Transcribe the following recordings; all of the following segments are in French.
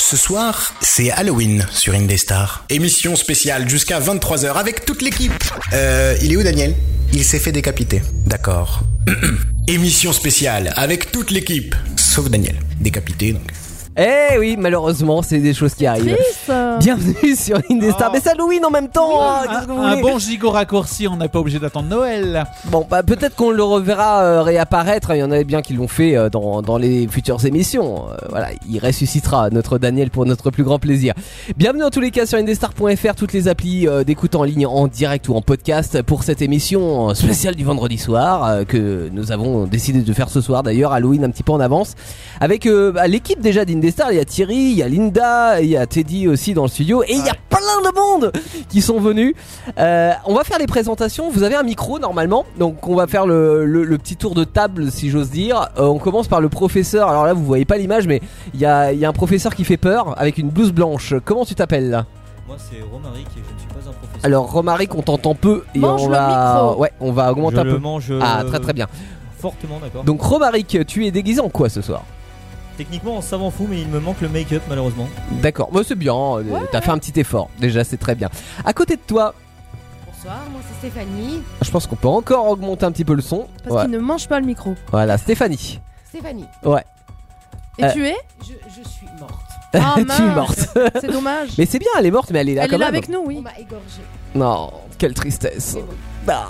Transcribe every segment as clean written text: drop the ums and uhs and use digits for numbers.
Ce soir, c'est Halloween sur Indestar. Émission spéciale jusqu'à 23h avec toute l'équipe. Il est où Daniel ? Il s'est fait décapiter. D'accord. Émission spéciale avec toute l'équipe. Sauf Daniel. Décapité donc. Eh oui, malheureusement, c'est des choses qui arrivent. Triste. Bienvenue sur Indestar. Mais c'est Halloween en même temps. Un bon gigot raccourci, on n'est pas obligé d'attendre Noël. Bon, bah peut-être qu'on le reverra réapparaître. Il y en avait bien qui l'ont fait dans les futures émissions. Voilà, il ressuscitera notre Daniel pour notre plus grand plaisir. Bienvenue en tous les cas sur indestar.fr, toutes les applis d'écoute en ligne, en direct ou en podcast pour cette émission spéciale du vendredi soir que nous avons décidé de faire ce soir. D'ailleurs, Halloween un petit peu en avance avec l'équipe déjà d'Indestar. Il y a Thierry, il y a Linda, il y a Teddy aussi dans le studio et il y a plein de monde qui sont venus. On va faire les présentations. Vous avez un micro normalement, donc on va faire le petit tour de table si j'ose dire. On commence par le professeur. Alors là vous voyez pas l'image, mais il y a un professeur qui fait peur avec une blouse blanche. Comment tu t'appelles là ? Moi c'est Romaric et je ne suis pas un professeur. Alors Romaric, on t'entend peu et mange on le va micro. ouais, on va augmenter Je un peu. le mange Très bien. fortement, d'accord. Donc Romaric, tu es déguisé en quoi ce soir ? Techniquement on savant fou, mais il me manque le make-up malheureusement. D'accord, bah, c'est bien, t'as fait un petit effort, déjà c'est très bien. À côté de toi, Bonsoir, moi c'est Stéphanie. je pense qu'on peut encore augmenter un petit peu le son. Parce qu'il ne mange pas le micro. Voilà, Stéphanie. Stéphanie. Ouais. Et tu es Je suis morte. Ah Tu es mince. morte. C'est dommage. Mais c'est bien, elle est morte, mais elle est là Elle quand est là même. avec nous, On oui. m'a égorgée. Non, quelle tristesse. C'est bon. Ah.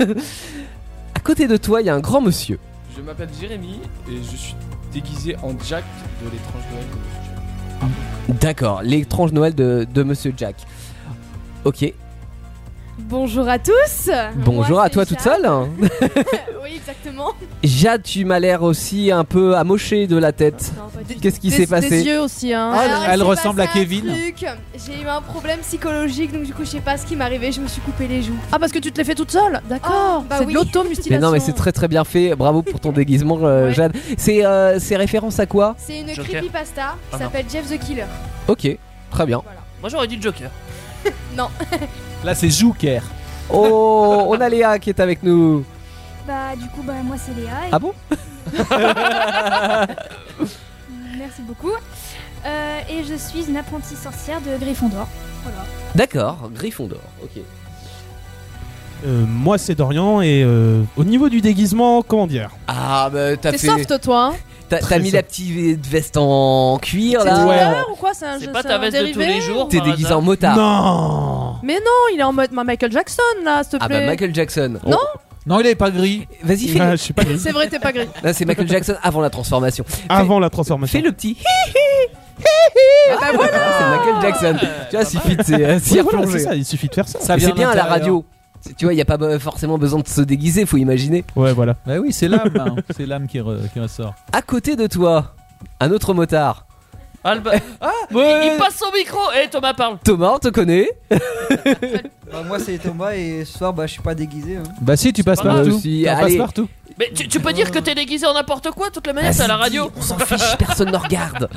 À côté de toi, il y a un grand monsieur. Je m'appelle Jérémy et je suis déguisé en Jack de l'étrange Noël de Monsieur Jack. D'accord, l'étrange Noël de Monsieur Jack. Ok, Bonjour à tous. bonjour Moi, à c'est toi toute Jade. seule. Oui, exactement. Jade, tu m'as l'air aussi un peu amoché de la tête. Non, pas du tout. Qu'est-ce qui Des- s'est passé? Des yeux aussi, hein. Alors, il elle s'est ressemble à passé un Kevin. truc. J'ai eu un problème psychologique, donc du coup, je sais pas ce qui m'est arrivé. Je me suis coupé les joues. Ah, parce que tu te l'es fait toute seule. D'accord. Oh, bah c'est oui. de l'automutilation. Mais non, mais c'est très très bien fait. Bravo pour ton déguisement, Ouais. Jade. C'est référence à quoi? C'est une Joker. creepypasta qui Ah non. s'appelle Jeff the Killer. Ok, très bien. Voilà. Moi j'aurais dit Joker. Non. Là c'est Joker. Oh, on a Léa qui est avec nous. Bah du coup moi c'est Léa et Ah bon? merci beaucoup et je suis une apprentie sorcière de Gryffondor. Voilà. D'accord, Gryffondor. Ok. Moi c'est Dorian et au niveau du déguisement, comment dire? Ah bah t'as T'es fait. soft, toi. Hein. T'as mis la petite veste en cuir C'est là. une Ouais. couleur ou quoi? C'est un C'est jeu- pas c'est ta un veste de dérivé tous les jours. T'es par déguisé hasard. en motard. Non. Mais non, il est en mode Michael Jackson là, s'il te Ah plaît. bah Michael Jackson. Non. Non, il est pas gris. Vas-y, fais. Ah, je sais pas. C'est vrai, t'es pas gris. Là, c'est Michael Jackson avant la transformation. Avant la transformation. Fais le petit. Ah bah voilà. C'est Michael Jackson. Tu vois, suffit de s'y Oui, voilà, replonger. c'est ça, il suffit de faire ça. Ça Mais vient c'est bien à la d'intérieur. radio. Tu vois, il n'y a pas forcément besoin de se déguiser, faut imaginer. Ouais, voilà. Bah oui, c'est l'âme. Hein. C'est l'âme qui ressort. À côté de toi, un autre motard. Il passe son micro. Eh Thomas parle. Thomas, on te connaît. Moi c'est Thomas et ce soir je suis pas déguisé. Bah si, tu passes pas mal. partout. Aussi, Tu en allez. passes partout. Mais tu peux dire que t'es déguisé en n'importe quoi, toute la manière, c'est à la radio. On s'en fiche, personne ne regarde.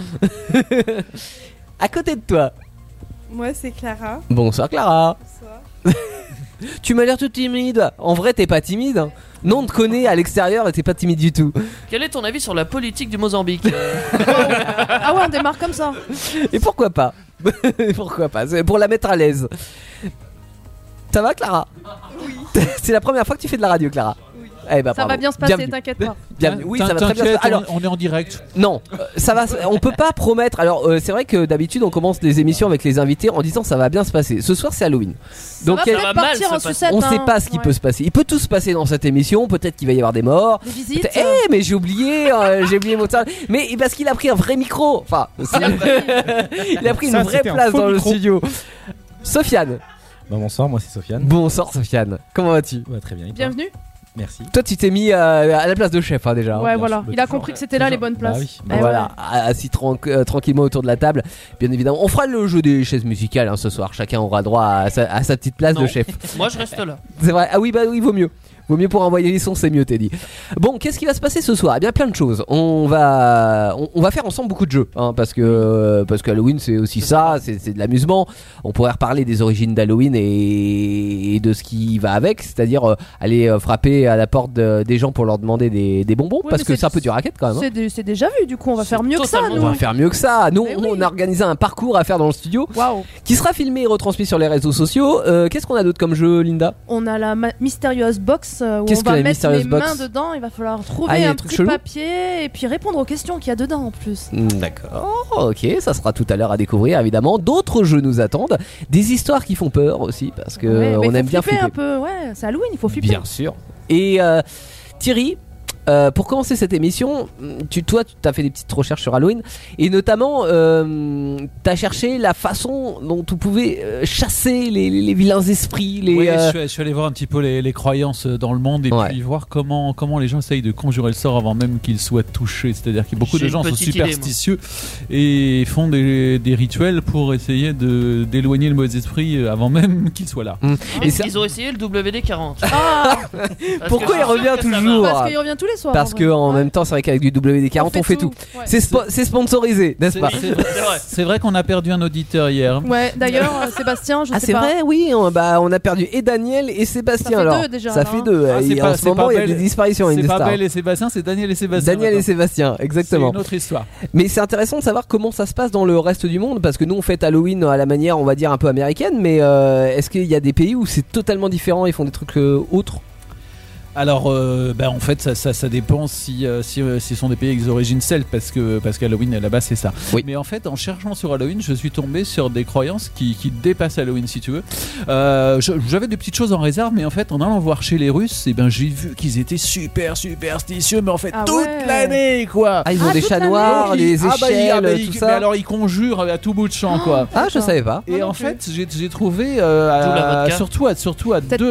À côté de toi. Moi, c'est Clara. Bonsoir Clara. Bonsoir. Tu m'as l'air tout timide. En vrai, t'es pas timide. Hein. Non, on te connaît à l'extérieur et t'es pas timide du tout. Quel est ton avis sur la politique du Mozambique? Ah ouais, on démarre comme ça. Et pourquoi pas? Pourquoi pas? C'est pour la mettre à l'aise. Ça va, Clara? Oui. C'est la première fois que tu fais de la radio, Clara? Oui. Eh ben, Ça bravo. va bien se passer, Bienvenue. t'inquiète pas. Bienvenue. Oui, ça va très bien se T'inquiète, passer. Alors, on est en direct. non, ça va. On peut pas promettre. Alors, c'est vrai que d'habitude, on commence les émissions avec les invités en disant ça va bien se passer. Ce soir, c'est Halloween. Donc, ça elle- va va peut-être mal partir se en passer. sucette. on sait hein. pas ce qui Ouais. peut se passer. Il peut tout se passer dans cette émission. Peut-être qu'il va y avoir des morts. Des visites. Mais j'ai oublié Mozart. Mais parce qu'il a pris un vrai micro. Enfin, il a pris une Ça, vraie c'était un place faux dans le micro. studio. Sofiane. Bonsoir, moi c'est Sofiane. Bonsoir, Sofiane. Comment vas-tu? Très bien. Bienvenue. Merci. Toi, tu t'es mis à la place de chef, hein, déjà. Ouais, bien voilà. sûr, bah, Il a toujours. compris que c'était là les bonnes places. Bah oui. Eh Voilà, assis tranquillement autour de la table. Bien évidemment, on fera le jeu des chaises musicales hein, ce soir. Chacun aura droit à sa petite place Non. de chef. Moi je reste là. C'est vrai. Ah oui, bah oui, vaut mieux. Vaut mieux pour envoyer les sons, c'est mieux, Teddy. Bon, qu'est-ce qui va se passer ce soir? Eh bien, plein de choses. On va faire ensemble beaucoup de jeux, hein, parce que Halloween, c'est aussi ça, c'est de l'amusement. On pourrait reparler des origines d'Halloween et de ce qui va avec, c'est-à-dire aller frapper à la porte des gens pour leur demander des bonbons, parce que c'est un peu du racket quand même. Hein. C'est déjà vu, du coup, on va faire mieux que ça, nous. On va faire mieux que ça. Nous, on a organisé un parcours à faire dans le studio, qui sera filmé et retransmis sur les réseaux sociaux. Qu'est-ce qu'on a d'autre comme jeu, Linda? On a la Mystérieuse Box, où on va mettre les mains dedans. Il va falloir trouver un petit papier et puis répondre aux questions qu'il y a dedans en plus. D'accord, ok, ça sera tout à l'heure à découvrir évidemment. D'autres jeux nous attendent, des histoires qui font peur aussi, parce que on aime bien flipper un peu. Ouais, c'est Halloween, il faut flipper. Bien sûr. Et Thierry, pour commencer cette émission, toi tu as fait des petites recherches sur Halloween et notamment tu as cherché la façon dont tu pouvais chasser les vilains esprits. Je suis allé voir un petit peu les croyances dans le monde et puis voir comment les gens essayent de conjurer le sort avant même qu'ils soient touchés. C'est-à-dire que beaucoup de gens sont superstitieux et font des rituels pour essayer d'éloigner le mauvais esprit avant même qu'il soit là. Et ils ont essayé le WD-40. Pourquoi il revient toujours? Parce qu'il revient tous les soirs. Parce qu'en même temps, c'est vrai qu'avec du WD-40, on fait tout. Ouais. C'est sponsorisé, n'est-ce pas? C'est vrai qu'on a perdu un auditeur hier. Ouais, d'ailleurs, Sébastien, je sais pas. Ah, c'est vrai, oui, on a perdu et Daniel et Sébastien. Ça fait deux déjà. Ça fait deux. En ce moment, il y a des disparitions. C'est pas Belle et Sébastien, c'est Daniel et Sébastien. Daniel et Sébastien, exactement. C'est une autre histoire. Mais c'est intéressant de savoir comment ça se passe dans le reste du monde, parce que nous, on fête Halloween à la manière, on va dire, un peu américaine, mais est-ce qu'il y a des pays où c'est totalement différent, ils font des trucs autres? Alors, en fait, ça dépend si sont des pays avec des origines celtes, parce qu'Halloween à la base c'est ça. Oui. Mais en fait, en cherchant sur Halloween, je suis tombé sur des croyances qui dépassent Halloween, si tu veux. J'avais des petites choses en réserve, mais en fait, en allant voir chez les Russes, j'ai vu qu'ils étaient super superstitieux, mais en fait toute l'année, quoi. Ah, ils ont des chats noirs, des échelles, tout ça. Mais alors, ils conjurent à tout bout de champ, quoi. Ah, je savais pas. Et en fait, j'ai trouvé surtout à deux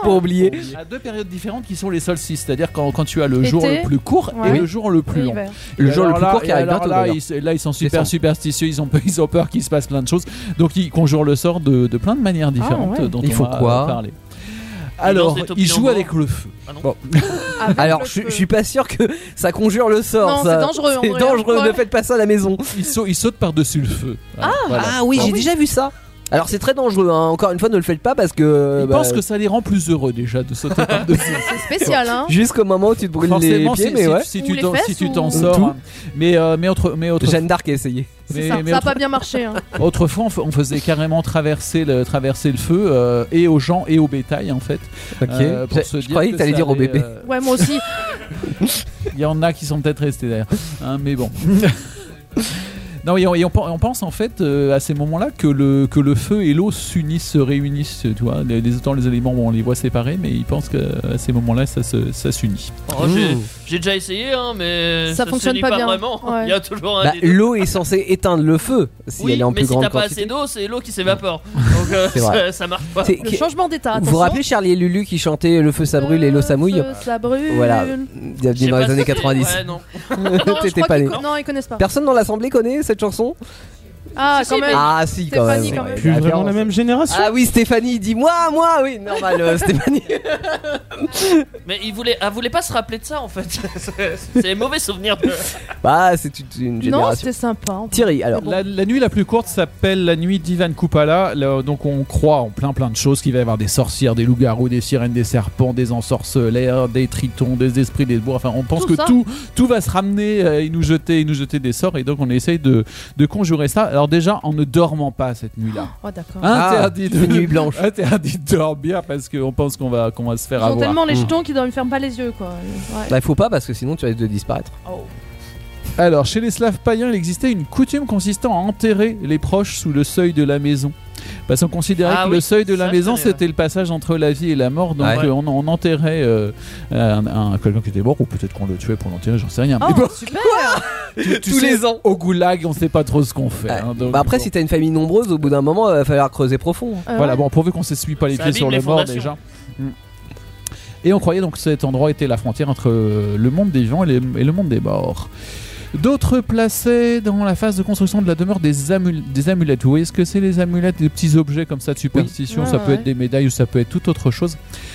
périodes différentes qui sont les solstices, c'est-à-dire quand tu as le jour le plus court et le jour le plus long. Le jour le plus court qui arrive bientôt. Là, ils sont super superstitieux, ils ont peur qu'il se passe plein de choses, donc ils conjurent le sort de plein de manières différentes dont on va parler. Alors, ils jouent avec le feu. Bon. Alors, je suis pas sûr que ça conjure le sort. Non, ça. c'est dangereux. C'est dangereux, ne faites pas ça à la maison. Ils sautent par-dessus le feu. Ah oui, j'ai déjà vu ça. Alors c'est très dangereux, hein. Encore une fois, ne le faites pas parce que... Ils pensent que ça les rend plus heureux déjà de sauter par-dessus. C'est spécial, hein. Jusqu'au moment où tu te brûles les pieds, mais ouais. Si tu t'en sors. Mais autre. Jeanne d'Arc a essayé. Ça a pas bien marché. Hein. Autrefois, on faisait carrément traverser le feu et aux gens et au bétail, en fait. Ok. Je croyais que t'allais dire aux bébés. Ouais, moi aussi. Il y en a qui sont peut-être restés derrière. Hein, mais bon. Non, et on pense en fait à ces moments-là que le feu et l'eau s'unissent, se réunissent, tu vois. Les éléments, on les voit séparés, mais ils pensent qu'à ces moments-là, ça s'unit. J'ai déjà essayé, hein, mais ça fonctionne pas bien. Vraiment. Ouais. Il y a toujours l'eau est censée éteindre le feu si elle est en plus grande quantité. Mais si t'as pas assez d'eau, c'est l'eau qui s'évapore. Donc ça marche pas. Le changement d'état. Vous vous rappelez Charlie et Lulu qui chantaient Le feu ça brûle et l'eau ça mouille? Le feu ça brûle. Voilà. Bienvenue dans les années 90. Ouais, non. T'étais pas né. Non, ils connaissent pas. Personne dans l'assemblée connaît cette chanson? Ah, quand même. Ah, si, quand même. Quand même. Plus vraiment la même génération. Ah oui, Stéphanie, dis-moi, oui, normal, Stéphanie. Mais elle voulait pas se rappeler de ça en fait. C'est un mauvais souvenir. Bah, c'est une génération. Non, c'était sympa. Thierry, alors. La nuit la plus courte s'appelle la nuit d'Ivan Kupala. Donc on croit en plein de choses, qu'il va y avoir des sorcières, des loups-garous, des sirènes, des serpents, des ensorceleurs, des tritons, des esprits, des bois. Enfin, on pense que tout va se ramener et nous jeter des sorts. Et donc on essaye de conjurer ça. Alors déjà, en ne dormant pas cette nuit-là. Oh d'accord. Interdit de nuit blanche. Interdit de dormir parce qu'on pense qu'on va se faire avoir. Ils ont tellement les jetons qu'ils ne ferment pas les yeux, quoi. Ouais. Bah, il faut pas parce que sinon tu risques de disparaître. Oh. Alors, chez les Slaves païens, il existait une coutume consistant à enterrer les proches sous le seuil de la maison. Parce qu'on considérait que le seuil de la maison, c'était le passage entre la vie et la mort. Donc on enterrait quelqu'un qui était mort, ou peut-être qu'on le tuait pour l'enterrer, j'en sais rien. Oh, mais bon, super. Tous les ans. Au goulag, on sait pas trop ce qu'on fait. Hein, donc, après, si t'as une famille nombreuse, au bout d'un moment, il va falloir creuser profond. Voilà, bon, pourvu qu'on s'essuie pas les pieds sur le mort déjà. Et on croyait donc que cet endroit était la frontière entre le monde des vivants et le monde des morts. D'autres plaçaient dans la phase de construction de la demeure des amulettes. Vous voyez ce que c'est les amulettes, des petits objets comme ça de superstition. Ça peut être des médailles ou ça peut être toute autre chose.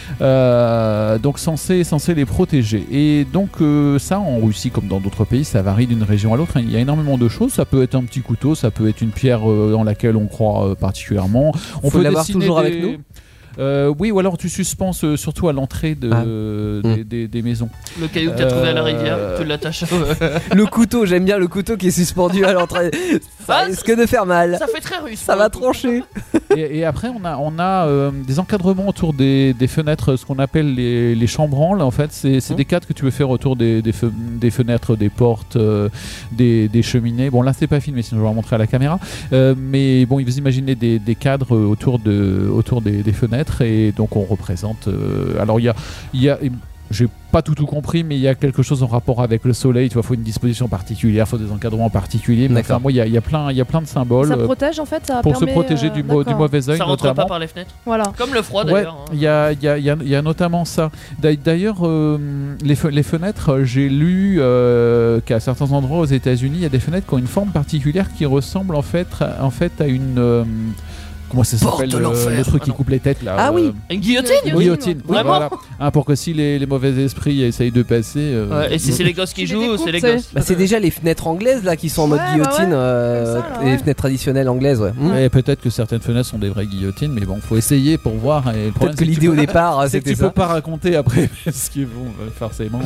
Donc censé les protéger. Et donc ça, en Russie comme dans d'autres pays, ça varie d'une région à l'autre. Il y a énormément de choses. Ça peut être un petit couteau, ça peut être une pierre dans laquelle on croit particulièrement. On peut l'avoir toujours avec nous. Oui, ou alors tu suspends surtout à l'entrée des maisons. Le caillou que t'as trouvé à la rivière, tu l'attaches. Le couteau, j'aime bien le couteau qui est suspendu à l'entrée. Ça risque de faire mal. Ça fait très russe. Ça va trancher. Et après, on a des encadrements autour des fenêtres, ce qu'on appelle les chambranles. En fait, c'est des cadres que tu veux faire autour des fenêtres, des portes, des cheminées. Bon, là, c'est pas filmé, sinon je vais le montrer à la caméra. Mais bon, vous imaginez des cadres autour des fenêtres. Et donc on représente alors il y a j'ai pas tout compris, mais il y a quelque chose en rapport avec le soleil. Tu vois, faut une disposition particulière, faut des encadrements particuliers. Mais enfin, moi, il y a plein de symboles. Ça protège en fait, ça pour permet, se protéger du mauvais œil. Ça rentre pas par les fenêtres. Voilà. Comme le froid d'ailleurs. Il y a notamment ça. D'ailleurs, les fenêtres, j'ai lu qu'à certains endroits aux États-Unis, il y a des fenêtres qui ont une forme particulière qui ressemble en fait à une comment ça s'appelle le truc qui coupe les têtes là. Ah oui, une guillotine. Guillotine. Vraiment. Voilà. Pour que si les mauvais esprits essayent de passer. Et si c'est les gosses qui jouent, c'est les gosses. C'est déjà les fenêtres anglaises là qui sont en mode guillotine, les fenêtres traditionnelles anglaises. Et peut-être que certaines fenêtres sont des vraies guillotines, mais bon, faut essayer pour voir. Peut-être que l'idée au départ, c'est que tu peux pas raconter après parce que bon, forcément.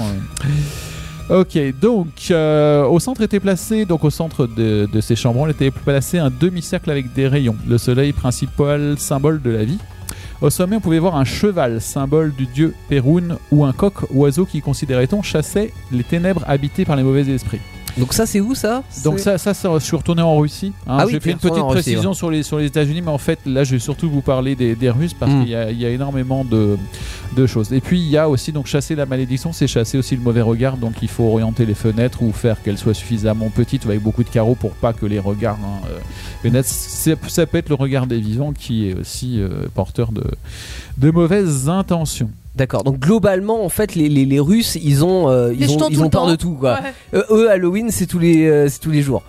Ok, donc au centre était placé, donc au centre de ces chambranles était placé un demi-cercle avec des rayons, le soleil principal symbole de la vie. Au sommet, on pouvait voir un cheval, symbole du dieu Perun, ou un coq, oiseau qui, considérait-on, chassait les ténèbres habitées par les mauvais esprits. Donc ça c'est où ça? Donc ça je suis retourné en Russie. J'ai fait une petite précision sur les États-Unis, mais en fait là je vais surtout vous parler des Russes parce qu'il y a énormément de choses. Et puis il y a aussi donc chasser la malédiction, c'est chasser aussi le mauvais regard. Donc il faut orienter les fenêtres ou faire qu'elles soient suffisamment petites avec beaucoup de carreaux pour pas que les regards pénètrent. Ça peut être le regard des vivants qui est aussi porteur de mauvaises intentions. D'accord. Donc globalement, en fait, les Russes, ils ont peur de tout, quoi. Ouais. Eux, Halloween, c'est tous les jours.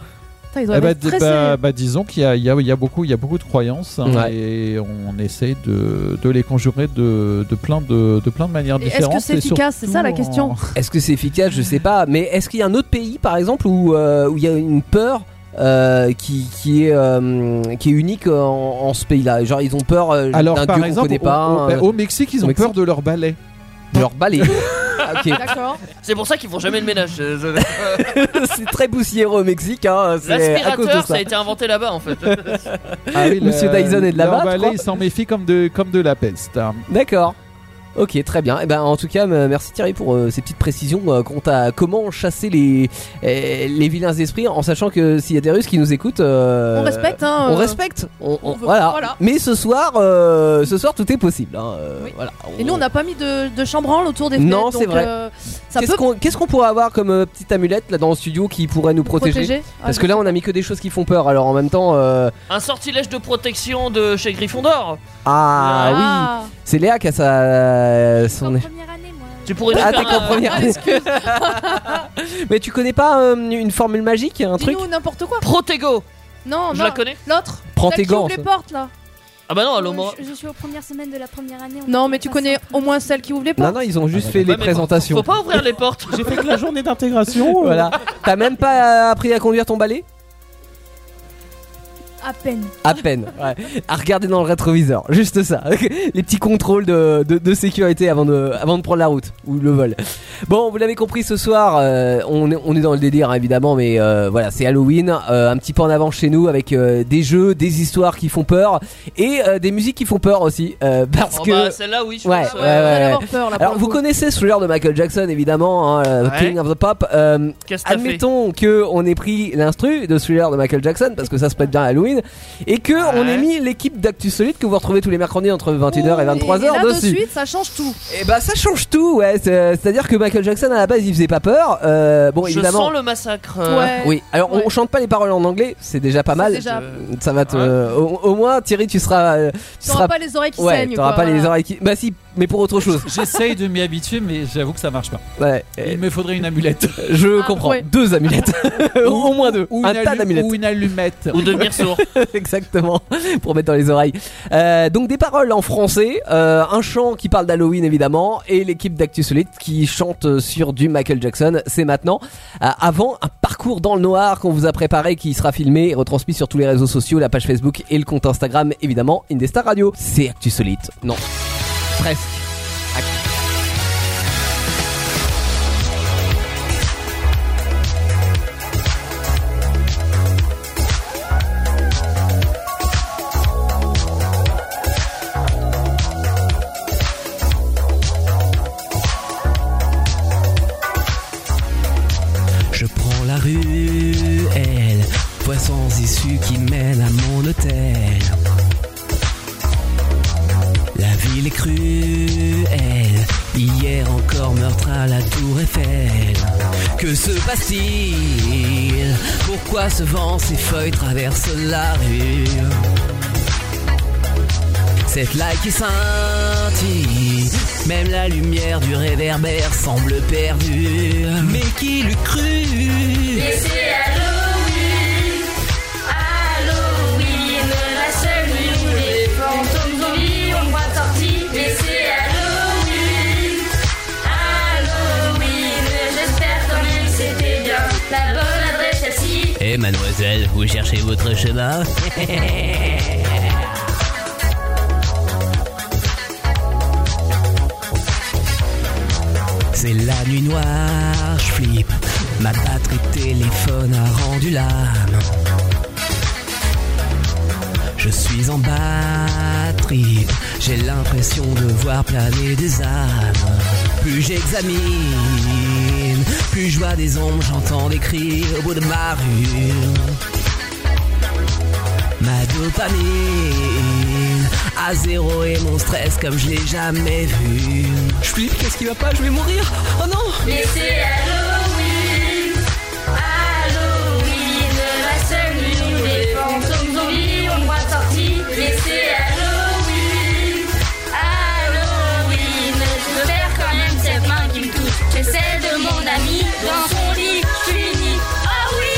Disons qu'il y a beaucoup de croyances et on essaye de les conjurer de plein de manières différentes. Est-ce que c'est efficace? C'est ça la question. Est-ce que c'est efficace? Je sais pas. Mais est-ce qu'il y a un autre pays, par exemple, où il y a une peur qui est unique en ce pays-là? Genre ils ont peur d'un dieu qu'on connaît pas. Au Mexique, ils ont peur de leur balai. Leur balai. Okay. D'accord. C'est pour ça qu'ils font jamais le ménage. C'est très poussiéreux au Mexique. L'aspirateur, ça a été inventé là-bas en fait. Ah oui, Monsieur Dyson est de là-bas. Leur balai, ils s'en méfient comme de la peste. D'accord. Ok, très bien. Et ben, en tout cas, merci Thierry pour ces petites précisions quant à comment chasser les vilains esprits, en sachant que s'il y a des Russes qui nous écoutent, on respecte. On respecte. Voilà. Mais ce soir, tout est possible. Oui. Voilà. Et nous, on n'a pas mis de chambranle autour des fenêtres. Non, c'est vrai. Qu'est-ce qu'on pourrait avoir comme petite amulette là dans le studio qui pourrait nous protéger? Parce que là, on a mis que des choses qui font peur. Alors en même temps, un sortilège de protection de chez Gryffondor. Oui. C'est Léa qui a son première année, moi. Tu pourrais nous t'es qu'en première année. Mais tu connais pas une formule magique, un truc? Dis-nous n'importe quoi. Protego. Non, je la connais. L'autre. Prends tes gants. Qui ouvre les portes là. Ah bah non, allô moi. Je suis aux premières semaines de la première année. Non, mais tu connais au moins celle qui ouvre les portes. Non, ils ont juste fait les présentations. Faut pas ouvrir les portes. J'ai fait que la journée d'intégration. Voilà. T'as même pas appris à conduire ton balai? À peine, ouais. À regarder dans le rétroviseur, juste ça. Les petits contrôles de sécurité avant de prendre la route ou le vol. Bon, vous l'avez compris, ce soir, on est dans le délire évidemment, mais voilà, c'est Halloween, un petit peu en avant chez nous avec des jeux, des histoires qui font peur et des musiques qui font peur aussi, parce que celle-là, oui, je pense. Peur, là, alors vous connaissez Thriller de Michael Jackson évidemment, King of the Pop. Admettons que on ait pris l'instru de Thriller de Michael Jackson parce que ça se prête bien à Halloween. Et que on ait mis l'équipe d'Actu Solide que vous retrouvez tous les mercredis entre 21h et 23h et là, dessus. De suite, ça change tout. Et bah ça change tout, ouais. C'est-à-dire que Michael Jackson à la base il faisait pas peur. Bon, évidemment. Je sens le massacre. Oui. Alors on chante pas les paroles en anglais, c'est déjà pas mal. Ça va te. Au moins Thierry, tu seras pas les oreilles qui saignent. T'auras pas les oreilles qui. Bah si. mais pour autre chose. J'essaye de m'y habituer, mais j'avoue que ça marche pas. Ouais. Il me faudrait une amulette. Je comprends. Ouais. 2 amulettes. Au moins 2. Un tas d'amulettes. Ou une allumette. Ou devenir sourd. Exactement. Pour mettre dans les oreilles. Donc des paroles en français, un chant qui parle d'Halloween évidemment, et l'équipe d'Actu Solide qui chante sur du Michael Jackson. C'est maintenant. Avant, un parcours dans le noir qu'on vous a préparé, qui sera filmé et retransmis sur tous les réseaux sociaux, la page Facebook et le compte Instagram évidemment, Indestar Radio. C'est Actu Solide. Non. Presque. Je prends la ruelle, voie sans issue qui mène à mon hôtel. La ville est cruelle, hier encore meurtre à la tour Eiffel. Que se passe-t-il? Pourquoi ce vent, ces feuilles traversent la rue? Cette light qui scintille, même la lumière du réverbère semble perdue. Mais qui l'eût cru? Et c'est Halloween, Halloween, la seule nuit où les fantômes zombies ont droit de sortie. Et c'est Halloween, Halloween, j'espère quand même que c'était bien la bonne adresse celle-ci. Eh mademoiselle, vous cherchez votre chemin? C'est la nuit noire, je flippe, ma batterie téléphone a rendu l'âme. Je suis en batterie, j'ai l'impression de voir planer des âmes. Plus j'examine, plus je vois des ombres, j'entends des cris au bout de ma rue. Ma dopamine à zéro et mon stress comme je l'ai jamais vu. Je flippe, qu'est-ce qui va pas? Je vais mourir. Oh non! Mais c'est Halloween, Halloween, la seule nuit où les fantômes zombies ont droit de sortie. Mais c'est Halloween, Halloween, je perds quand même cette main qui me touche. C'est celle de mon ami dans son lit. Je suis unie. Oh oui!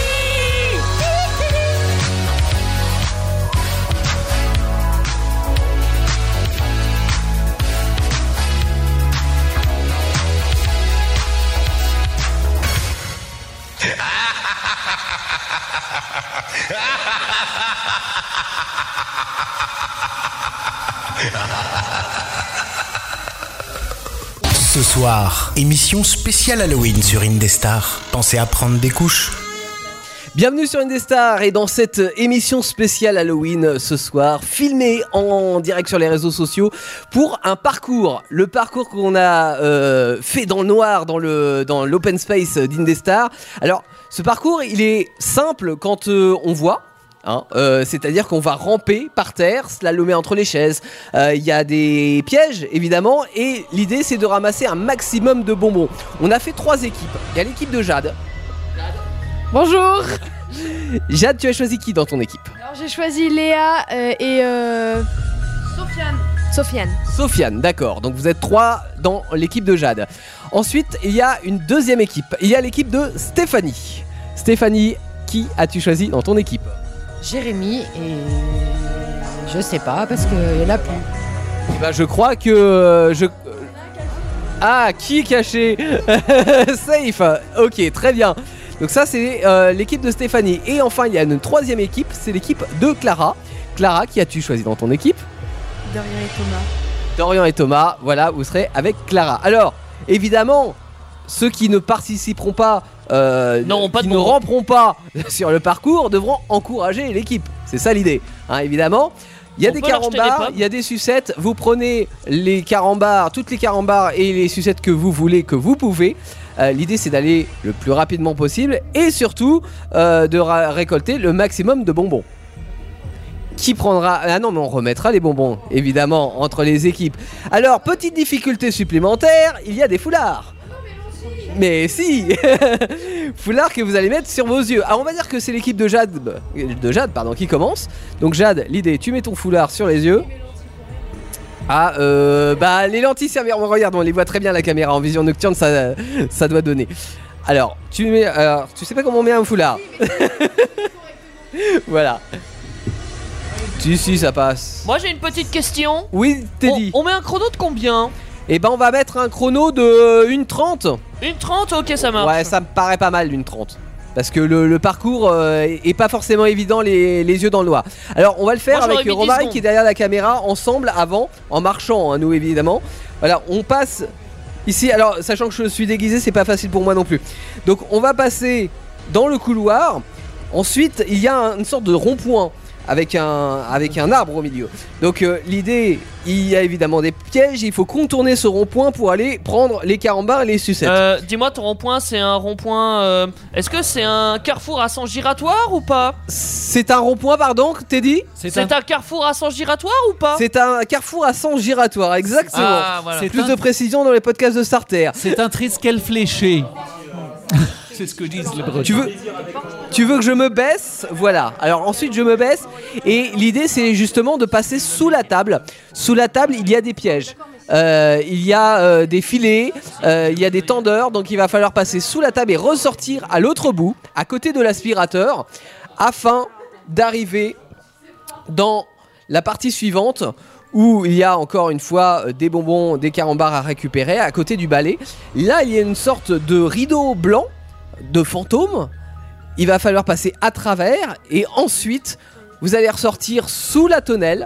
Ce soir, émission spéciale Halloween sur Indestar. Pensez à prendre des couches. Bienvenue sur Indestar et dans cette émission spéciale Halloween ce soir, filmée en direct sur les réseaux sociaux pour un parcours. Le parcours qu'on a fait dans le noir, dans l'open space d'Indestar. Alors, ce parcours, il est simple quand on voit. C'est-à-dire qu'on va ramper par terre, slalomer entre les chaises. Il y a des pièges évidemment, et l'idée c'est de ramasser un maximum de bonbons. On a fait 3 équipes. Il y a l'équipe de Jade. Bonjour. Jade, tu as choisi qui dans ton équipe? Alors j'ai choisi Léa et Sofiane, d'accord. Donc vous êtes 3 dans l'équipe de Jade. Ensuite, il y a une deuxième équipe. Il y a l'équipe de Stéphanie. Stéphanie, qui as-tu choisi dans ton équipe? Jérémy et je sais pas parce qu'il y en a plus. Bah je crois que Ah, qui est caché? Safe. Ok, très bien. Donc ça c'est l'équipe de Stéphanie. Et enfin il y a une troisième équipe, c'est l'équipe de Clara. Clara, qui as-tu choisi dans ton équipe? Dorian et Thomas. Dorian et Thomas, voilà, vous serez avec Clara. Alors, évidemment, ceux qui ne participeront pas, ne ramperont pas sur le parcours, devront encourager l'équipe. C'est ça l'idée, hein, évidemment. Il y a des carambars, il y a des sucettes. Vous prenez les carambars, toutes les carambars et les sucettes que vous voulez, que vous pouvez. L'idée c'est d'aller le plus rapidement possible et surtout de récolter le maximum de bonbons. Qui prendra... Ah non, mais on remettra les bonbons, évidemment, entre les équipes. Alors, petite difficulté supplémentaire, il y a des foulards. Mais si. Foulard que vous allez mettre sur vos yeux. Alors on va dire que c'est l'équipe de Jade qui commence. Donc Jade, l'idée, tu mets ton foulard sur les yeux. Ah, bah les lentilles serviront. Regarde, on les voit très bien à la caméra. En vision nocturne, ça doit donner. Alors, tu sais pas comment on met un foulard. Voilà. Si, ça passe. Moi j'ai une petite question. Oui, Teddy. On met un chrono de combien? Eh ben on va mettre un chrono de 1:30. 1:30, ok, ça marche. Ouais, ça me paraît pas mal 1:30. Parce que le parcours est pas forcément évident les yeux dans le noir. Alors on va le faire avec Romaric qui est derrière la caméra, ensemble avant, en marchant, hein, nous évidemment. Voilà, on passe ici. Alors sachant que je suis déguisé, c'est pas facile pour moi non plus. Donc on va passer dans le couloir. Ensuite il y a une sorte de rond-point avec un arbre au milieu. Donc l'idée, il y a évidemment des pièges. Il faut contourner ce rond-point pour aller prendre les carambars et les sucettes. Dis-moi, ton rond-point, c'est un rond-point... Est-ce que c'est un carrefour à sens giratoire ou pas? C'est un rond-point, pardon, Teddy? C'est un carrefour à sens giratoire ou pas? C'est un carrefour à sens giratoire, exactement. Ah, voilà. C'est plus de précision dans les podcasts de Starter. C'est un triskel fléché. C'est ce que disent les Bretons. Tu veux que je me baisse? Voilà. Alors ensuite je me baisse et l'idée c'est justement de passer sous la table. Sous la table il y a des pièges. Il y a des filets, il y a des tendeurs, donc il va falloir passer sous la table et ressortir à l'autre bout, à côté de l'aspirateur, afin d'arriver dans la partie suivante où il y a encore une fois des bonbons, des carambars à récupérer à côté du balai. Là il y a une sorte de rideau blanc de fantôme. Il va falloir passer à travers et ensuite vous allez ressortir sous la tonnelle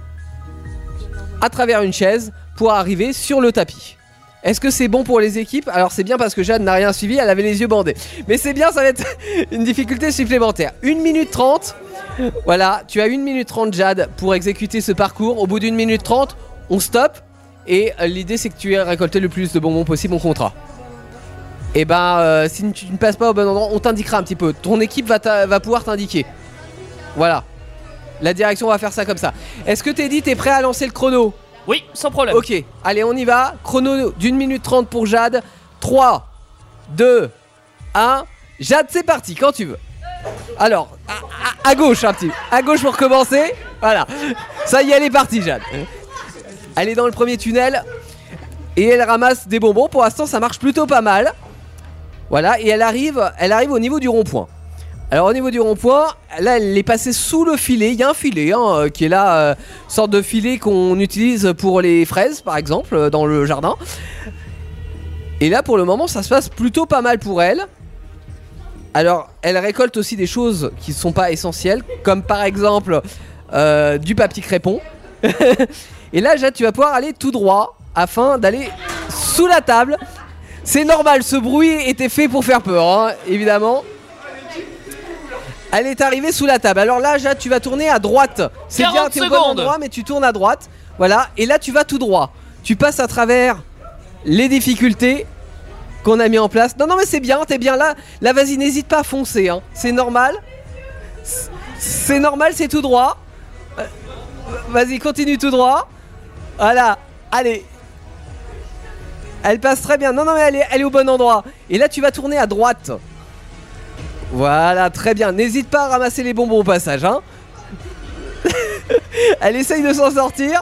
à travers une chaise pour arriver sur le tapis. Est-ce que c'est bon pour les équipes? Alors c'est bien parce que Jade n'a rien suivi, elle avait les yeux bandés. Mais c'est bien, ça va être une difficulté supplémentaire. 1 minute 30. Voilà, tu as 1 minute 30 Jade pour exécuter ce parcours. Au bout d'1 minute 30, on stoppe. Et l'idée c'est que tu aies récolté le plus de bonbons possible, on comptera. Et si tu ne passes pas au bon endroit, on t'indiquera un petit peu. Ton équipe va pouvoir t'indiquer. Voilà. La direction va faire ça comme ça. Est-ce que Teddy, t'es prêt à lancer le chrono? Oui, sans problème. Ok, allez, on y va. Chrono d'1 minute 30 pour Jade. 3, 2, 1. Jade, c'est parti, quand tu veux. Alors, à gauche un petit. À gauche pour commencer. Voilà. Ça y est, elle est partie, Jade. Elle est dans le premier tunnel. Et elle ramasse des bonbons. Pour l'instant, ça marche plutôt pas mal. Voilà, et elle arrive au niveau du rond-point. Alors au niveau du rond-point, là elle est passée sous le filet. Il y a un filet qui est là, sorte de filet qu'on utilise pour les fraises par exemple dans le jardin. Et là pour le moment ça se passe plutôt pas mal pour elle. Alors elle récolte aussi des choses qui ne sont pas essentielles, comme par exemple du papier crépon. Et là Jade, tu vas pouvoir aller tout droit afin d'aller sous la table. C'est normal, ce bruit était fait pour faire peur, hein, évidemment. Elle est arrivée sous la table. Alors là, Jade, tu vas tourner à droite. C'est bien, t'es au bon endroit, mais tu tournes à droite. Voilà, et là, tu vas tout droit. Tu passes à travers les difficultés qu'on a mis en place. Non, mais c'est bien, t'es bien là. Là, vas-y, n'hésite pas à foncer, hein. C'est normal. C'est normal, c'est tout droit. Vas-y, continue tout droit. Voilà, allez. Elle passe très bien. Non, mais elle est au bon endroit. Et là, tu vas tourner à droite. Voilà, très bien. N'hésite pas à ramasser les bonbons au passage, hein. Elle essaye de s'en sortir.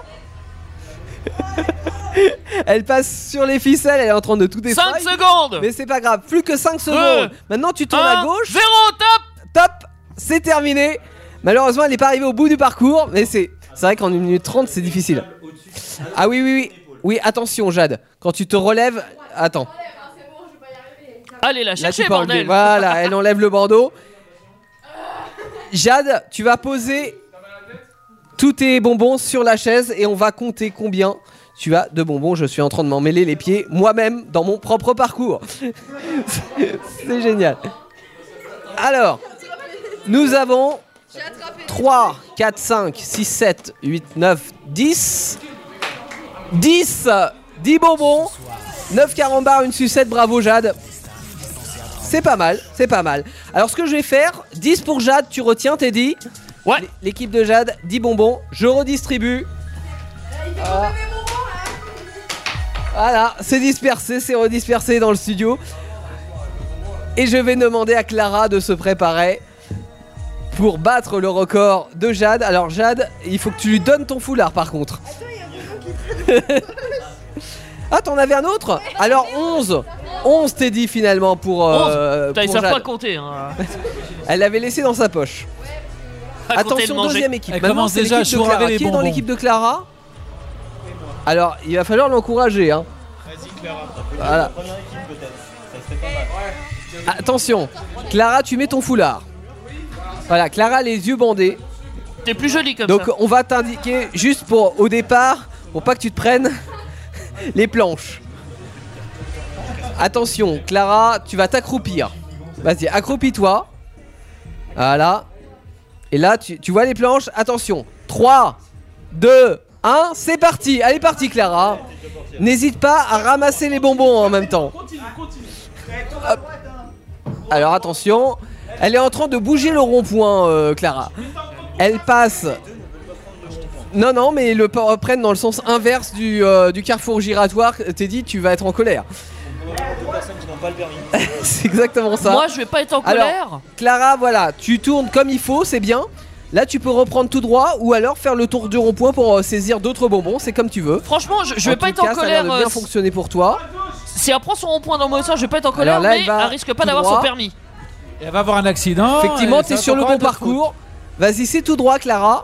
Elle passe sur les ficelles. Elle est en train de tout défaire. 5 secondes. Mais c'est pas grave. Plus que 5 secondes. Maintenant, tu tournes à gauche. 0, top. Top. C'est terminé. Malheureusement, elle n'est pas arrivée au bout du parcours. Mais c'est vrai qu'en 1 minute 30, c'est difficile. Ah oui. Oui, attention Jade, quand tu te relèves, attends. Allez la chercher, bordel. Voilà, elle enlève le bandeau. Jade, tu vas poser tous tes bonbons sur la chaise et on va compter combien tu as de bonbons. Je suis en train de m'en mêler les pieds moi-même dans mon propre parcours. C'est génial. Alors, nous avons 3, 4, 5, 6, 7, 8, 9, 10... 10 bonbons, 9 carambars, une sucette, bravo Jade. C'est pas mal. Alors ce que je vais faire, 10 pour Jade, tu retiens Teddy. Ouais. L'équipe de Jade, 10 bonbons, je redistribue. Voilà, c'est dispersé, c'est redispersé dans le studio. Et je vais demander à Clara de se préparer pour battre le record de Jade. Alors Jade, il faut que tu lui donnes ton foulard par contre. Ah, t'en avais un autre? Alors 11. 11 t'es dit finalement pour. Ils savent pas compter. Hein. Elle l'avait laissé dans sa poche. Attention, deuxième équipe. Elle commence déjà à chouraver les bonbons. Qui est dans l'équipe de Clara? Alors, il va falloir l'encourager. Hein. Vas-y, Clara. Voilà. Attention, Clara, tu mets ton foulard. Voilà, Clara, les yeux bandés. T'es plus jolie comme donc, ça. Donc, on va t'indiquer juste pour au départ, pour pas que tu te prennes les planches. Attention, Clara, tu vas t'accroupir. Vas-y, accroupis-toi. Voilà. Et là, tu vois les planches. Attention. 3, 2, 1, c'est parti. Allez, parti, Clara. N'hésite pas à ramasser les bonbons en même temps. Hop. Alors, attention. Elle est en train de bouger le rond-point, Clara. Elle passe. Non, mais le prennent dans le sens inverse du carrefour giratoire. T'es dit, tu vas être en colère. C'est exactement ça. Moi, je vais pas être en colère. Alors, Clara, voilà, tu tournes comme il faut, c'est bien. Là, tu peux reprendre tout droit ou alors faire le tour du rond-point pour saisir d'autres bonbons. C'est comme tu veux. Franchement, je vais pas être en colère. Ça a bien fonctionné pour toi. Si elle prend son rond-point dans mon sens, je vais pas être en colère, là, mais elle risque pas d'avoir son permis. Et elle va avoir un accident. Effectivement, t'es sur le bon parcours. Vas-y, c'est tout droit, Clara.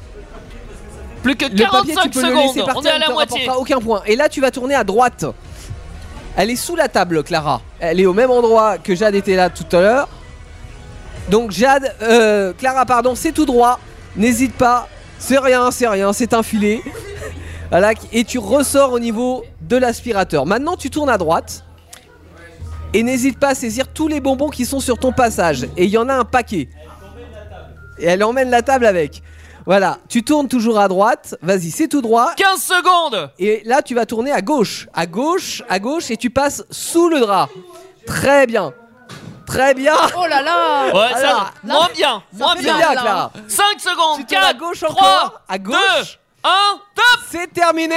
Plus que 45 secondes, on est à la moitié. Aucun point. Et là, tu vas tourner à droite. Elle est sous la table, Clara. Elle est au même endroit que Jade était là tout à l'heure. Donc Clara, pardon, c'est tout droit. N'hésite pas. C'est rien, c'est un filet. Voilà. Et tu ressors au niveau de l'aspirateur. Maintenant, tu tournes à droite. Et n'hésite pas à saisir tous les bonbons qui sont sur ton passage. Et il y en a un paquet. Et elle emmène la table avec. Voilà, tu tournes toujours à droite. Vas-y, c'est tout droit. 15 secondes. Et là, tu vas tourner à gauche. À gauche, et tu passes sous le drap. Très bien. Très bien. Oh là là. Ouais, alors, ça, moins bien, Clara. 5 secondes, 4, à gauche 3, encore. À gauche. 2, 1, top. C'est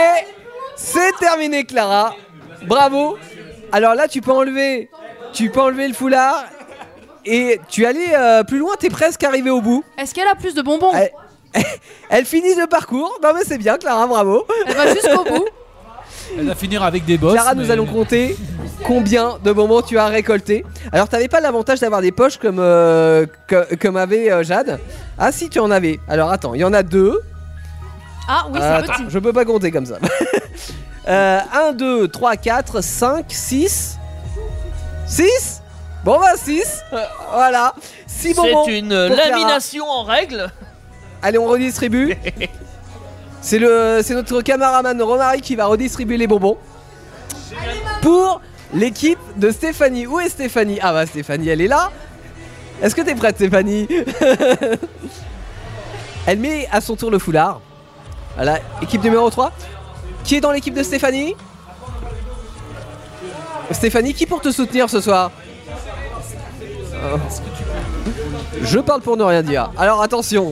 terminé, Clara. Bravo. Alors là, tu peux enlever le foulard. Et tu es allé plus loin, t'es presque arrivé au bout. Est-ce qu'elle a plus de bonbons? Elle finit le parcours. Non mais c'est bien, Clara, bravo. Elle va jusqu'au bout. Elle va finir avec des bosses. Clara, nous allons compter combien de bonbons tu as récolté. Alors t'avais pas l'avantage d'avoir des poches comme avait Jade. Ah si, tu en avais. Alors attends, il y en a 2. Ah oui, c'est petit. Je peux pas compter comme ça. 1, 2, 3, 4, 5, 6. 6. Bon bah 6. Voilà. 6 bonbons. C'est une lamination en règle. Allez, on redistribue. C'est notre caméraman Romary qui va redistribuer les bonbons pour l'équipe de Stéphanie. Où est Stéphanie? Ah bah Stéphanie, elle est là. Est-ce que t'es prête, Stéphanie? Elle met à son tour le foulard. Voilà, équipe numéro 3. Qui est dans l'équipe de Stéphanie? Stéphanie, qui pour te soutenir ce soir? Je parle pour ne rien dire. Alors attention.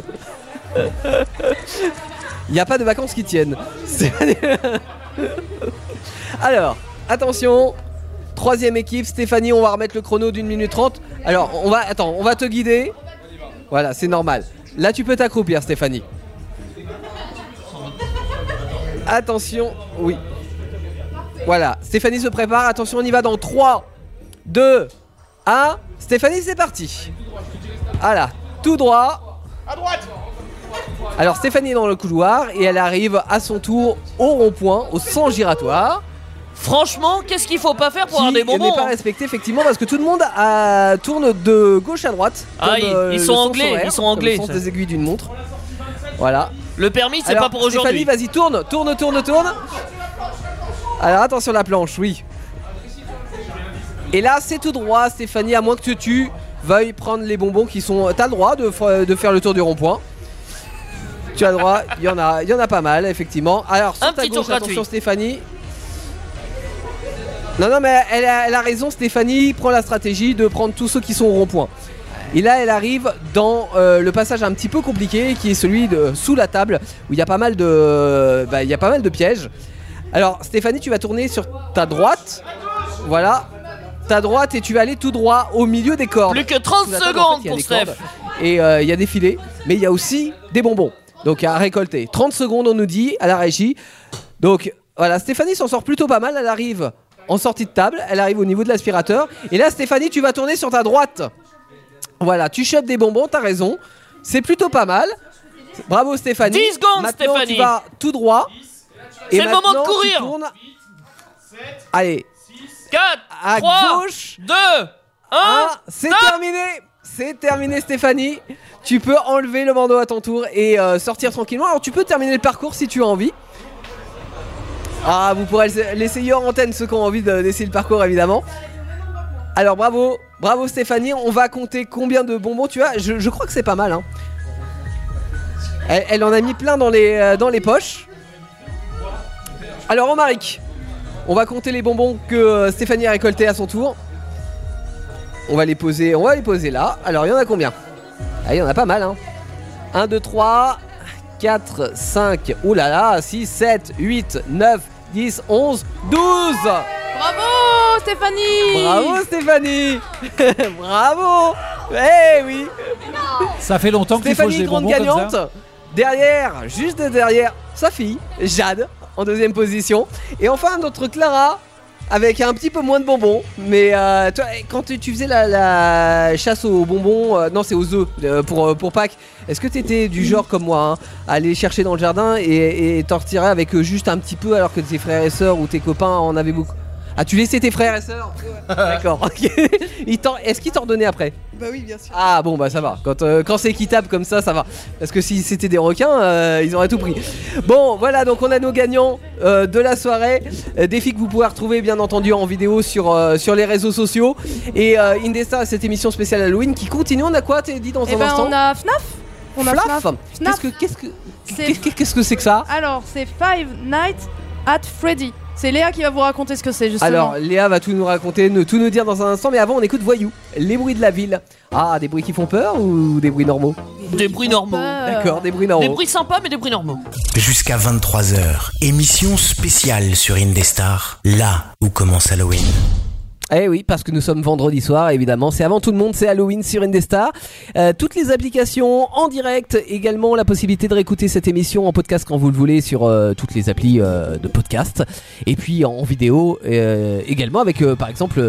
Il n'y a pas de vacances qui tiennent. Alors, attention. Troisième équipe, Stéphanie, on va remettre le chrono d'1 minute 30. Alors, on va te guider. Voilà, c'est normal. Là, tu peux t'accroupir, Stéphanie. Attention, oui. Voilà, Stéphanie se prépare. Attention, on y va dans 3, 2, 1. Stéphanie, c'est parti. Voilà, tout droit. À droite. Alors Stéphanie est dans le couloir et elle arrive à son tour au rond-point, au sens giratoire. Franchement, qu'est-ce qu'il faut pas faire pour avoir des bonbons? Qui n'est pas respecté effectivement parce que tout le monde tourne de gauche à droite. Ah, ils sont anglais, horaire, ils sont anglais. Comme le sens des aiguilles d'une montre. Voilà. Le permis, c'est pas pour aujourd'hui. Stéphanie, vas-y, tourne. Alors attention la planche, oui. Et là, c'est tout droit, Stéphanie, à moins que tu veuilles prendre les bonbons qui sont. T'as le droit de faire le tour du rond-point. Tu as le droit, il y en a pas mal, effectivement. Alors, sur ta gauche, attention Stéphanie. Non, mais elle a raison, Stéphanie prend la stratégie de prendre tous ceux qui sont au rond-point. Et là, elle arrive dans le passage un petit peu compliqué, qui est celui de sous la table, où il y a pas mal de pièges. Alors, Stéphanie, tu vas tourner sur ta droite. Voilà. Ta droite et tu vas aller tout droit au milieu des cordes. Plus que 30 secondes pour Steph. Et il y a des filets, mais il y a aussi des bonbons. Donc à récolter. 30 secondes, on nous dit à la régie. Donc voilà, Stéphanie s'en sort plutôt pas mal. Elle arrive en sortie de table, elle arrive au niveau de l'aspirateur. Et là, Stéphanie, tu vas tourner sur ta droite. Voilà, tu chopes des bonbons, t'as raison. C'est plutôt pas mal. Bravo Stéphanie. 10 secondes, maintenant, Stéphanie. Tu vas tout droit. C'est le moment de courir. Allez. 4, à 3, gauche. 2, 1. C'est terminé. C'est terminé Stéphanie. Tu peux enlever le bandeau à ton tour et sortir tranquillement. Alors tu peux terminer le parcours si tu as envie. Ah, vous pourrez l'essayer en antenne ceux qui ont envie d'essayer le parcours évidemment. Alors bravo Stéphanie. On va compter combien de bonbons tu as. Je crois que c'est pas mal hein. Elle en a mis plein dans les poches. Alors Romaric, on va compter les bonbons que Stéphanie a récoltés à son tour. On va les poser là. Alors il y en a combien? Ah, il y en a pas mal hein. 1, 2, 3, 4, 5, oulala, 6, 7, 8, 9, 10, 11, 12. Bravo Stéphanie. Bravo Stéphanie. Bravo. Eh oui. Ça fait longtemps que tu poses des bonbons grande gagnante. comme ça. Derrière, juste derrière, sa fille, Jade, en deuxième position. Et enfin notre Clara, avec un petit peu moins de bonbons. Mais toi, quand tu faisais la chasse aux bonbons, non c'est aux œufs pour Pâques, est-ce que t'étais du genre comme moi, hein, à aller chercher dans le jardin et t'en retirer avec juste un petit peu alors que tes frères et sœurs ou tes copains en avaient beaucoup? Ah, tu laissais tes frères et sœurs? D'accord, ok. Est-ce qu'ils t'en redonnaient après? Bah oui, bien sûr. Ah bon, bah ça va. Quand c'est équitable comme ça va. Parce que si c'était des requins, ils auraient tout pris. Bon, voilà, donc on a nos gagnants de la soirée. Défi que vous pouvez retrouver bien entendu en vidéo sur les réseaux sociaux. Et Indestar, cette émission spéciale Halloween qui continue. On a quoi, t'es dit dans un instant? On a FNAF. Qu'est-ce que c'est que ça? Alors, c'est Five Nights at Freddy. C'est Léa qui va vous raconter ce que c'est justement. Alors Léa va tout nous raconter, tout nous dire dans un instant. Mais avant on écoute Voyou, les bruits de la ville. Ah, des bruits qui font peur ou des bruits normaux? Des bruits normaux. D'accord, des bruits normaux. Des bruits sympas mais des bruits normaux. Jusqu'à 23h, émission spéciale sur Indestar, là où commence Halloween. Eh oui, parce que nous sommes vendredi soir, évidemment. C'est avant tout le monde, c'est Halloween sur Indestar. Toutes les applications en direct, également la possibilité de réécouter cette émission en podcast quand vous le voulez sur toutes les applis de podcast. Et puis en vidéo également avec par exemple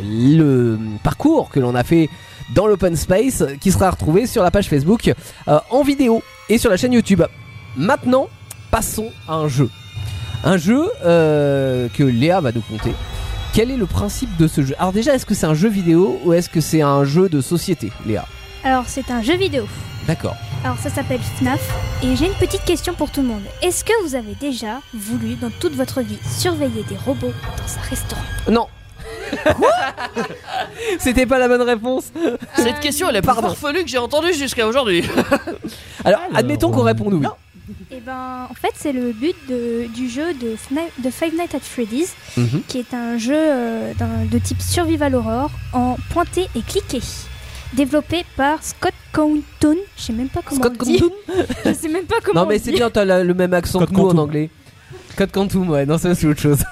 le parcours que l'on a fait dans l'Open Space qui sera retrouvé sur la page Facebook en vidéo et sur la chaîne YouTube. Maintenant, passons à un jeu. Un jeu que Léa va nous conter. Quel est le principe de ce jeu? Alors déjà, est-ce que c'est un jeu vidéo ou est-ce que c'est un jeu de société, Léa? Alors c'est un jeu vidéo. D'accord. Alors ça s'appelle FNAF et j'ai une petite question pour tout le monde. Est-ce que vous avez déjà voulu dans toute votre vie surveiller des robots dans un restaurant? Non. Quoi? C'était pas la bonne réponse. Cette question elle est pas farfelue que j'ai entendue jusqu'à aujourd'hui. Alors admettons qu'on réponde oui. Et ben en fait c'est le but du jeu de Five Nights at Freddy's qui est un jeu de type survival horror en pointer et cliquer, développé par Scott Cawthon. Je sais même pas comment on dit. Je sais même pas comment. Non mais c'est bien, t'as le même accent que nous en anglais. Scott Cawthon, ouais, non ça c'est autre chose.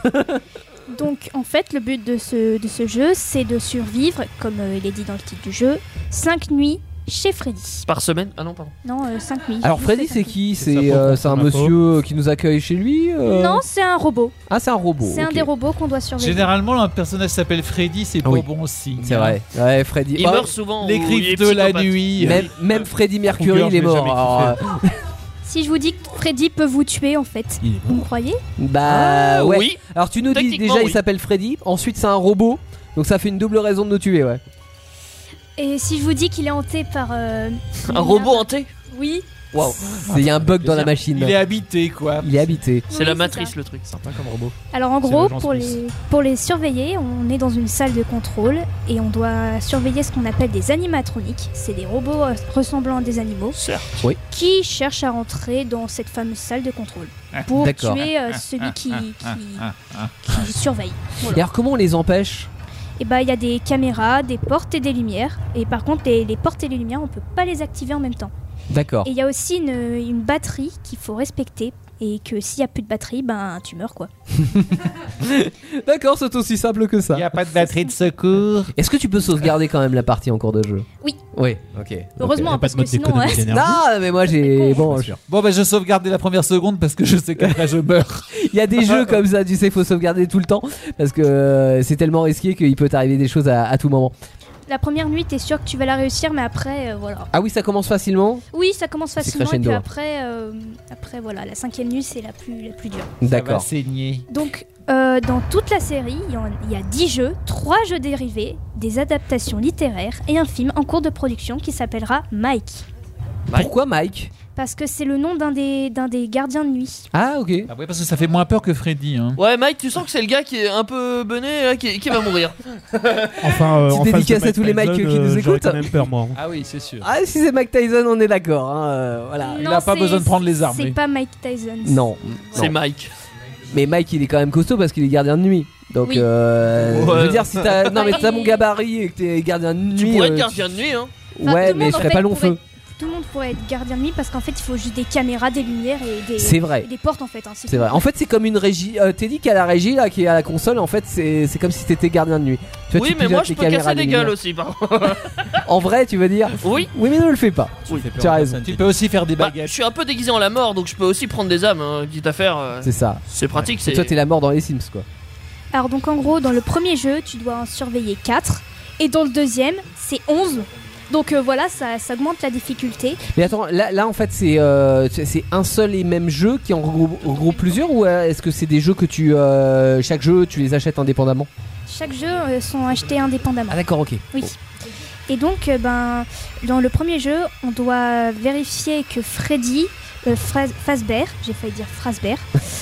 Donc en fait le but de ce jeu c'est de survivre, comme il est dit dans le titre du jeu, 5 nuits chez Freddy. Par semaine? Ah non, pardon. Non, 5 nuits. Alors Freddy c'est qui? C'est un monsieur qui nous accueille chez lui Non, c'est un robot. Ah, c'est un robot. C'est un des robots qu'on doit surveiller. Généralement, un personnage s'appelle Freddy, c'est pas bon signe. C'est vrai. Ouais, Freddy. Il meurt souvent. Les griffes de la nuit. Même Freddy Mercury, il est mort. Si je vous dis que Freddy peut vous tuer en fait, vous me croyez? Bah ouais. Oui. Alors tu nous dis déjà il s'appelle Freddy, ensuite c'est un robot, donc ça fait une double raison de nous tuer, ouais. Et si je vous dis qu'il est hanté par un robot hanté? Oui. Waouh. Il y a un bug dans la machine. Il est habité quoi. Il est habité. C'est la matrice le truc. Sympa comme robot. Alors en gros pour les surveiller, on est dans une salle de contrôle et on doit surveiller ce qu'on appelle des animatroniques. C'est des robots ressemblant à des animaux. Certes. Oui. Qui cherchent à rentrer dans cette fameuse salle de contrôle pour tuer celui qui surveille. Voilà. Et alors comment on les empêche? Et bah il y a des caméras, des portes et des lumières. Et par contre les portes et les lumières on peut pas les activer en même temps. D'accord. Et il y a aussi une batterie qu'il faut respecter. Et que s'il n'y a plus de batterie, ben tu meurs quoi. D'accord, c'est aussi simple que ça. Il n'y a pas de batterie de secours. Est-ce que tu peux sauvegarder quand même la partie en cours de jeu? Oui. Oui, ok. Heureusement, parce que sinon... Non, mais moi j'ai... Bon, bah je sauvegarde la première seconde parce que je sais qu'après je meurs. Il y a des jeux comme ça, tu sais, faut sauvegarder tout le temps parce que c'est tellement risqué qu'il peut t'arriver des choses à tout moment. La première nuit, t'es sûr que tu vas la réussir, mais après, voilà. Ah oui, ça commence facilement ? Oui, ça commence facilement, et puis après, voilà, la 5e nuit, c'est la plus dure. D'accord. Ça va saigner. Donc, dans toute la série, il y a 10 jeux, 3 jeux dérivés, des adaptations littéraires et un film en cours de production qui s'appellera Mike. Pourquoi Mike ? Parce que c'est le nom d'un des gardiens de nuit. Ah, ok. Ah ouais, parce que ça fait moins peur que Freddy. Hein. Ouais, Mike, tu sens que c'est le gars qui est un peu bené, là, qui va mourir. Enfin, petite dédicace à tous les Mike qui nous écoutent. Quand même peur, moi. Ah oui, c'est sûr. Ah, si c'est Mike Tyson, on est d'accord. Hein, voilà. Non, il n'a pas besoin de prendre les armes. C'est pas Mike Tyson. Non. C'est Mike. Mais Mike, il est quand même costaud parce qu'il est gardien de nuit. Donc, oui. Je veux dire, si t'as, non, mais t'as mon gabarit et que t'es gardien de nuit. Tu pourrais être gardien de nuit, hein. Ouais, mais je ferais pas long feu. Tout le monde pourrait être gardien de nuit parce qu'en fait il faut juste des caméras, des lumières et des, c'est vrai. Et des portes en fait. Hein, c'est vrai. En fait c'est comme une régie. T'es dit qu'à la régie là qui est à la console en fait c'est comme si t'étais gardien de nuit. Tu vois, oui mais moi je peux casser des gueules aussi par contre. En vrai tu veux dire ? Oui. Oui mais ne le fais pas. Oui. Tu as raison. Tu peux aussi faire des baguettes. Je suis un peu déguisé en la mort donc je peux aussi prendre des âmes quitte à faire. C'est ça. C'est pratique. Et toi t'es la mort dans les Sims quoi. Alors donc en gros dans le premier jeu tu dois en surveiller 4 et dans le deuxième c'est 11. Donc voilà, ça augmente la difficulté. Mais attends, là en fait c'est un seul et même jeu qui en regroupe plusieurs ou est-ce que c'est des jeux que chaque jeu tu les achètes indépendamment ? Chaque jeu sont achetés indépendamment. Ah d'accord, ok. Oui. Et donc dans le premier jeu, on doit vérifier que Freddy, Fazbear, j'ai failli dire Frasbear,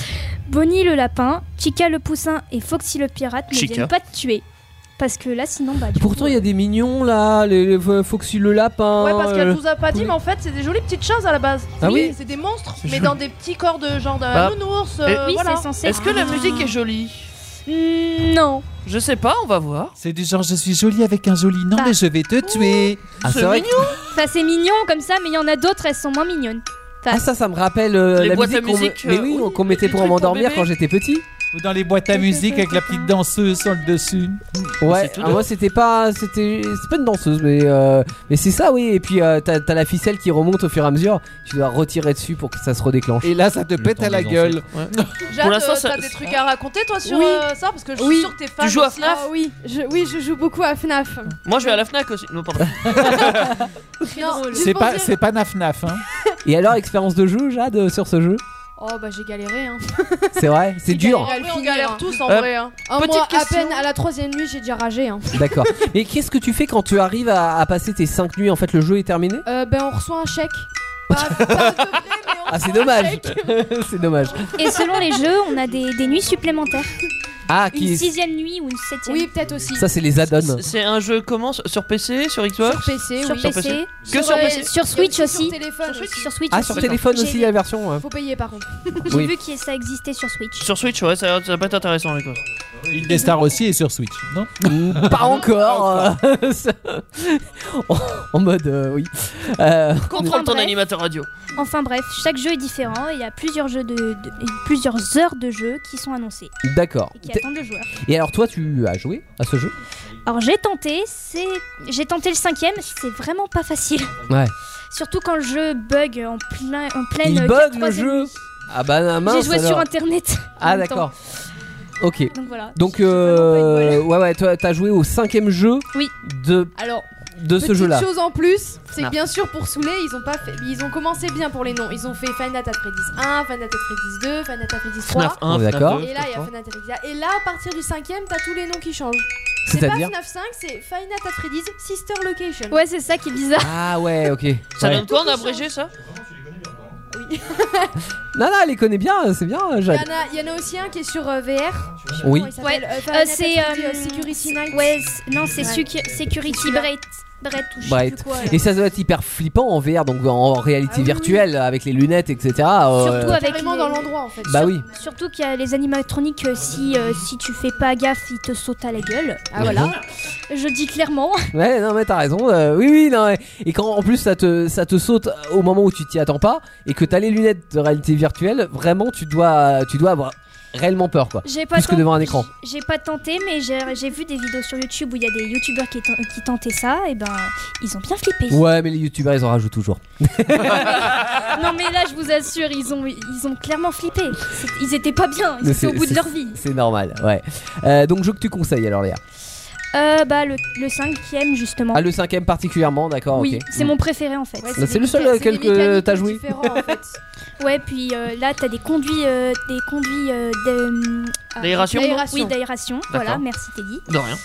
Bonnie le lapin, Chica le poussin et Foxy le pirate ne viennent pas te tuer. Parce que là sinon pourtant il y a des mignons là, les Foxy le lapin. Ouais parce qu'elle nous a pas dit mais en fait c'est des jolies petites choses à la base. Ah oui, c'est des monstres mais dans des petits corps de genre nounours. Oui voilà. c'est censé. Est-ce que la musique est jolie ? Non. Je sais pas, on va voir. C'est du genre je suis jolie avec un joli nom mais je vais te tuer. Ah c'est mignon. Enfin c'est mignon comme ça mais il y en a d'autres elles sont moins mignonnes. Ah ça me rappelle la musique qu'on mettait pour m'endormir quand j'étais petit. Ou dans les boîtes à musique avec la petite danseuse sur le dessus. Ouais, moi c'est pas une danseuse mais c'est ça oui et puis t'as la ficelle qui remonte au fur et à mesure, tu dois retirer dessus pour que ça se redéclenche. Et là ça te pète à la gueule. Ouais. Pour l'instant t'as des trucs à raconter toi sur ça parce que je suis sûre que t'es fan. Tu joues à FNAF ? Oui, je joue beaucoup à FNAF. Moi je vais à la FNAC aussi. Non pardon. C'est pas Naf hein. Et alors expérience de jeu Jade sur ce jeu ? Oh bah j'ai galéré hein. C'est vrai, c'est dur. On galère tous en vrai hein. Moi à peine à la 3e nuit j'ai déjà ragé hein. D'accord. Mais qu'est-ce que tu fais quand tu arrives à passer tes 5 nuits en fait le jeu est terminé ? On reçoit un chèque. Ah c'est dommage. C'est dommage. Et selon les jeux on a des nuits supplémentaires. Ah, une 6e nuit ou une 7e. Oui, peut-être aussi. Ça, c'est les add-ons. C'est un jeu comment ? Sur PC, sur Xbox ? Sur PC, sur oui. PC. Que sur PC ? Sur Switch aussi. Sur téléphone. Sur Switch ah, sur téléphone aussi, la version. Faut payer par contre. J'ai vu que ça existait sur Switch. Sur Switch, ouais, ça va pas être intéressant avec quoi. Indestar aussi est sur Switch, non ? Pas encore. En mode, oui. Contrôle ton animateur radio. Enfin bref, chaque jeu est différent et il y a plusieurs heures de jeu qui sont annoncées. D'accord. Et qui attendent le joueur. Et alors toi, tu as joué à ce jeu ? Alors j'ai tenté le 5e, c'est vraiment pas facile. Ouais. Surtout quand le jeu bug en pleine. Il bug le jeu. Ah bah mince. J'ai joué sur internet. Ah d'accord. Ok. Donc voilà. Donc ouais, toi t'as joué au 5e jeu. Oui. De ce jeu-là. Petite chose en plus, c'est que bien sûr pour saouler, ils ont commencé bien pour les noms. Ils ont fait Five Nights at Freddy's 1, Five Nights at Freddy's 2, Five Nights at Freddy's 3. FNAF 1, d'accord. Et là il y a Five Nights at Freddy's. Et là à partir du 5e, t'as tous les noms qui changent. C'est pas FNAF 5, c'est Five Nights at Freddy's Sister Location. Ouais, c'est ça qui est bizarre. Ah ouais, ok. Ça donne quoi en abrégé ça ? Oui. Non, elle les connaît bien, c'est bien. Il y en a aussi un qui est sur VR. Oui. Ouais, c'est Security Night. Ouais, non, c'est Security Bright. Et ça doit être hyper flippant en VR, donc en réalité virtuelle, avec les lunettes, etc. Surtout avec carrément dans l'endroit en fait. Bah oui. Surtout qu'il y a les animatroniques, si tu fais pas gaffe, ils te sautent à la gueule. Ah voilà. Je dis clairement. Ouais, non mais t'as raison. Oui, non. Et quand en plus ça te saute au moment où tu t'y attends pas et que t'as les lunettes de réalité virtuelle, vraiment tu dois avoir réellement peur, quoi. J'ai pas Plus que devant un écran. J'ai pas tenté, mais j'ai vu des vidéos sur YouTube où il y a des youtubeurs qui tentaient ça, et ben ils ont bien flippé. Ouais, mais les youtubeurs ils en rajoutent toujours. Non, mais là je vous assure, ils ont clairement flippé. Ils étaient pas bien, ils étaient au bout de leur vie. C'est normal, ouais. Donc jeu que tu conseilles alors, Léa? Le 5ème justement. Ah, le 5ème particulièrement, d'accord. Oui, okay. C'est mon préféré en fait. Ouais, c'est le seul auquel que t'as joué. En fait. Ouais, puis là t'as des conduits d'aération. Oui, d'aération. Voilà, merci Teddy. De rien.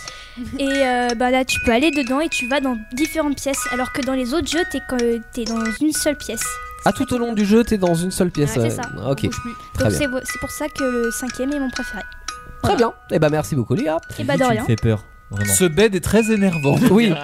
Et là tu peux aller dedans et tu vas dans différentes pièces, alors que dans les autres jeux t'es dans une seule pièce. Ah, tout au long du jeu t'es dans une seule pièce. C'est ça. Ok. Donc c'est pour ça que le 5ème est mon préféré. Très bien. Et bah merci beaucoup, Léa. Et bah de rien. Tu me fais peur. Vraiment. Ce bed est très énervant. Oui.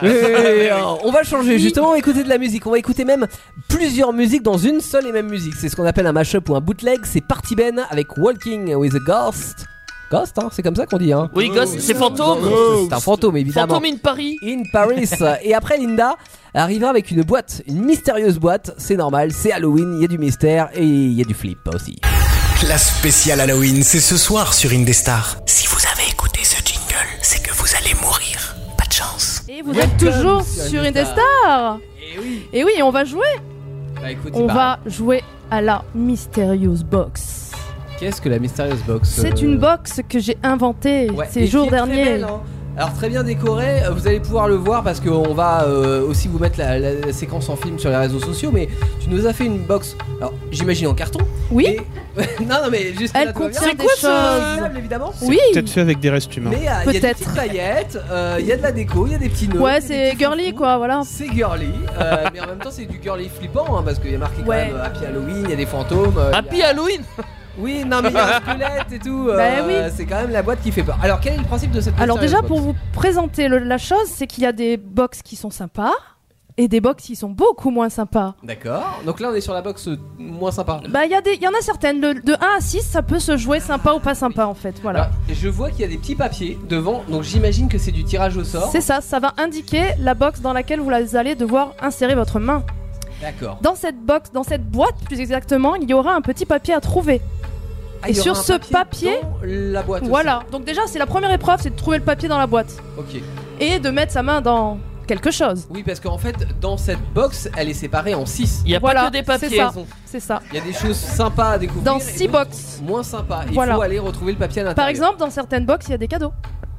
On va changer justement, écouter de la musique. On va écouter même plusieurs musiques dans une seule et même musique. C'est ce qu'on appelle un mashup ou un bootleg. C'est Party Ben avec Walking with a Ghost. Ghost, hein, c'est comme ça qu'on dit, hein. Oui, Ghost, c'est fantôme. C'est un fantôme, évidemment. Fantôme in Paris. In Paris. Et après, Linda arrivera avec une boîte, une mystérieuse boîte. C'est normal, c'est Halloween, il y a du mystère et il y a du flip aussi. La spéciale Halloween, c'est ce soir sur Indestar. Si vous avez écouté ce jingle, c'est que vous allez mourir. Pas de chance. Et vous êtes toujours sur Indestar. Et oui, on va jouer. Bah, écoute, on va jouer à la Mysterious Box. Qu'est-ce que la Mysterious Box? C'est une box que j'ai inventée ces jours derniers. Très belle, hein. Alors très bien décorée, vous allez pouvoir le voir parce qu'on va aussi vous mettre la séquence en film sur les réseaux sociaux. Mais tu nous as fait une box, alors j'imagine en carton. Oui. Non mais juste elle contient des choses. Évidemment. Oui. Peut-être fait avec des restes humains. Mais il y a des petites paillettes, il y a de la déco, il y a des petits nœuds. Ouais, c'est girly quoi, voilà. C'est girly, mais en même temps c'est du girly flippant hein, parce qu'il y a marqué quand même Happy Halloween, il y a des fantômes. Happy Halloween. Oui, non mais il y a un squelette et tout. Oui. C'est quand même la boîte qui fait peur. Alors quel est le principe de cette box? Alors déjà pour vous présenter la chose, c'est qu'il y a des box qui sont sympas et des box qui sont beaucoup moins sympas. D'accord. Donc là on est sur la box moins sympa. Bah il y en a certaines de 1 à 6, ça peut se jouer sympa ou pas sympa en fait. Voilà. Alors, je vois qu'il y a des petits papiers devant, donc j'imagine que c'est du tirage au sort. C'est ça, ça va indiquer la box dans laquelle vous allez devoir insérer votre main. D'accord. Dans cette box, dans cette boîte plus exactement, il y aura un petit papier à trouver. Et sur ce papier, la boîte voilà. Donc déjà, c'est la première épreuve, c'est de trouver le papier dans la boîte. Ok. Et de mettre sa main dans quelque chose. Oui, parce qu'en fait, dans cette box, elle est séparée en 6. Il y a pas que des papiers. C'est ça. Il y a des choses sympas à découvrir. Dans 6 box. Moins sympas. Il faut aller retrouver le papier à l'intérieur. Par exemple, dans certaines box, il y a des cadeaux.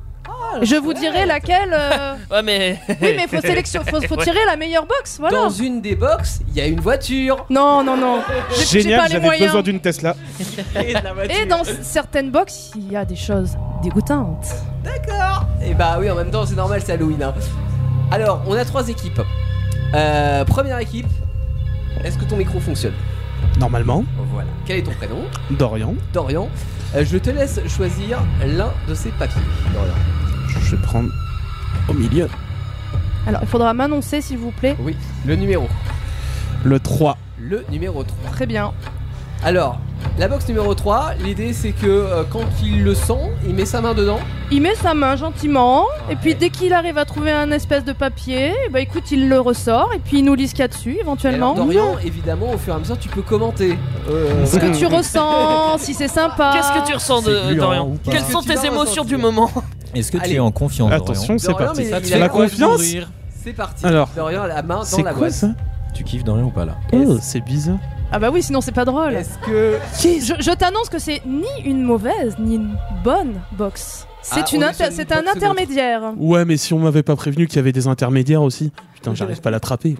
Je vous dirai laquelle. Ouais, mais. Oui, mais faut tirer la meilleure box, voilà. Dans une des box, il y a une voiture. Non. Génial, j'avais besoin d'une Tesla. Et dans certaines box, il y a des choses dégoûtantes. D'accord. Et bah oui, en même temps, c'est normal, c'est Halloween. Hein. Alors, on a 3 équipes. Première équipe, est-ce que ton micro fonctionne? Normalement. Voilà. Quel est ton prénom? Dorian. Dorian. Je te laisse choisir l'un de ces papiers, Dorian. Je vais prendre au milieu. Alors, il faudra m'annoncer, s'il vous plaît. Oui, le numéro. Le 3. Le numéro 3. Très bien. Alors, la box numéro 3, l'idée c'est que quand il le sent, il met sa main dedans. Il met sa main gentiment, et puis dès qu'il arrive à trouver un espèce de papier, bah écoute, il le ressort, et puis il nous lit ce qu'il y a dessus, éventuellement. Alors, Dorian, évidemment, au fur et à mesure, tu peux commenter. Ce que tu ressens, si c'est sympa. Qu'est-ce que tu ressens de Dorian? Quelles sont tes émotions du moment? Est-ce que tu es en confiance, Dorian? Attention, c'est Dorian, parti. la confiance. C'est parti. Alors, Dorian a la main dans c'est la quoi boîte. ça? Tu kiffes Dorian ou pas là? Oh, c'est bizarre. Ah bah oui, sinon c'est pas drôle. Est-ce que je t'annonce que c'est ni une mauvaise ni une bonne box. C'est un intermédiaire. Ouais, mais si on m'avait pas prévenu qu'il y avait des intermédiaires aussi. Putain, j'arrive pas à l'attraper.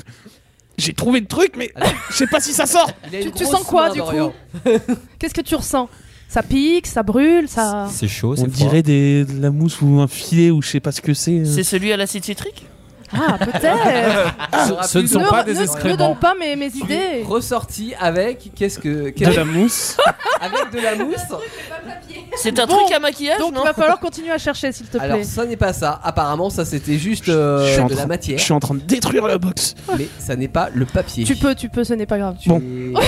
J'ai trouvé le truc, mais je sais pas si ça sort. Tu sens quoi du coup? Qu'est-ce que tu ressens? Ça pique, ça brûle, ça. C'est chaud, c'est On dirait de la mousse ou un filet ou je sais pas ce que c'est. C'est celui à l'acide citrique? Ah, peut-être. Ce ne sont pas des excréments. Ne donne pas mes idées. Ressorti avec de la mousse. Avec de la mousse. C'est un truc à maquillage, donc non? il va falloir continuer à chercher, s'il te plaît. Alors ça n'est pas ça. Apparemment ça c'était juste de la matière. Je suis en train de détruire la box. Mais ça n'est pas le papier. Tu peux, ce n'est pas grave. Bon.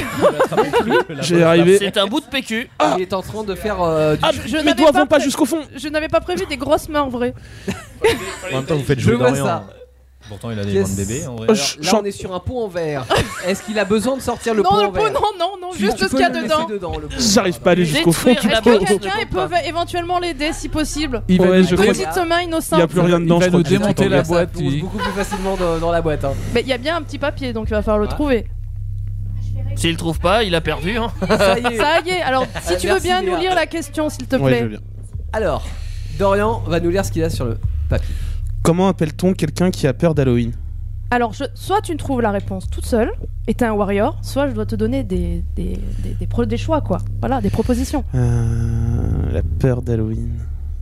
J'ai arrivé. C'est un bout de PQ. Il est en train de faire mes doigts vont pas jusqu'au fond. Je n'avais pas prévu des grosses mains en vrai. En même temps, vous faites jouer Dorian. Pourtant, il a des mains de bébé en vrai. Alors, là, on est sur un pot en verre. Est-ce qu'il a besoin de sortir le pot Non, en le pot, verre non, juste ce qu'il y a dedans. J'arrive pas à aller jusqu'au fond. Est-ce que quelqu'un peut éventuellement l'aider si possible? Je crois Petite main innocente. Il n'y a plus rien dedans. Il va je crois nous que j'ai démonter entendu. la boîte. Ça plonge beaucoup plus facilement dans la boîte. Hein. Mais il y a bien un petit papier, donc il va falloir le trouver. S'il le trouve pas, il a perdu. Hein. Ça y est. Alors, si tu veux Merci, bien Léa. nous lire la question, s'il te Ouais, plaît. je veux bien. Alors, Dorian va nous lire ce qu'il a sur le papier. Comment appelle-t-on quelqu'un qui a peur d'Halloween? Alors, soit tu ne trouves la réponse toute seule, et t'es un warrior, soit je dois te donner des choix, quoi. Voilà, des propositions. La peur d'Halloween.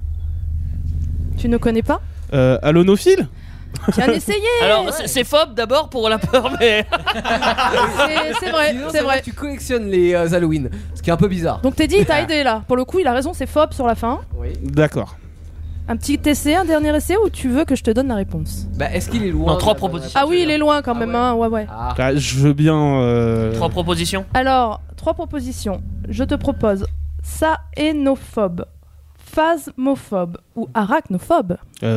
Tu ne connais pas? Hallonophile? Viens essayer. Alors, c'est phobe d'abord pour la peur, mais. C'est vrai, Sinon, c'est vrai. Tu collectionnes les Halloween, ce qui est un peu bizarre. Donc Teddy, il t'a aidé là. Pour le coup, il a raison, c'est phobe sur la fin. D'accord. Un petit essai, un dernier essai, ou tu veux que je te donne la réponse? Bah, est-ce qu'il est loin? Non, 3 propositions. Ah oui, il est loin quand même, hein. Ouais. Ah, je veux bien. 3 propositions. Alors, 3 propositions. Je te propose sahénophobe, phasmophobe ou arachnophobe.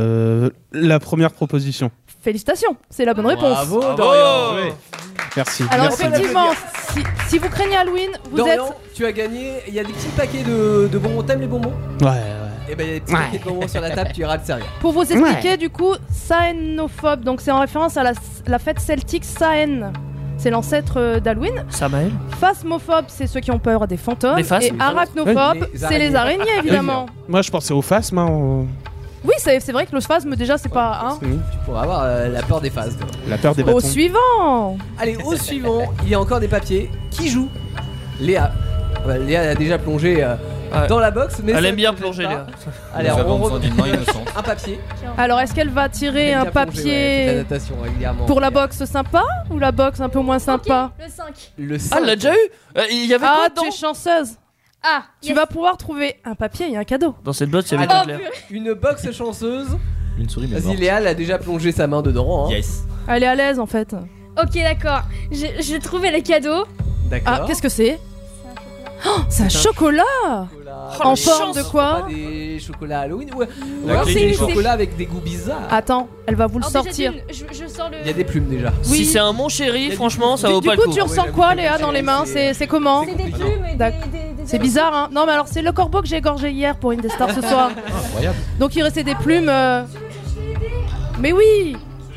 La première proposition. Félicitations, c'est la bonne réponse. Bravo, Dorian. Ouais. Merci. Alors Merci. effectivement, si vous craignez Halloween, vous Dorian, êtes... tu as gagné. Il y a des petits paquets de bonbons. T'aimes les bonbons? Ouais. Et ben, il y a des petits paquets de bonbons sur la table, tu iras te servir. Pour vous expliquer, du coup, sahénophobe, donc c'est en référence à la fête celtique Samhain. C'est l'ancêtre d'Halloween. Samael. Phasmophobe, c'est ceux qui ont peur des fantômes. Les phasmes. Et arachnophobe, c'est les araignées, évidemment. Moi, je pensais au phasme. Hein, Oui, c'est vrai que le phasme, déjà, c'est pas... Hein. c'est nous. Tu pourras avoir la peur des phases. La peur des bâtons. Au suivant. Allez, au suivant, il y a encore des papiers. Qui joue? Léa. Léa a déjà plongé dans la box, mais Elle ça aime bien ne plonger, pas. Léa. Allez, Nous avons on besoin d'une main innocente. un papier. Alors, est-ce qu'elle va tirer Elle un aime bien plonger, ouais, elle fait de la papier natation régulièrement. pour la boxe sympa ou la boxe un peu moins sympa? Le 5. Le Ah, elle l'a déjà eu. Il y avait Ah, quoi tu dedans es chanceuse. Ah, Tu vas pouvoir trouver un papier et un cadeau. Dans cette boîte, il y avait Alors, tout l'air. une box chanceuse. Une souris, mais Vas-y, morte. Léa, elle a déjà plongé sa main dedans. Hein. Yes. Elle est à l'aise en fait. Ok, d'accord. J'ai trouvé les cadeaux. D'accord. Ah, qu'est-ce que c'est? Oh, c'est un chocolat. Oh, En la forme chance. de quoi? Pas des chocolats Halloween ou La alors clé c'est du des jour. chocolats avec des goûts bizarres. Attends, elle va vous le Alors, déjà, sortir. je sors le. Il y a des plumes déjà. Oui. Si c'est un mon chéri, franchement, ça vaut Du pas coup, le coup. tu ressens quoi, Léa, dans les mains? C'est comment? C'est des plumes et D'accord. des C'est bizarre, hein? Non, mais alors, c'est le corbeau que j'ai égorgé hier pour Indestar ce soir. Incroyable. Donc, il restait des plumes. Mais oui!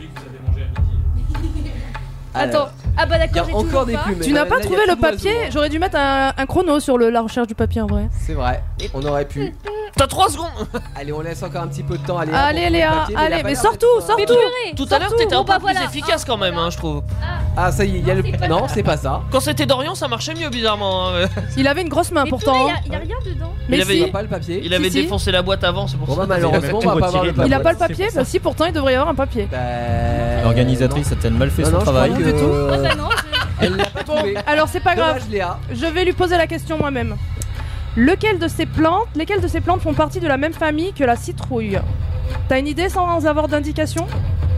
Attends. Ah bah Il y a d'accord, j'ai encore toujours des pas. plumes. Tu n'as Là, pas il y a trouvé plus le papier? d'oiseaux, hein. J'aurais dû mettre un chrono sur la recherche du papier en vrai. C'est vrai, on aurait pu. T'as 3 secondes. Allez, on laisse encore un petit peu de temps à Léa. pour Allez, trouver le Léa, papier, mais elle a allez, pas mais l'air sors d'être tout, fort. sors Mais tout! purée. Tout à l'heure, t'étais un Bon, bah, peu plus voilà. efficace quand même, hein, je trouve. Ah, ça y est, il y a le. Non, c'est pas ça. Quand c'était Dorian, ça marchait mieux, bizarrement. hein. Il avait une grosse main Mais pourtant. purée, y a rien dedans. Mais Il avait- Il si, n'y a pas le papier. Il avait Si, si. défoncé la boîte avant, c'est pour Bon, ça. bah, malheureusement, on va pas avoir le papier. il a pas le papier? Bah si, pourtant il devrait y avoir un papier. L'organisatrice a-t-elle mal fait Non, son non, je travail crois du tout. Ah bah non, Elle l'a pas trouvé. Alors c'est pas grave, Dommage, Léa. je vais lui poser la question moi-même. Lesquelles de ces plantes font partie de la même famille que la citrouille? T'as une idée sans avoir d'indication?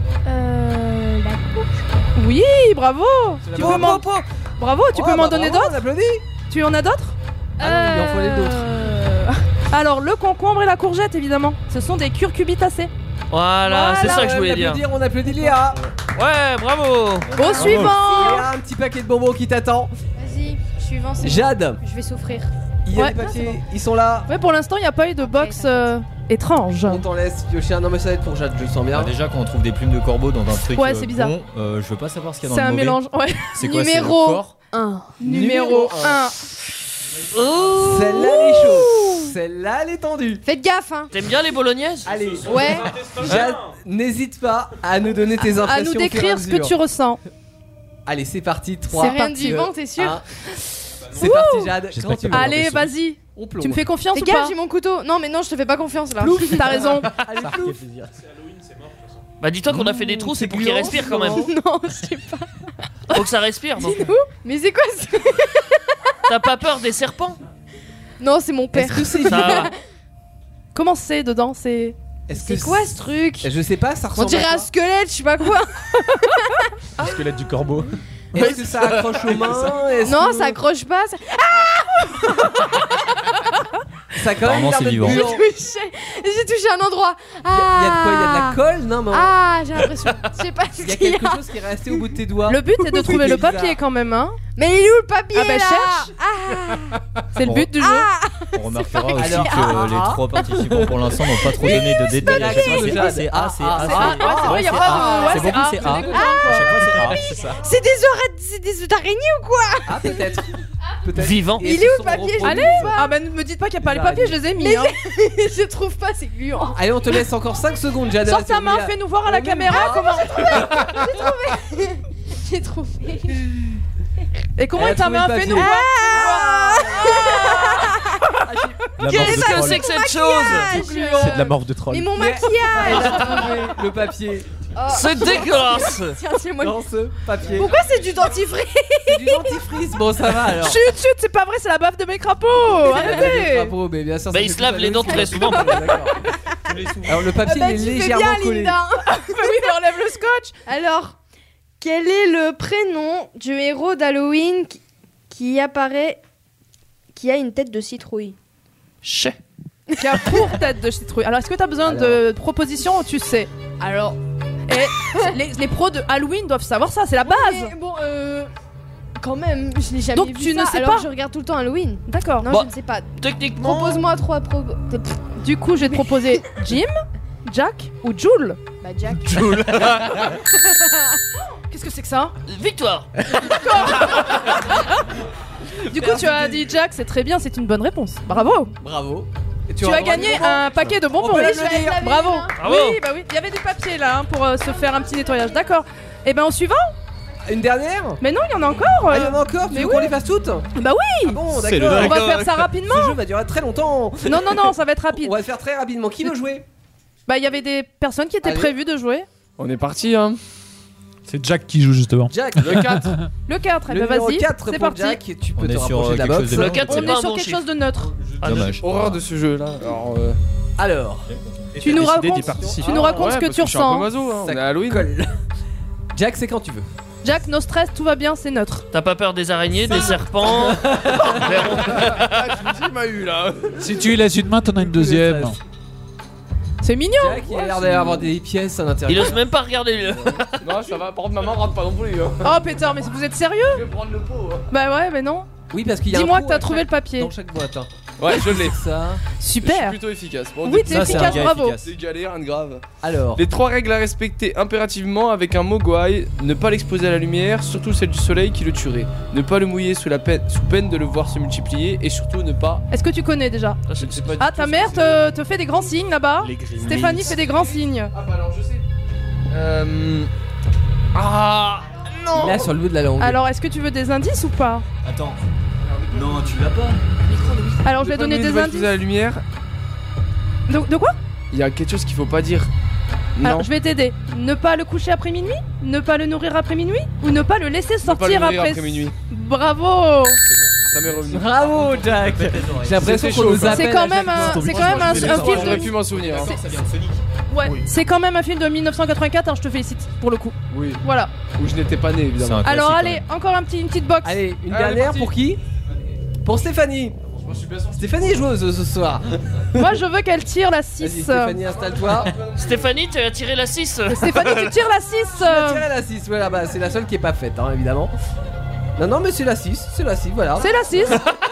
la courge. Oui, bravo! Tu peux m'en... Bravo, tu peux m'en donner d'autres? On applaudit. Tu en as d'autres? Ah non, il en fallait d'autres. Alors le concombre et la courgette évidemment, ce sont des curcubitacées. Voilà, c'est ça que je voulais dire. On applaudit Léa. Ouais, bravo. Au suivant. Léa, un petit paquet de bonbons qui t'attend. Vas-y, suivant. c'est Jade. bon. Je vais souffrir. Il y a Ouais. des papiers, ils sont là. Ouais, pour l'instant il n'y a pas eu de box étrange. On t'en laisse piocher un. Non, mais ça va être pour Jade, je le sens bien. Bah, déjà, quand on trouve des plumes de corbeau dans un truc Ouais, c'est bizarre. bon, je veux pas savoir ce qu'il y a C'est dans un le mauvais. mélange. Ouais. C'est quoi, c'est le Numéro corps 1. Numéro 1. Celle-là, elle est chaude. Celle-là, elle est tendue. Faites gaffe, hein. T'aimes bien les bolognaises? Allez, Ouais. Jade, n'hésite pas à nous donner tes impressions. À nous au fur et à décrire ce que mesure. tu ressens. Allez, c'est parti. 3. C'est rien du vent, t'es sûr? C'est parti, Jade. J'espère Quand que tu tu vas veux. Allez, vas-y. On plonge. Tu me fais confiance Fais ou pas? gaffe, j'ai mon couteau. Non, mais non, je te fais pas confiance là. Plouf, t'as raison. Allez, plouf. Bah dis-toi qu'on a fait des trous, c'est pour qu'il gluant, respire quand même. Non, je sais pas. Faut que ça respire. Donc. Mais c'est quoi ça? T'as pas peur des serpents? Non, c'est mon père. Est-ce que c'est Ça va. Comment c'est dedans? C'est. Est-ce que C'est quoi ce truc? Je sais pas, ça ressemble. On dirait à un quoi squelette, je sais pas quoi. Le squelette du corbeau. Est-ce que ça accroche aux mains? Est-ce Non, que- ça accroche pas. Ça... Ça a quand même Apparemment, l'air c'est d'être vivant. gluant. Touché. J'ai touché un endroit. Il y a de quoi? Il y a de la colle? Non, mais. Ah, j'ai l'impression. Je sais pas ce Il y a qu'il y a. quelque chose qui est resté au bout de tes doigts. Le but c'est de trouver le papier quand même, hein. Mais il est où le papier Ah bah là? cherche. C'est le but du jeu. On remarquera aussi Alors, que les 3 participants pour l'instant n'ont pas trop donné de détails. À chaque fois, c'est A, c'est A, c'est A, c'est A. Ouais, c'est vrai, y a pas de. Ouais, C'est beaucoup, c'est A. À chaque fois, c'est A, c'est ça. C'est des araignées ou quoi? Ah, peut-être. Peut-être. Vivant. Et Il est où se le sont papier? reproduits. Allez. Ah bah ne me dites pas qu'il y a pas les papiers, je les ai mis. Mais Hein. je trouve pas, c'est gluant. Allez, on te laisse encore 5 secondes, Jada. Sors ta main, fais-nous voir à la caméra comment. J'ai trouvé. Et comment Elle a est ta trouvé main? le Fais-nous papier. La Qu'est-ce que c'est que cette chose? C'est de la morve de troll. Mais mon Elle maquillage. a trouvé le papier C'est dégueulasse. Tiens, c'est moi. dans ce papier. Pourquoi c'est du dentifrice? C'est du dentifrice. Bon, ça va alors. Chut, chut, c'est pas vrai, c'est la baffe de mes crapauds. Arrêtez. Bravo, mais bien sûr. Bah ça il fait se lave tout les dents mal très aussi. souvent. D'accord. Alors le papier Bah, il est tu fais légèrement bien, collé. Linda. Bah oui, mais enlève le scotch. Alors, quel est le prénom du héros d'Halloween qui apparaît, qui a une tête de citrouille? Chais. Qui a pour tête de citrouille. Alors, est-ce que t'as besoin de propositions ou tu sais? Alors, Et les pros de Halloween doivent savoir ça, c'est la base. mais bon, quand même, je n'ai jamais Donc, vu tu ça, ne sais alors pas? je regarde tout le temps Halloween. D'accord. Non, Bon. je ne sais pas. Techniquement. Propose-moi 3 Du coup, je vais te proposer Jim, Jack ou Jules. Bah, Jack. Joule. Qu'est-ce que c'est que ça? Victoire. Du coup, tu as dit Jack, c'est très bien, c'est une bonne réponse. Bravo. Bravo. Et Tu as gagné un paquet de bonbons. peut la Oui, je vais donner. laver Bravo. les mains. Bravo. Oui, bah oui. Il y avait du papier là hein, pour se faire un petit nettoyage. D'accord. Et ben au suivant. Une dernière? Mais non, il y en a encore. Ah, il y en a encore? Tu mais veux oui. qu'on les fasse toutes? Bah oui. Ah bon, C'est d'accord. le On va faire ça rapidement. Ce jeu va durer très longtemps. Non, non, non, ça va être rapide. On va le faire très rapidement. Qui veut jouer? Bah il y avait des personnes qui étaient Allez. prévues de jouer. On est parti, hein. C'est Jack qui joue justement. Jack. Le 4. Le 4, Le bah numéro vas-y. 4 C'est pour parti. Jack. Tu peux On te est sur, rapprocher de la quelque box. chose de Le 4 c'est On pas est un sur bon quelque chiffre. chose de neutre. Dommage. Horreur de ce jeu-là. Alors, Alors, Tu nous décidé d'y racontes, participer. tu nous racontes ouais, ce que parce tu je suis un peu ressens. maso, hein. On Ça est à Halloween. colle. Jack, c'est quand tu veux. Jack, no stress, tout va bien, c'est neutre. T'as pas peur des araignées, des serpents? Il m'a eu là. Si tu lui laisses une main, t'en as une deuxième. C'est mignon. Jack, il a l'air d'avoir des pièces à Il l'intérieur. ose même pas regarder le. Non, ça va. Par contre, maman rentre pas non plus. Hein. Oh pétard, mais vous êtes sérieux? Je vais prendre le pot. Hein. Bah ouais, mais non. Oui, parce qu'il y a Dis-moi un que pot t'as à trouvé chaque- le papier. dans chaque boîte. Hein. Ouais, je l'ai. Ça. Je suis Super. plutôt efficace. Bon, Oui, des- t'es Ça, c'est un efficace, gars bravo. efficace. Des galères, rien de grave. Alors. Les 3 règles à respecter impérativement avec un mogwai: ne pas l'exposer à la lumière, surtout celle du soleil qui le tuerait. Ne pas le mouiller sous peine de le voir se multiplier. Et surtout ne pas. Est-ce que tu connais déjà? Je ne sais pas du Ah, tout ta ce mère que c'est. te fait des grands signes là-bas. Les Gremlins. Stéphanie fait des grands signes. Ah bah alors je sais. Ah non. Là, sur le bout de la langue. Alors, est-ce que tu veux des indices ou pas? Attends. Non, tu l'as pas. Alors, je vais donner des indices. à la lumière. De quoi? Il y a quelque chose qu'il faut pas dire. Alors, Non. je vais t'aider. Ne pas le coucher après minuit? Ne pas le nourrir après minuit? Ou ne pas le laisser Ne pas le sortir nourrir après... après minuit. Bravo. Ça m'est revenu. Bravo, Jack. J'ai l'impression C'était qu'on nous chaud, quoi. appelle. C'est quand à même chaque un, fois. c'est quand même un film J'aurais de... pu m'en souvenir. Hein. Ça vient de Sonic. Ouais, c'est quand même un film de 1984, alors je te félicite pour le coup. Oui. Voilà. Où je n'étais pas né évidemment. C'est un Alors classique, allez, encore une petite box. Allez, une Allez, dernière parti. pour qui? Pour Stéphanie. Je suis bien sorti. Stéphanie est joueuse ce soir. Moi je veux qu'elle tire la Vas-y, 6. Stéphanie, installe-toi. Stéphanie, tu as tiré la 6. Stéphanie, tu tires la 6. Tu as tiré la 6, voilà, bah, c'est la seule qui est pas faite, hein, évidemment. Non, non, mais c'est la 6, voilà. C'est la 6.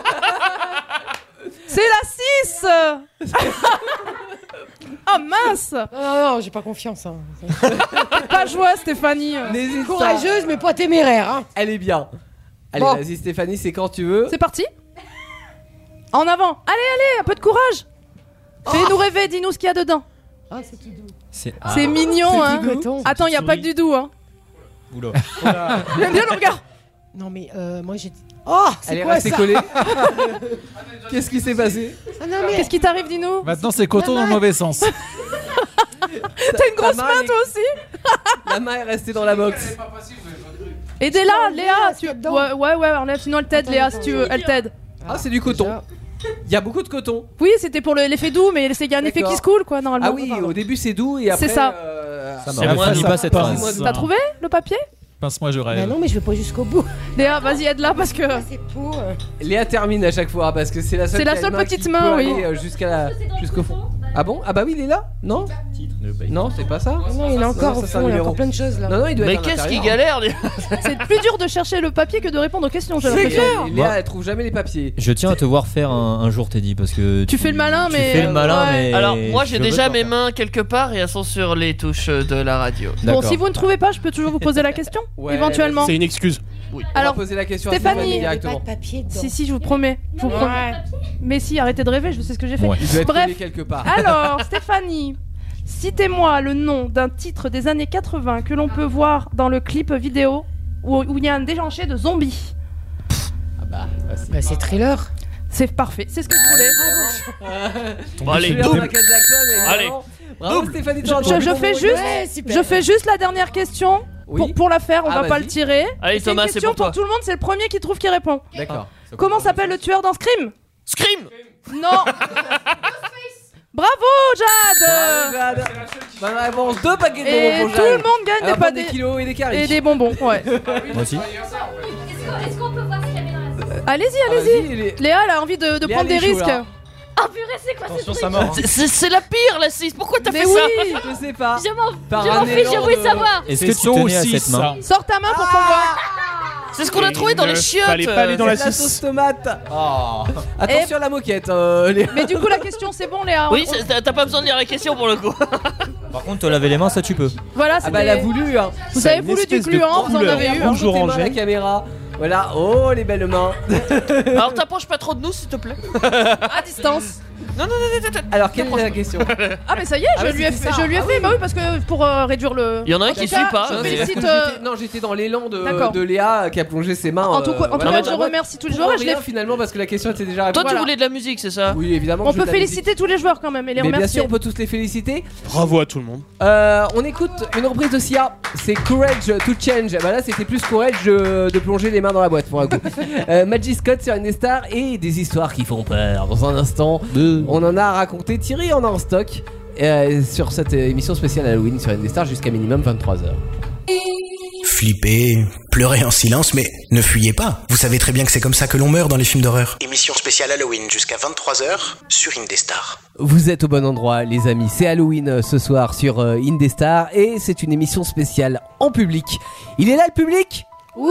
C'est la 6. Oh mince. Non, non, j'ai pas confiance. Hein. Pas joie Stéphanie. N'hésite pas. Courageuse, mais pas téméraire. Hein. Elle est bien. Allez, Bon. vas-y Stéphanie, c'est quand tu veux. C'est parti. En avant. Allez, un peu de courage. Fais-nous rêver, dis-nous ce qu'il y a dedans. Ah, c'est tout doux. C'est mignon, C'est hein. du coton. Attends, il y a pas que du doux, hein. Oula. J'aime bien le regard. Non, mais moi j'ai. Oh, Elle c'est est quoi restée ça? collée. Qu'est-ce qui s'est passé? Ah, non, mais... Qu'est-ce qui t'arrive, dis-nous? Maintenant, c'est coton dans le mauvais sens. T'as une grosse main main, est- toi aussi. La main est restée dans la box. Aidez-la, Léa. Ouais, enlève, sinon elle t'aide, Léa, si tu veux, elle t'aide. Ah, c'est du coton. Il y a beaucoup de coton. Oui, c'était pour l'effet doux, mais il y a un effet D'accord. qui se coule, quoi, normalement. Ah oui, au début c'est doux et après. C'est ça. Ça C'est marche. moins Finis ça pas cette pince. phrase. T'as trouvé le papier? Pince-moi, je Bah rêve. non, mais je vais pas jusqu'au bout. Léa, vas-y, aide-la parce que. C'est pour. Léa termine à chaque fois parce que c'est la seule. C'est la qui a seule une main petite qui main, peut oui. aller, jusqu'au fond. Ah bon? Ah bah oui, il est là? Non? Non, c'est pas ça? Non, il est encore Non, au ça, c'est fond, un il y a numéro. encore plein de choses là. Non, non, il doit Mais être à qu'est-ce qu'il l'intérieur. galère C'est plus dur de chercher le papier que de répondre aux questions, j'ai C'est l'impression. clair. Léa, elle trouve jamais les papiers. Je tiens à te voir faire un jour, Teddy, parce que Tu fais le malin, mais. tu fais le malin, ouais. mais Alors, moi j'ai je veux déjà te mes voir faire. mains quelque part et elles sont sur les touches de la radio. Bon, D'accord. si vous ne trouvez pas, je peux toujours vous poser la question, Ouais, éventuellement. C'est une excuse. On Alors, va poser la question Stéphanie. à Stéphanie Il y avait pas directement. de papier dedans. Si, je vous promets. Je vous promets. Mais si, arrêtez de rêver, je sais ce que j'ai fait. Ouais. Il doit être Bref. collé quelque part. Alors, Stéphanie, citez-moi le nom d'un titre des années 80 que l'on peut voir dans le clip vidéo où il y a un déjanché de zombies. Bah, Bah, c'est Thriller. C'est parfait, c'est ce que je voulais. Bon, allez, Je vais double. Michael Jackson, évidemment. Bravo Double. Stéphanie Je, Toronto. je fais juste, Ouais, super. je fais juste la dernière question Oui. pour la faire. On Ah, va pas vas-y. le tirer. Allez, C'est une Thomas, c'est question pour toi. tout le monde. C'est le premier qui trouve qui répond. D'accord. Comment s'appelle le tueur dans Scream? Scream. Non. Bravo, Jade. Jade. Bonne réponse. 2 paquets de Et bonbons pour tout le Jade. monde gagne Elle des va prendre pâtés des kilos et des caries. et des bonbons. Ouais. Moi aussi. Est-ce qu'on peut voir ce qu'il y avait dans la Allez-y, Ah, allez-y. vas-y, les- Léa, elle a envie de Léa, prendre des elle est chaud, risques. là. Oh purée, c'est quoi ce Attention, truc? ça mord. C'est la pire la 6. Pourquoi t'as Mais fait oui. ça? Je sais pas. Je m'en Par je un m'en fiche, élan j'ai voulu de- savoir. Est-ce que tu tenais à cette main? Sors ta main pour qu'on voit. C'est ce qu'on a trouvé dans les chiottes. Fallait pas aller dans C'est la de la 6. sauce tomate. Oh. Attention à la moquette. Léa. Mais du coup, la question, c'est bon, Léa. Oui, t'as pas besoin de lire la question pour le coup. Par contre, te laver les mains, ça tu peux. Voilà, Ah bah elle a voulu. Hein. Vous avez voulu du gluant, vous en avez eu. rouge Tes mains à orangé. la caméra. Voilà. Oh les belles mains. Alors t'approches pas trop de nous s'il te plaît. À distance. Non. Alors quelle est la question? Ah, mais ça y est, Ah je ouais, lui ai c'était fait. ça. Je lui ai Ah fait. oui. Bah oui, parce que pour réduire le. Il y en a un En qui tout cas, suit pas. Je mais- félicite. Non, j'étais dans l'élan D'accord. de Léa qui a plongé ses mains. En tout cas, voilà. je remercie tous les Pour joueurs. Et je rien, les- finalement parce que la question était déjà Toi répondue. tu Voilà. voulais de la musique, c'est ça? Oui, évidemment. On je veux peut de la féliciter tous les joueurs quand même et les musique. Mais bien remercier. sûr, on peut tous les féliciter. Bravo à tout le monde. On écoute une reprise de Sia, c'est Courage to Change. Bah là, c'était plus Courage de plonger les mains dans la boîte pour un coup. Magic Scott sur Indestar et des histoires qui font peur. Dans un instant, on en a raconté. Thierry en a en stock sur cette émission spéciale Halloween sur Indestar jusqu'à minimum 23h. Flippez, pleurez en silence, mais ne fuyez pas. Vous savez très bien que c'est comme ça que l'on meurt dans les films d'horreur. Émission spéciale Halloween jusqu'à 23h sur Indestar. Vous êtes au bon endroit, les amis. C'est Halloween ce soir sur Indestar et c'est une émission spéciale en public. Il est là le public? Ouais.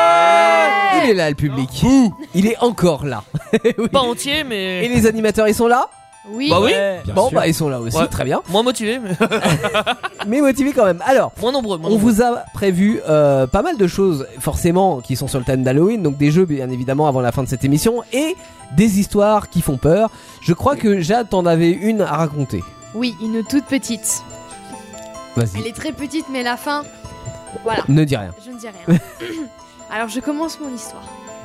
Il est là le public. Il est encore là. Oui. Pas entier mais. Et les animateurs, ils sont là? Oui. Bah oui. Bon, bah ils sont là aussi, Ouais. très bien. Moins motivé mais. Mais motivés quand même. Alors, Moins nombreux. on vous a prévu pas mal de choses, forcément, qui sont sur le thème d'Halloween. Donc des jeux, bien évidemment, avant la fin de cette émission. Et des histoires qui font peur. Je crois que Jade, t'en avais une à raconter. Oui, une toute petite. Vas-y. Elle est très petite, mais la fin. Voilà. Ne dis rien. Je ne dis rien. Alors, je commence mon histoire.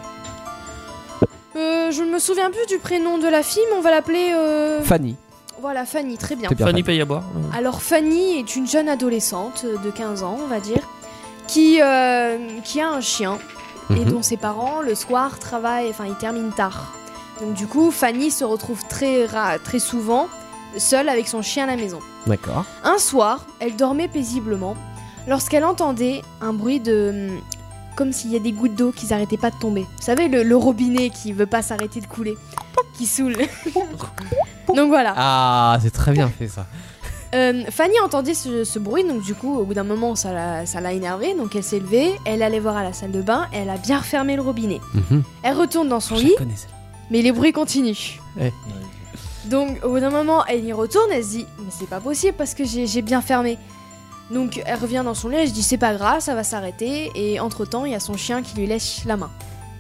Je ne me souviens plus du prénom de la fille, mais on va l'appeler. Fanny. Voilà, Fanny, très bien. Très bien, Fanny paye à boire. Alors, Fanny est une jeune adolescente de 15 ans, on va dire, qui a un chien et Mhm. dont ses parents, le soir, travaillent, enfin, ils terminent tard. Donc, du coup, Fanny se retrouve très souvent seule avec son chien à la maison. D'accord. Un soir, elle dormait paisiblement lorsqu'elle entendait un bruit de... comme s'il y a des gouttes d'eau qui n'arrêtaient pas de tomber. Vous savez, le robinet qui veut pas s'arrêter de couler, qui saoule. Donc voilà. Ah, c'est très bien fait ça. Fanny entendait ce bruit, donc du coup, au bout d'un moment, ça l'a énervée, donc elle s'est levée, elle allait voir à la salle de bain, elle a bien refermé le robinet. Elle retourne dans son lit, mais les bruits continuent. Ouais. Donc au bout d'un moment, elle y retourne, elle se dit, mais c'est pas possible parce que j'ai bien fermé. Donc elle revient dans son lit, elle se dit, c'est pas grave, ça va s'arrêter, et entre-temps, il y a son chien qui lui lèche la main.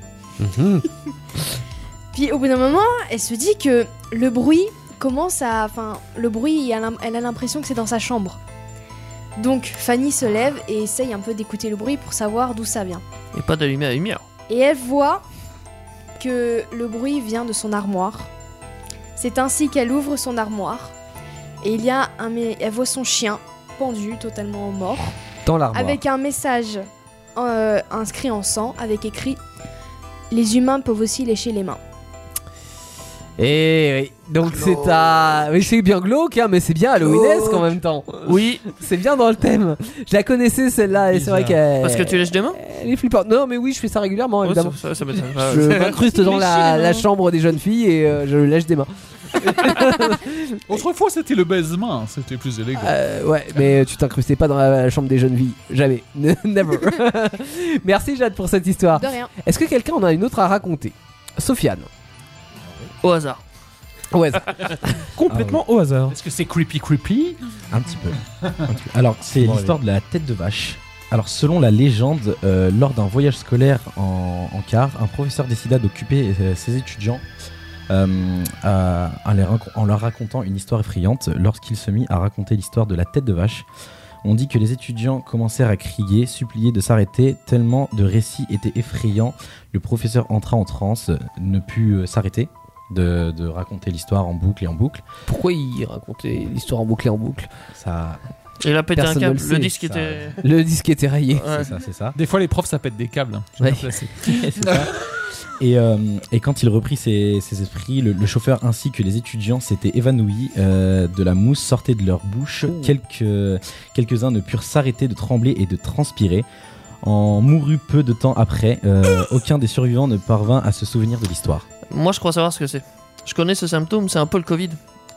Puis au bout d'un moment, elle se dit que le bruit commence à... Enfin, le bruit, elle a l'impression que c'est dans sa chambre. Donc Fanny se lève et essaye un peu d'écouter le bruit pour savoir d'où ça vient. Et pas d'allumer la lumière. Et elle voit que le bruit vient de son armoire. C'est ainsi qu'elle ouvre son armoire. Et elle voit son chien pendu, totalement mort. Dans l'armoire. Avec un message inscrit en sang, avec écrit « Les humains peuvent aussi lécher les mains ». Et oui, donc c'est à... Oui, c'est bien glauque, hein, mais c'est bien Halloweenesque en même temps. Oui. C'est bien dans le thème. Je la connaissais celle-là, et c'est vrai qu'elle... Parce que tu lèches des mains? Elle est flippante. Non, mais oui, je fais ça régulièrement, Ouais, évidemment. ça m'étonne pas. Je m'incruste dans la chambre des jeunes filles et je lèche des mains. Autrefois, c'était le baise-main, c'était plus élégant. Ouais, mais tu t'incrustais pas dans la chambre des jeunes filles. Jamais. Never. Merci Jade pour cette histoire. De rien. Est-ce que quelqu'un en a une autre à raconter? Sofiane. Au hasard. Ouais. Complètement au hasard. Est-ce que c'est creepy? Un petit peu. Alors, c'est l'histoire de la tête de vache. Alors, selon la légende, lors d'un voyage scolaire en car, un professeur décida d'occuper ses étudiants en leur racontant une histoire effrayante. Lorsqu'il se mit à raconter l'histoire de la tête de vache, on dit que les étudiants commencèrent à crier, supplier de s'arrêter, tellement de récits étaient effrayants. Le professeur entra en transe, ne put s'arrêter de raconter l'histoire en boucle et en boucle. Pourquoi il racontait l'histoire en boucle et en boucle? Ça... Il a pété Personne un ne câble, le le sait, disque ça. était... Le disque était rayé. Ouais. C'est ça. Des fois, les profs, ça pète des câbles. J'ai Ouais. bien placé. C'est ça. Et quand il reprit ses esprits, le chauffeur ainsi que les étudiants s'étaient évanouis. De la mousse sortait de leur bouche. Quelques-uns ne purent s'arrêter de trembler et de transpirer. En mourut peu de temps après. Aucun des survivants ne parvint à se souvenir de l'histoire. Moi, je crois savoir ce que c'est. Je connais ce symptôme, c'est un peu le Covid.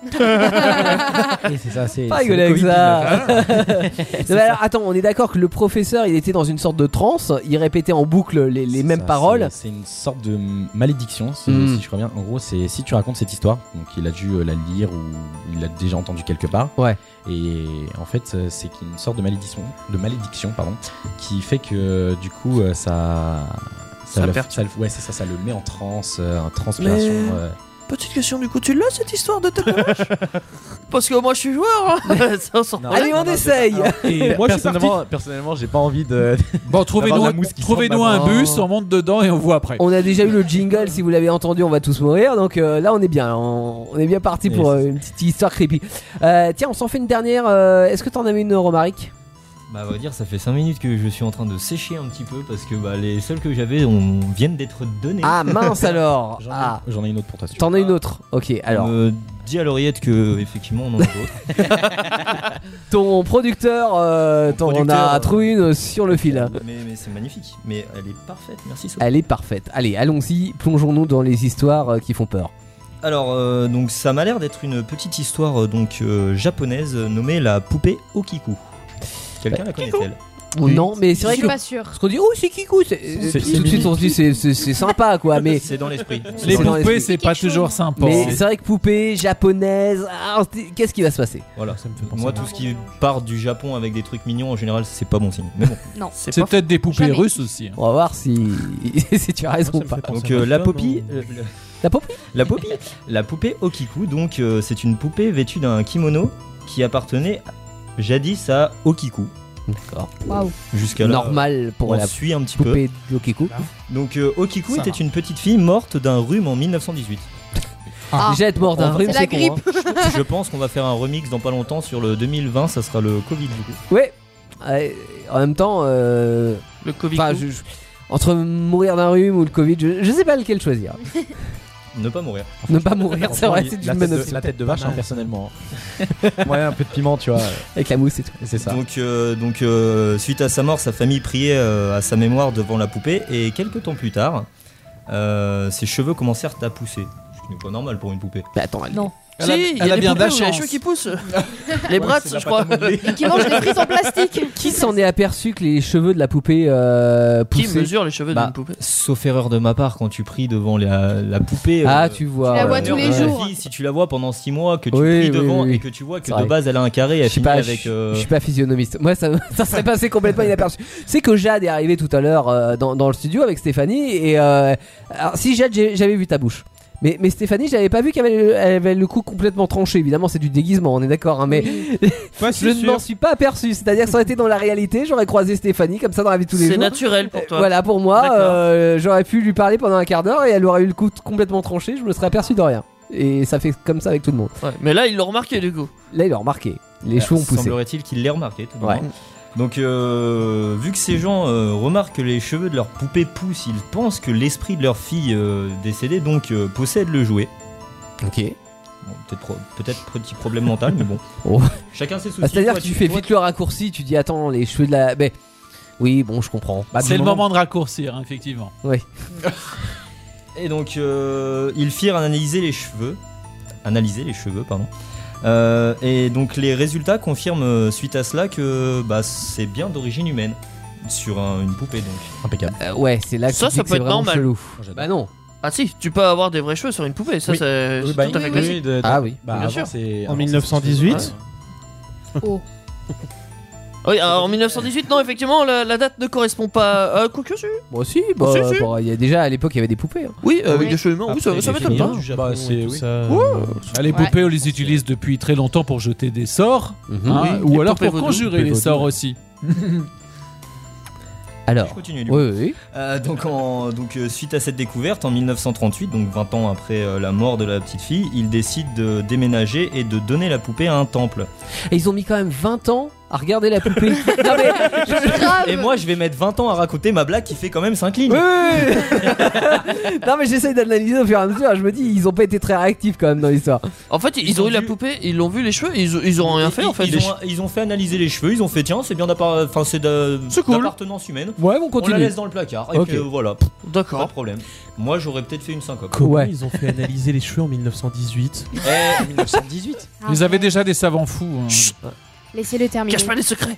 Et c'est ça, c'est Pas c'est rigoler le avec Covid, ça. c'est Mais alors, attends, on est d'accord que le professeur, il était dans une sorte de transe, il répétait en boucle les mêmes ça, paroles. C'est une sorte de malédiction, si je crois bien. En gros, c'est si tu racontes cette histoire, donc il a dû la lire ou il l'a déjà entendu quelque part. Ouais. Et en fait, c'est une sorte de malédiction, qui fait que du coup, ça le met en transe, en transpiration. Petite question, du coup, tu l'as cette histoire de tête de vache? Parce que moi, je suis joueur. Hein. Ça, Allez, on essaye. Et moi, personnellement, j'ai pas envie de. Bon, trouvez-nous un bus, on monte dedans et on voit après. On a déjà eu le jingle, si vous l'avez entendu, on va tous mourir. Donc là, on est bien. On est bien parti pour une petite histoire creepy. Tiens, on s'en fait une dernière. Est-ce que t'en avais une, Romaric? Bah, à vrai dire, ça fait 5 minutes que je suis en train de sécher un petit peu parce que les seules que j'avais viennent d'être données. Ah mince alors. J'en ai une autre pour toi. T'en as une autre. Ok, alors. On me dit à l'oreillette que effectivement on en a d'autres. Ton producteur, on a trouvé une sur le fil. Mais c'est magnifique. Mais elle est parfaite. Merci Sophie. Elle est parfaite. Allez, allons-y. Plongeons-nous dans les histoires qui font peur. Alors, donc ça m'a l'air d'être une petite histoire japonaise nommée la poupée Okiku. Quelqu'un la connaît-elle? Non, mais c'est vrai que. Je suis pas sûre. Parce qu'on dit, oh, c'est Kikou. Tout de suite, on se dit, c'est sympa, quoi. Mais c'est dans l'esprit. Les poupées, c'est pas toujours sympa. Mais c'est vrai que poupée japonaise, qu'est-ce qui va se passer? Voilà, moi, tout ce qui part du Japon avec des trucs mignons, en général, c'est pas bon signe. Mais bon. Non, c'est peut-être des poupées russes aussi. On va voir si tu as raison ou pas. Donc, la poupée. La poupée Okiku, donc c'est une poupée vêtue d'un kimono qui appartenait jadis à Okiku. D'accord. Waouh. Jusqu'à là, normal pour la suit un petit poupée d'Okiku. Donc Okiku était une petite fille morte d'un rhume en 1918. Déjà être mort d'un rhume, c'est la grippe. Je pense qu'on va faire un remix dans pas longtemps sur le 2020, ça sera le Covid du coup. Ouais. En même temps, le Covid. Entre mourir d'un rhume ou le Covid, je sais pas lequel choisir. Ne pas mourir. Ne pas mourir, c'est vrai, c'est une bonne option. La tête de vache, personnellement. Ouais, un peu de piment, tu vois. Avec la mousse et tout. C'est ça. Donc, suite à sa mort, sa famille priait à sa mémoire devant la poupée. Et quelques temps plus tard, ses cheveux commencèrent à pousser. Ce qui n'est pas normal pour une poupée. Mais attends, non. Si, il y a bien de la chance. Les cheveux qui poussent. Les brats, je crois. Qui mangent des frites en plastique. Qui s'en est aperçu que les cheveux de la poupée poussaient? Qui mesure les cheveux d'une poupée? Sauf erreur de ma part, quand tu pries devant la poupée. Tu vois. Tu la vois tous les jours. Fille, si tu la vois pendant 6 mois, que tu pries devant et que tu vois que de base elle a un carré, elle finit avec. Je suis pas physionomiste. Moi, ça serait passé complètement inaperçu. C'est que Jade est arrivée tout à l'heure dans le studio avec Stéphanie. Et alors, si Jade, j'avais vu ta bouche. Mais Stéphanie, j'avais pas vu qu'elle avait le cou complètement tranché. Évidemment, c'est du déguisement, on est d'accord. Hein, mais je ne m'en suis pas aperçu. C'est-à-dire que ça aurait été dans la réalité, j'aurais croisé Stéphanie comme ça dans la vie de tous les jours. C'est naturel pour toi. Voilà, pour moi, j'aurais pu lui parler pendant un quart d'heure et elle aurait eu le cou complètement tranché. Je me serais aperçu de rien. Et ça fait comme ça avec tout le monde. Ouais, mais là, ils l'ont remarqué du coup. Là, ils l'ont remarqué. Les cheveux ont poussé. Semblerait-il qu'il l'ait remarqué tout de même. Donc, vu que ces gens remarquent que les cheveux de leur poupée poussent, ils pensent que l'esprit de leur fille décédée donc possède le jouet. Ok. Bon, peut-être petit problème mental, mais bon. Chacun ses soucis. C'est-à-dire que tu fais vite le raccourci, tu dis attends, les cheveux de la. Mais... Oui, bon, je comprends. C'est le moment de raccourcir, hein, effectivement. Oui. Et donc, ils firent analyser les cheveux. analysé les cheveux, pardon. Et donc les résultats confirment suite à cela que c'est bien d'origine humaine sur une poupée, donc impeccable. Ouais, c'est là que Ça tu dis que peut c'est être vraiment normal. chelou. Bah non. Ah si, tu peux avoir des vrais cheveux sur une poupée, ça Oui. c'est Oui, tout à fait classique. Ah oui. Bah, bien avant, sûr. En 1918. Oh. Oui, alors, en 1918, non, effectivement, la date ne correspond pas. Quoique, si. Moi aussi, bah, Si, si. bon, il y a déjà à l'époque il y avait des poupées. Hein. Oui, avec des cheveux humains, oui, ça m'étonne pas. Bah, c'est Les poupées, on les utilise depuis très longtemps pour jeter des sorts, hein, Oui, ou les alors poupées pour vaudou. conjurer les sorts aussi. Alors, je continue du oui. Donc, suite à cette découverte, en 1938, donc 20 ans après la mort de la petite fille, il décide de déménager et de donner la poupée à un temple. Et ils ont mis quand même 20 ans à regarder la poupée. Non, mais, Et moi, je vais mettre 20 ans à raconter ma blague qui fait quand même 5 lignes. Oui. Non mais j'essaye d'analyser au fur et à mesure. Je me dis ils ont pas été très réactifs quand même dans l'histoire. En fait, ils ont eu la poupée, ils l'ont vu les cheveux, ils ont rien fait en fait. Ils ont fait analyser les cheveux, ils ont fait tiens, c'est bien d'appartenance humaine. Ouais, on On continue. la laisse dans le placard. Et Ok. puis voilà. D'accord. Pas de problème. Moi, j'aurais peut-être fait une syncope. Comment ils ont fait analyser les cheveux en 1918 En 1918 Ils avaient déjà des savants fous. Laissez-le terminer. Cache pas les secrets.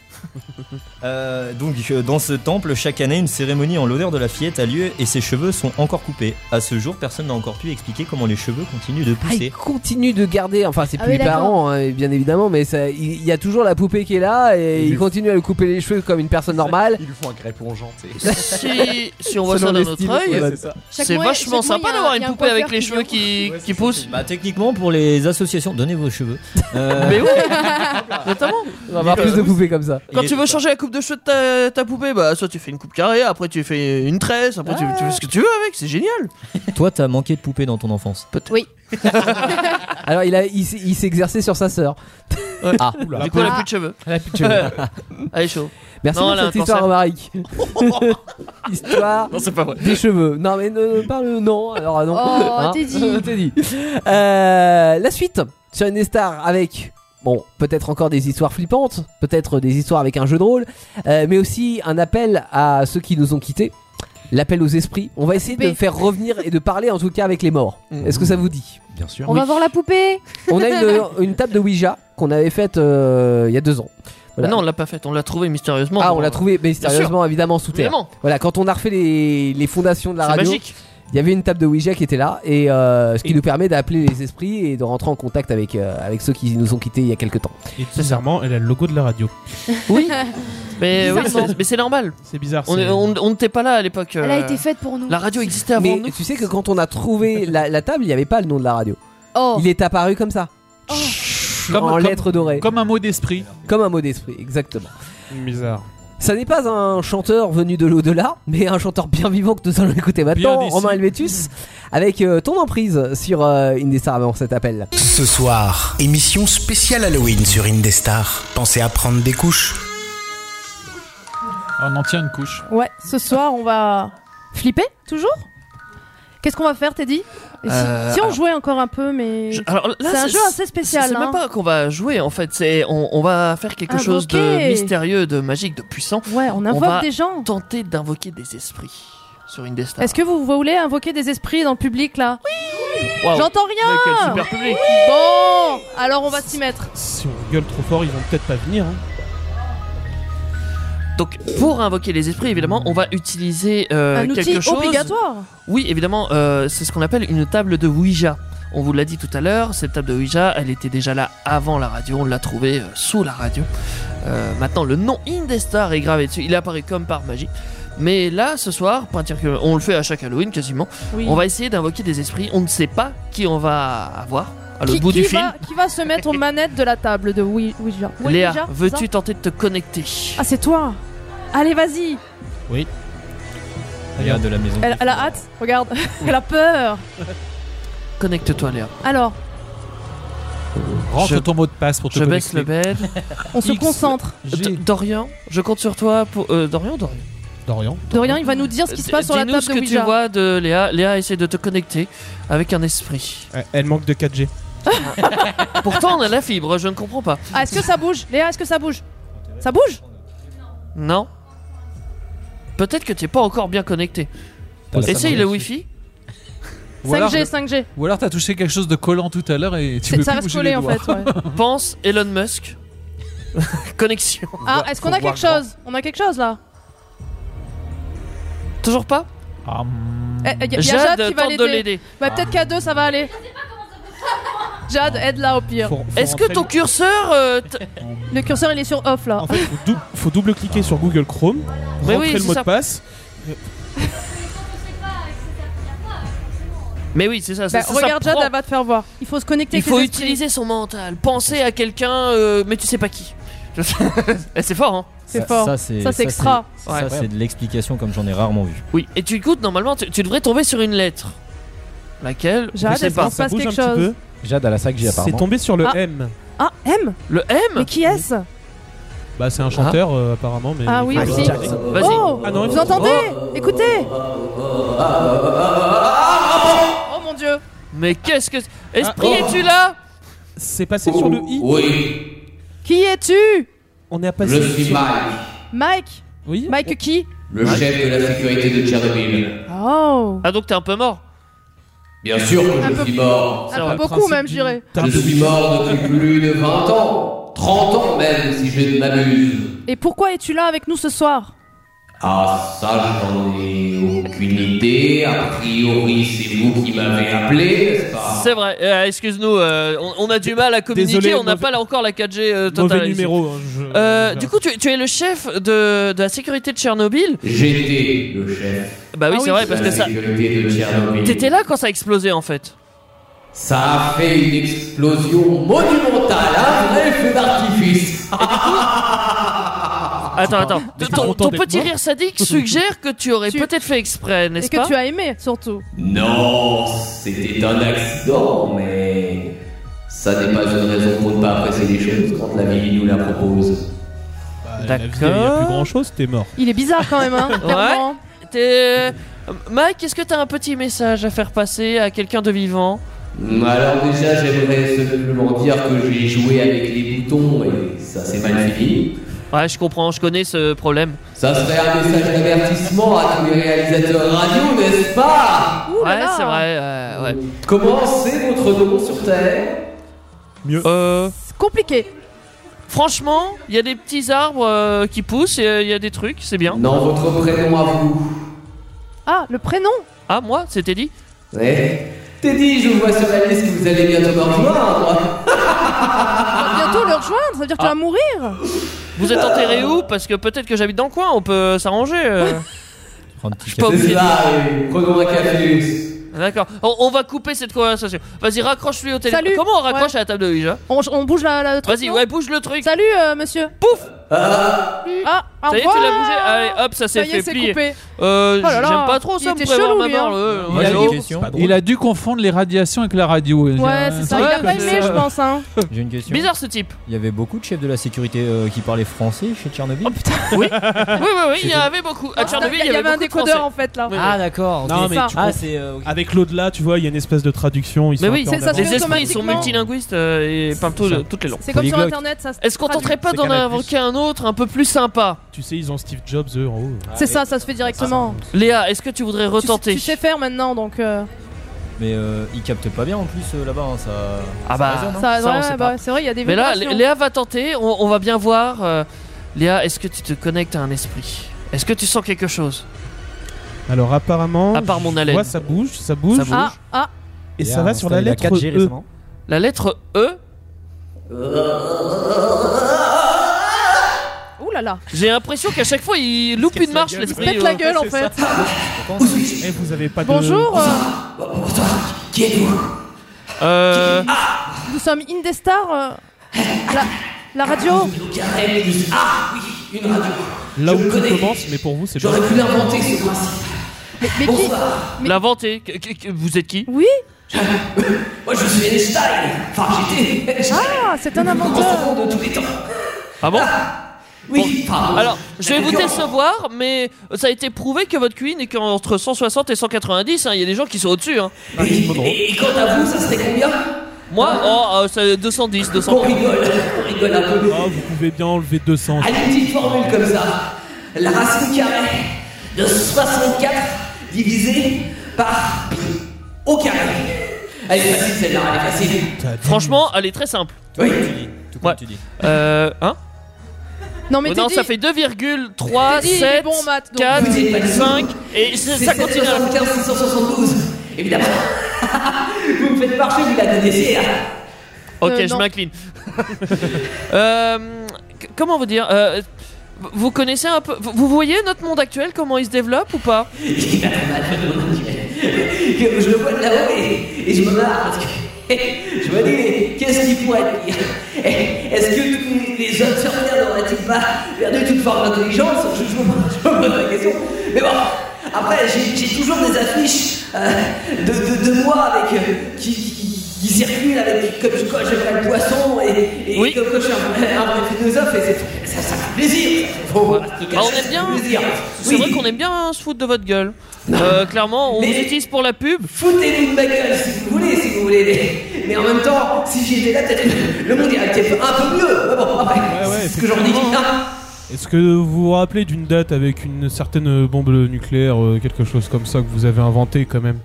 Dans ce temple, chaque année, une cérémonie en l'honneur de la fillette a lieu et ses cheveux sont encore coupés. À ce jour, personne n'a encore pu expliquer comment les cheveux continuent de Ah, pousser. ils continuent de garder, enfin c'est Ah plus oui, les d'accord. parents hein, bien évidemment, mais il y a toujours la poupée qui est là et ils continuent à lui couper les cheveux comme une personne normale. Ils lui font un grès plongeant. Si on voit ça Selon d'un les autre styles. œil, Ouais, c'est ça. c'est vachement sympa d'avoir une poupée avec les cheveux qui poussent. Bah, techniquement, pour les associations, donnez vos cheveux. Mais oui, notamment. On va avoir plus de poupées comme ça. Quand tu veux changer la coupe de cheveux de ta poupée, bah soit tu fais une coupe carrée, après tu fais une tresse, après tu fais ce que tu veux avec, c'est génial. Toi, t'as manqué de poupée dans ton enfance. Oui. Alors il s'est exercé sur sa sœur. Ah, Du coup, elle a plus de cheveux. Elle a plus de cheveux. Elle est chaud. Merci Non, pour elle a cette un histoire, cancer. Romaric. Histoire Non, c'est pas vrai. des cheveux. Non, mais ne parle non. Alors non. Oh, t'es dit. T'es dit. La suite sur Indestar avec. Bon, peut-être encore des histoires flippantes, peut-être des histoires avec un jeu de rôle, mais aussi un appel à ceux qui nous ont quittés. L'appel aux esprits. On va essayer de faire revenir et de parler en tout cas avec les morts. Est-ce que ça vous dit? Bien sûr. On va voir la poupée. On a une table de Ouija qu'on avait faite il y a 2 ans. Voilà. Non, on l'a pas faite, on l'a trouvée mystérieusement. Ah, on l'a trouvé mystérieusement évidemment sous terre. Évidemment. Voilà, quand on a refait les fondations de la C'est radio, magique. il y avait une table de Ouija qui était là et ce qui nous permet d'appeler les esprits et de rentrer en contact avec ceux qui nous ont quittés il y a quelques temps. Et bizarrement, elle a le logo de la radio. Oui. Mais Bizarrement. mais c'est normal. C'est bizarre. On n'était pas là à l'époque. Elle a été faite pour nous. La radio existait avant Mais nous. tu sais que quand on a trouvé la table, il n'y avait pas le nom de la radio. Oh. Il est apparu comme ça. En lettres dorées. Comme un mot d'esprit. Comme un mot d'esprit, exactement. Bizarre. Ça n'est pas un chanteur venu de l'au-delà, mais un chanteur bien vivant que nous allons écouter maintenant, Bien d'ici. Romain Helvétus, avec ton emprise sur Indestar avant cet appel. Ce soir, émission spéciale Halloween sur Indestar. Pensez à prendre des couches. On en tient une couche. Ouais, ce soir on va flipper toujours. Qu'est-ce qu'on va faire, Teddy? Et si on jouait encore un peu, mais Alors là, c'est un jeu assez spécial. C'est hein. même pas qu'on va jouer en fait, c'est on va faire quelque chose de Invoquer. mystérieux, de magique, de puissant. Ouais, on invoque va des gens. Tenter d'invoquer des esprits sur Indestar. Est-ce que vous voulez invoquer des esprits dans le public là? Wow. J'entends rien. Mais quel super public. Bon, alors on va s'y mettre. Si on gueule trop fort, ils vont peut-être pas venir. Hein. Donc pour invoquer les esprits, évidemment, on va utiliser Un outil quelque chose. obligatoire. Oui, évidemment, c'est ce qu'on appelle une table de Ouija. On vous l'a dit tout à l'heure, cette table de Ouija, elle était déjà là avant la radio, on l'a trouvée sous la radio. Maintenant, le nom Indestar est gravé dessus, il est apparu comme par magie. Mais là, ce soir, on le fait à chaque Halloween quasiment, Oui. on va essayer d'invoquer des esprits, on ne sait pas qui on va avoir à l'autre bout du film. Qui va se mettre aux manettes de la table de Ouija? Léa, Ouija, veux-tu c'est ça tenter de te connecter? Ah, c'est toi. Allez, vas-y. Oui. Léa de la maison. Elle a hâte. Regarde, elle a peur. Connecte-toi, Léa. Alors, Rentre ton mot de passe pour te Je baisse connecter. le bed. on se concentre. Dorian, je compte sur toi pour. Dorian. Dorian, il va nous dire ce qui se passe sur la Dis-nous table ce de que Ouija. tu vois de Léa. Léa essaie de te connecter avec un esprit. Elle manque de 4G. Pourtant, on a la fibre, je ne comprends pas. Ah, est-ce que ça bouge? Léa, est-ce que ça bouge? Ça bouge? Non. Peut-être que tu n'es pas encore bien connecté. T'as la Essaye salle le dessus. Wi-Fi. 5G. Ou alors t'as touché quelque chose de collant tout à l'heure et tu peux Ça plus reste bouger collé les en doigts. fait. Ouais. Pense Elon Musk. Connexion. Ah, est-ce qu'on a quelque chose? On a quelque chose là? Toujours pas? Y a Jade Jade qui va tente de l'aider. Bah, peut-être qu'à 2 ça va aller. Jade, aide-la au pire. Est-ce que ton curseur. Le curseur il est sur off là. En fait, faut double-cliquer sur Google Chrome, Mais rentrer oui, le c'est mot ça. de passe. Mais oui, c'est ça. Bah, ça regarde Jade, prend. elle va te faire voir. Il faut se connecter Il avec faut les esprits. utiliser son mental. Penser à quelqu'un, mais tu sais pas qui. C'est fort, hein? C'est fort. Ça, c'est extra. Ça, c'est de l'explication comme j'en ai rarement vu. Oui, et tu écoutes, normalement, tu devrais tomber sur une lettre. Laquelle? Jade, je sais est-ce pas. qu'il se passe quelque chose? Jade à la sac J apparemment. C'est tombé sur le M. Ah, M? Le M? Mais qui est-ce? Bah, c'est un chanteur apparemment. Mais Ah oui, aussi. Vas-y. Oh, Ah non, vous entendez? Écoutez. Oh mon dieu. Mais qu'est-ce que. Esprit, Ah, oh. es-tu là? C'est passé sur le I. Oui, Qui es-tu? On est à passer. je suis Mike, Mike? Oui. Mike qui? le chef de la sécurité de Tchernobyl. Oh. Ah, donc t'es un peu mort? Bien sûr que Un je peu- suis mort. Un peu beaucoup même, je dirais. Je suis mort depuis plus de 20 ans. 30 ans même, si je ne m'abuse. Et pourquoi es-tu là avec nous ce soir? Ah, ça, j'en ai aucune idée. A priori, c'est vous qui m'avez appelé, n'est-ce pas? C'est vrai, excuse-nous, on a du mal à communiquer, Désolé, on n'a mauvais- pas encore la 4G totale. Mauvais ici. numéro. Du coup, tu es le chef de la sécurité de Tchernobyl? J'étais le chef. Bah oui, Ah c'est oui. vrai, parce de que la ça. sécurité de Tchernobyl. T'étais là quand ça a explosé en fait. Ça a fait une explosion monumentale, un vrai feu d'artifice. Attends. t'es Ton content d'être petit mort rire sadique suggère que tu aurais peut-être fait exprès, Et n'est-ce que pas? tu as aimé surtout. Non, c'était un accident, mais ça n'est pas une raison pour ne pas apprécier les choses quand la vie nous la propose. La vie, il y a plus grand chose, t'es mort. Il est bizarre quand même, hein. Clairement. Mike, est-ce que t'as un petit message à faire passer à quelqu'un de vivant? Alors déjà, j'aimerais simplement dire que j'ai joué avec les boutons et ça s'est mal fini. Ouais, je comprends, je connais ce problème. Ça serait un message d'avertissement à tous les réalisateurs radio, n'est-ce pas? Ouh là Ouais, là. c'est vrai, ouais. Comment c'est votre nom sur Terre? Mieux. C'est compliqué. Franchement, il y a des petits arbres qui poussent, il y a des trucs, c'est bien. Non, votre prénom à vous. Ah, le prénom? Ah, moi, c'était dit? Ouais. Teddy, je vois sur la liste que vous allez bientôt me rejoindre. On va bientôt le rejoindre, ça veut dire que tu vas mourir. Vous êtes enterré où? Parce que peut-être que j'habite dans le coin, on peut s'arranger. Je suis pas C'est obligé. cela, prenons un café. D'accord, on va couper cette conversation. Vas-y, raccroche-lui au téléphone. Salut. Comment on raccroche Ouais. à la table de Ouija? On bouge la truc. Vas-y, non ouais, bouge le truc. Salut monsieur. Pouf! Ah, au Ça y est, tu l'as revoir. bougé? Allez, hop, ça s'est Ça y est, fait c'est plier. coupé. J'aime là là, pas trop il ça, me était prévoir chelou, ma lui, mort. hein. Il a dû confondre les radiations avec la radio. Ouais, c'est ça, il a pas aimé, je pense, hein. J'ai une question. Bizarre ce type. Il y avait beaucoup de chefs de la sécurité qui parlaient français chez Tchernobyl. Oh putain. Oui, il y en avait beaucoup. À Tchernobyl, Il y avait un décodeur en fait là. Ah d'accord. Non, mais tu comprends. Avec l'au-delà, tu vois, il y a une espèce de traduction. Mais oui, ça se les fait esprits sont automatiquement. multilinguistes et parlent toutes les langues. C'est comme sur internet, ça se Est-ce qu'on traduit. tenterait pas C'est d'en Canal+. invoquer un autre un peu plus sympa? Tu sais, ils ont Steve Jobs eux en haut. C'est ça se fait directement. Léa, est-ce que tu voudrais retenter? Tu sais faire maintenant donc. Mais ils captent pas bien en plus là-bas. Hein, ça. Ah bah, résonne, hein. Ça, on ouais, sait bah, pas. c'est vrai, il y a des Mais là, vibrations. Léa va tenter, on va bien voir. Léa, est-ce que tu te connectes à un esprit? Est-ce que tu sens quelque chose? Alors apparemment, À part mon je haleine. vois, ça bouge. Ça bouge. Ah, Et ça va sur la lettre E. La lettre E? ouh là là. J'ai l'impression qu'à chaque fois il loupe une marche, l'esprit. Pète la gueule en fait. Et vous avez pas de. Bonjour, Qui êtes-vous? nous sommes Indestar, la radio. Ah oui, une radio. Là Je où tout connais. commence, mais pour vous, c'est J'aurais pas. pu l'inventer ce principe. Mais qui mais- L'inventer. Vous êtes qui? Oui. Moi je suis Einstein. Enfin j'étais Einstein. Ah, c'est un inventeur. Constantement de tous les temps. Ah bon? Oui, enfin, Alors, je vais vous décevoir, mais ça a été prouvé que votre QI n'est qu'entre 160 et 190. Il y a des gens qui sont au-dessus. Hein. Et quant à vous, ça serait combien? Moi, c'est 210, 200. On rigole un peu. Oh, vous pouvez bien enlever 200. À une petite formule comme ça. La racine carrée de 64 divisé par pi. au carré. Elle est facile celle-là, elle est facile. Franchement, elle est très simple. Oui. Tout comme tu dis. Hein Non, mais non, t'es ça dit- fait 2,3, T'es dit, 7, bon, maths, donc. 4, Vous êtes pas 5 et ça continue. 75, 672. Évidemment. Vous me faites marcher, vous la connaissez. Hein. Ok, je non. m'incline. Comment vous dire vous connaissez un peu. Vous voyez notre monde actuel, comment il se développe ou pas? Je le vois de là-haut et je me marre parce que je me dis, qu'est-ce qu'il pourrait être pire? Est-ce que tous les hommes sur Terre n'auraient-ils pas perdu toute forme d'intelligence? Je me pose la question. Mais bon, après, j'ai toujours des affiches de moi avec qui circulent avec comme quand j'aimerais le poisson et Oui. comme quand je suis un vrai philosophe et ça fait plaisir. Faut Ah, on aime bien. C'est vrai qu'on aime bien se foutre de votre gueule. Clairement, on vous utilise pour la pub. Foutez-vous de ma gueule si vous voulez, mais en même temps, si j'étais là, peut-être le monde irait peut-être un peu mieux. Mais bon, après, c'est ce que j'en dis. Est-ce que vous vous rappelez d'une date avec une certaine bombe nucléaire, quelque chose comme ça que vous avez inventé quand même?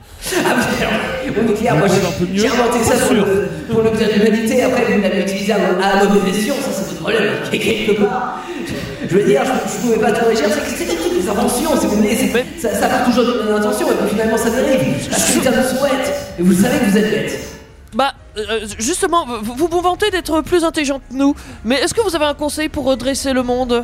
Bombe nucléaire, moi j'ai inventé ça pour le bien de l'humanité. Après, vous l'avez utilisé à la mauvaise escient, ça c'est votre problème. Quelque part. Je veux dire, je pouvais pas tout réagir, c'est des trucs, des inventions, si vous voulez. Ça part toujours d'une bonne intention, et puis finalement ça dérive. Parce que ça vous souhaite, et vous savez que vous êtes bête. Bah, justement, vous vous vantez d'être plus intelligent que nous, mais est-ce que vous avez un conseil pour redresser le monde?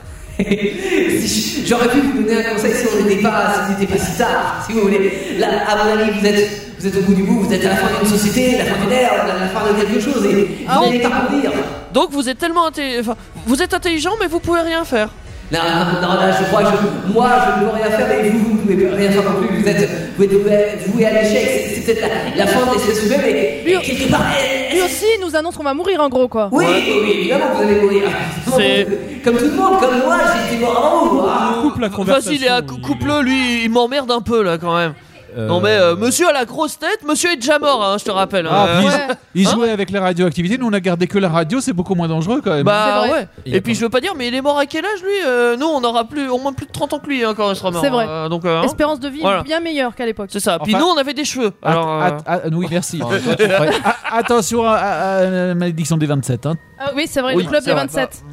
J'aurais pu vous donner un conseil si on n'était pas si tard, si vous voulez. Là, à mon avis, vous êtes au bout du bout, vous êtes à la fin d'une société, la fin d'une ère, la fin de quelque chose, et vous n'allez pas rebondir. Donc vous êtes tellement vous êtes intelligent, mais vous pouvez rien faire. Non, là, je crois que moi, je ne peux rien faire, mais vous ne pouvez rien faire non plus. Vous êtes voué à l'échec. C'est peut-être la fin de l'espèce humaine, mais quelque part. Lui aussi, il nous annonce qu'on va mourir en gros, quoi. Oui, évidemment, vous allez mourir. Comme tout le monde, comme moi, j'ai été mort avant vous. Coupe la conversation. Vas-y, Léa, coupe-le, lui, il m'emmerde un peu là quand même. Non mais monsieur a la grosse tête, monsieur est déjà mort, hein, je te rappelle. Il jouait avec la radioactivité, nous on a gardé que la radio, c'est beaucoup moins dangereux quand même. Bah ouais. Et puis je veux pas dire, mais il est mort à quel âge lui? Nous on aura au moins plus de 30 ans que lui hein, quand il sera mort. C'est vrai. Donc, espérance de vie voilà. bien meilleure qu'à l'époque. C'est ça. Puis nous on avait des cheveux. Alors, oui, merci. Attention à la malédiction des 27. Hein. Oui, c'est vrai, le club des 27.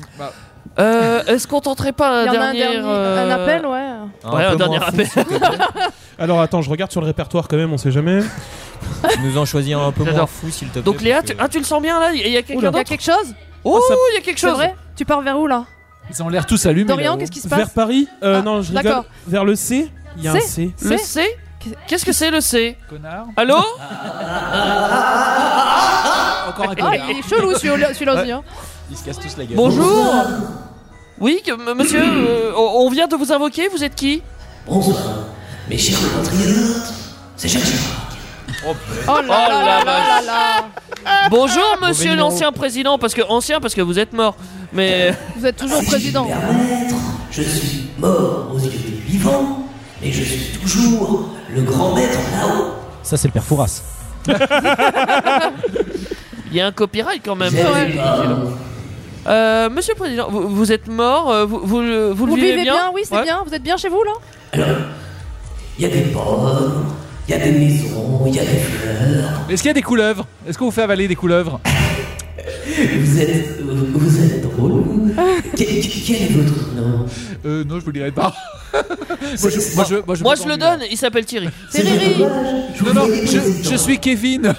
Est-ce qu'on tenterait pas un appel, ouais. Ouais, un dernier appel. Alors attends, je regarde sur le répertoire quand même, on sait jamais. Nous en choisir un peu moins fou s'il te plaît. Donc Léa, tu le sens bien là? Il y a quelqu'un d'autre? Il y a quelque chose? Oh, il y a quelque chose. C'est vrai? Tu pars vers où là? Ils ont l'air tous allumés. Dorian, qu'est-ce qui se passe? Vers Paris? Non, je rigole. D'accord. Vers le C. Il y a un C. Le C? Qu'est-ce que c'est le C? Connard. Allô? Encore un connard. Il est chelou celui-là aussi. Hein. Ils se cassent tous la gueule. Bonjour. Oui, monsieur, on vient de vous invoquer, vous êtes qui? Bonsoir, mes chers compatriotes, c'est Jacques Chirac. Oh là là. Bonjour monsieur l'ancien président, parce que vous êtes mort, mais... Vous êtes toujours président. Je suis mort aux yeux des vivants, mais je suis toujours le grand maître là-haut. Ça c'est le père Fouras. Il y a un copyright quand même. Ouais. Monsieur le président, vous êtes mort, vous le vivez bien? Oui, c'est bien. Vous êtes bien chez vous là? Alors, il y a des pommes, il y a des maisons, il y a des fleurs. Est-ce qu'il y a des couleuvres? Est-ce qu'on vous fait avaler des couleuvres? Vous êtes drôle. Quel est votre nom? Non, je vous le dirai pas. Moi je le donne, il s'appelle Thierry. C'est Riri. Non, je suis Kevin.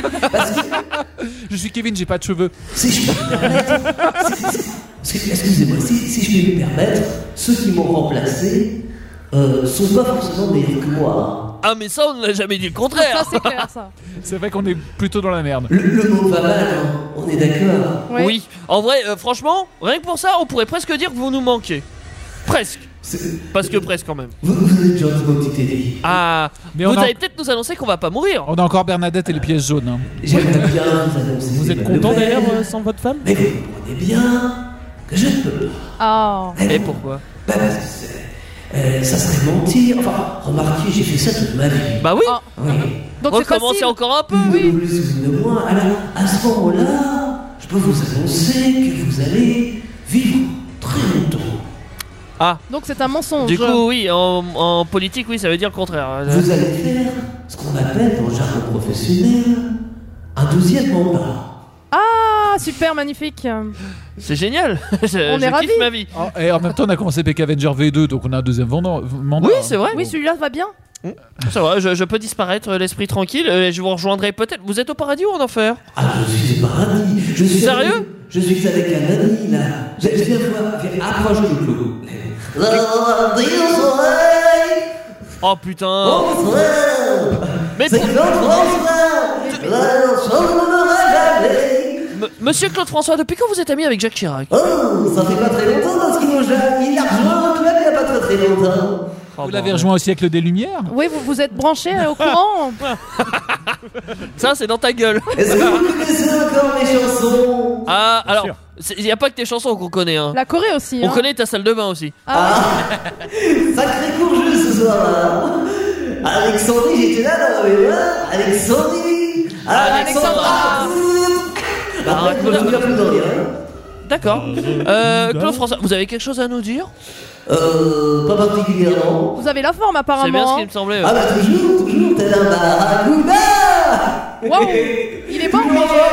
Je suis Kevin, j'ai pas de cheveux. Si je peux me permettre, excusez-moi, si je peux me permettre, ceux qui m'ont remplacé sont pas forcément meilleurs que moi. Ah mais ça on ne l'a jamais dit le contraire. Ça c'est clair ça. C'est vrai qu'on est plutôt dans la merde. Le mot va mal, hein, on est d'accord. Ouais. Oui, en vrai, franchement, rien que pour ça, on pourrait presque dire que vous nous manquez. Presque. Parce que presque quand même. Vous êtes gentiment petit Teddy. Ah, mais vous allez peut-être nous annoncer qu'on va pas mourir. On a encore Bernadette et les pièces jaunes. Hein. J'aimerais bien vous annoncer. Vous êtes content d'ailleurs sans votre femme? Mais vous comprenez bien que je ne peux pas. Oh. Et pourquoi? Bah parce que ça serait mentir. Enfin, remarquez, j'ai fait ça toute ma vie. Bah oui. Oui. Donc c'est recommencez facile. encore un peu. Vous vous souvenez de moi. Alors, à ce moment-là, je peux vous annoncer que vous allez vivre très longtemps. Ah. Donc c'est un mensonge. Du coup, oui, en politique, oui, ça veut dire le contraire. Vous allez faire ce qu'on appelle dans le jargon professionnel un 12e mandat. Ah, super, magnifique. C'est génial. On est ravis. Kiffe ma vie. Et en même temps, on a commencé PK Avenger V2, donc on a un deuxième mandat. Oui, c'est vrai. Oui, celui-là va bien. Ça va, je peux disparaître, l'esprit tranquille, et je vous rejoindrai peut-être. Vous êtes au paradis ou en enfer? Ah, je suis au paradis. Je suis Sérieux? Je suis avec un ami là. Viens voir, viens, approche du clou. Oh putain. Mais Monsieur Claude François, depuis quand vous êtes ami avec Jacques Chirac? Oh, ça fait pas très longtemps parce qu'il l'a rejoint au club il y a pas très très longtemps. Vous l'avez rejoint au siècle des Lumières? Oui, vous êtes branché au courant. Ça, c'est dans ta gueule. Est-ce que vous connaissez encore mes chansons? Ah, alors, il n'y a pas que tes chansons qu'on connaît. Hein. La Corée aussi. On hein. connaît ta salle de bain aussi. Sacré courageux ce soir-là. Alexandrie, j'étais là dans la mémoire. Alexandrie. Alexandra. Bah, je ne viens plus d'en dire. D'accord. Claude François, vous avez quelque chose à nous dire? Pas particulièrement. Vous avez la forme apparemment. C'est bien ce qui me semblait. Ah bah toujours, tel un barracuda. Waouh. Il est mort.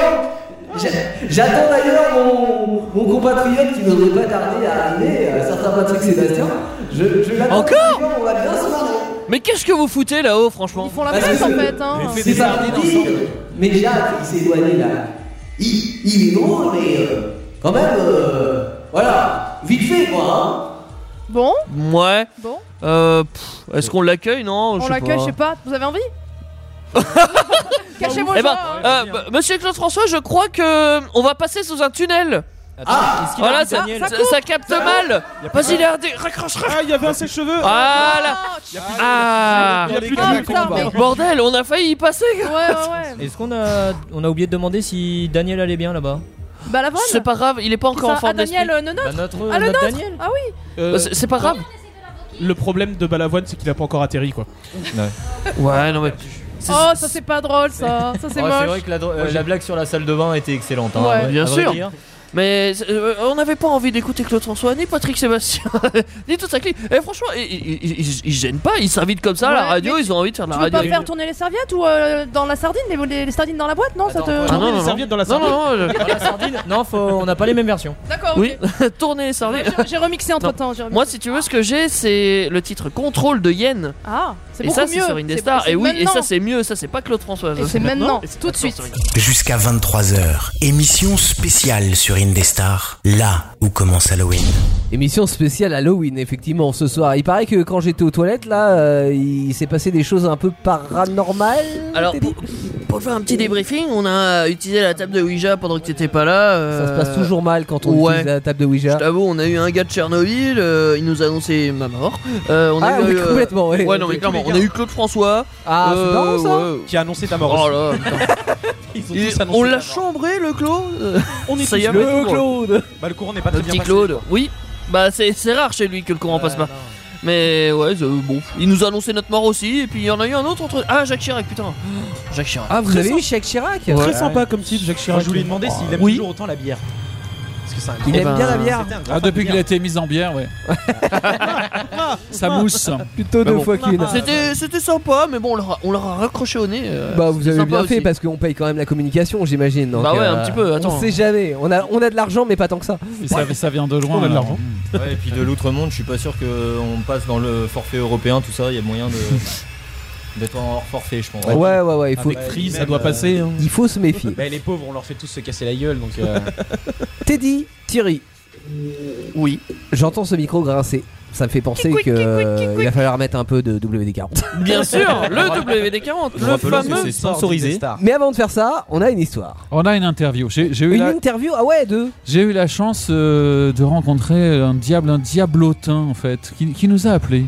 J'attends d'ailleurs mon compatriote qui ne devrait pas tarder à arriver, un certain Patrick Sébastien. Je l'attends. Encore? On va bien se marrer. Mais qu'est-ce que vous foutez là-haut, franchement? Ils font la fête en fait. Hein. C'est pas dit. Mais Jacques, il s'est éloigné là. Il est drôle, mais quand même, voilà, vite fait quoi. Hein. Bon. Ouais. Bon. Est-ce qu'on l'accueille? Non, On l'accueille, je sais pas. Vous avez envie? Cachez-moi. Eh ben, Monsieur Claude François, je crois que on va passer sous un tunnel. Voilà, ça capte mal. Vas-y, raccroche. Ah, il y avait un sèche-cheveux. Voilà. Ah, il y a plus de Bordel, on a failli y passer. Ouais. Est-ce qu'on a oublié de demander si Daniel allait bien là-bas? Bah la vraie. C'est pas grave, il est pas encore en forme d'esprit. Daniel Nonote. Bah, notre le nôtre. Daniel. Ah oui. C'est pas grave. Le problème de Balavoine, c'est qu'il a pas encore atterri quoi. Ouais, non mais. Oh, ça c'est pas drôle ça. Ça c'est moche. C'est vrai que la blague sur la salle de bain était excellente. Hein, Ouais. Bien sûr. Mais on n'avait pas envie d'écouter Claude François ni Patrick Sébastien ni toute sa clique. Et franchement, ils gênent pas, ils s'invitent comme ça à la radio, ils ont envie de faire de la radio. Tu veux pas faire tourner les serviettes ou dans la sardine, les sardines dans la boîte, non? Ça te... Ah non, les serviettes dans la sardine. Dans la sardine. Non, on n'a pas les mêmes versions. D'accord. Oui, tourner les sardines. J'ai remixé entre temps. Moi, si tu veux, ce que j'ai, c'est le titre Contrôle de Yen. Ah, c'est et beaucoup ça, mieux. c'est sur Indestar. Et oui, et ça, c'est mieux. Ça, c'est pas Claude François. Et c'est maintenant, tout de suite. Jusqu'à 23h, émission spéciale sur Indestar, là où commence Halloween. Émission spéciale Halloween, effectivement, ce soir. Il paraît que quand j'étais aux toilettes, là, il s'est passé des choses un peu paranormales. Alors, pour faire un petit débriefing, on a utilisé la table de Ouija pendant que t'étais pas là. Ça se passe toujours mal quand on utilise la table de Ouija. Je t'avoue, on a eu un gars de Tchernobyl, il nous a annoncé ma mort. On a eu, complètement, ouais. Ouais, non, mais clairement, on a eu Claude François. Ah, c'est marrant ça. Qui a annoncé ta mort. Oh là. On l'a chambré, le Claude. On est ça y est, le Claude. Bah, le courant n'est pas très le bien petit passé. Claude. Oui. Bah, c'est rare chez lui que le courant passe pas. Mais ouais, bon, il nous a annoncé notre mort aussi, et puis il y en a eu un autre entre. Ah, Jacques Chirac, putain. Jacques Chirac. Ah, vous avez eu Jacques Chirac? Très sympa comme type, Jacques Chirac. Je voulais demander s'il aime toujours autant la bière. Il aime bien la bière. Depuis qu'il a été mis en bière, ouais. Ça mousse. Plutôt deux fois qu'une. C'était sympa, mais bon, on leur a raccroché au nez. Bah, vous avez bien fait parce qu'on paye quand même la communication, j'imagine. Bah ouais, un petit peu. Attends. On sait jamais. On a de l'argent, mais pas tant que ça. Ça vient de loin. On a de l'argent. Ouais, et puis de l'outre-monde, je suis pas sûr qu'on passe dans le forfait européen, tout ça. Il y a moyen d'être en hors forfait, je pense. Ouais, il faut. Avec Free, ça doit passer. Hein. Il faut se méfier. Bah, les pauvres, on leur fait tous se casser la gueule donc. Teddy, Thierry. Oui. J'entends ce micro grincer. Ça me fait penser qu'il va falloir mettre un peu de WD-40. Bien sûr, le WD-40, le fameux. Sponsorisé. Mais avant de faire ça, on a une histoire. On a une interview. J'ai eu une interview. Ah ouais, deux. J'ai eu la chance de rencontrer un diablotin en fait, qui nous a appelés.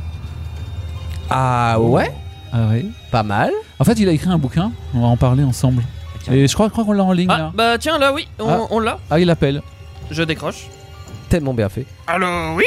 Ah ouais. Ah ouais. Pas mal. En fait, il a écrit un bouquin. On va en parler ensemble. Et je crois qu'on l'a en ligne là. Bah tiens, là oui, on l'a. Ah, il appelle. Je décroche. Tellement bien fait. Halloween.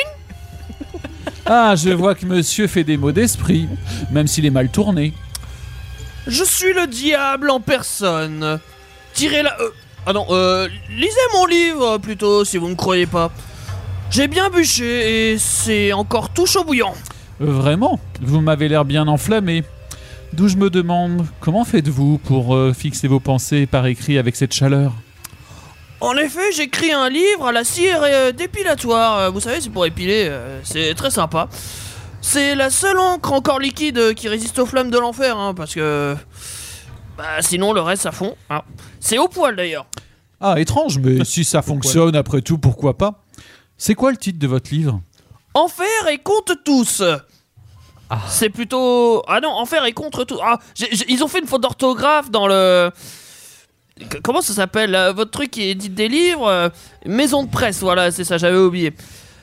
Ah, je vois que monsieur fait des mots d'esprit, même s'il est mal tourné. Je suis le diable en personne. Tirez la... Ah non, lisez mon livre plutôt si vous ne croyez pas. J'ai bien bûché et c'est encore tout chaud bouillant. Vraiment? Vous m'avez l'air bien enflammé. D'où je me demande, comment faites-vous pour fixer vos pensées par écrit avec cette chaleur? En effet, j'écris un livre à la cire dépilatoire. Vous savez, c'est pour épiler, c'est très sympa. C'est la seule encre encore liquide qui résiste aux flammes de l'enfer, hein, parce que... sinon, le reste, ça fond. Hein. C'est au poil, d'ailleurs. Ah, étrange, mais si ça fonctionne, après tout, pourquoi pas? C'est quoi le titre de votre livre? Enfer et contre tous. C'est plutôt... Ah non, enfer et contre tous. Ah, ils ont fait une faute d'orthographe dans le... Comment ça s'appelle votre truc qui édite des livres maison de presse, voilà, c'est ça, j'avais oublié.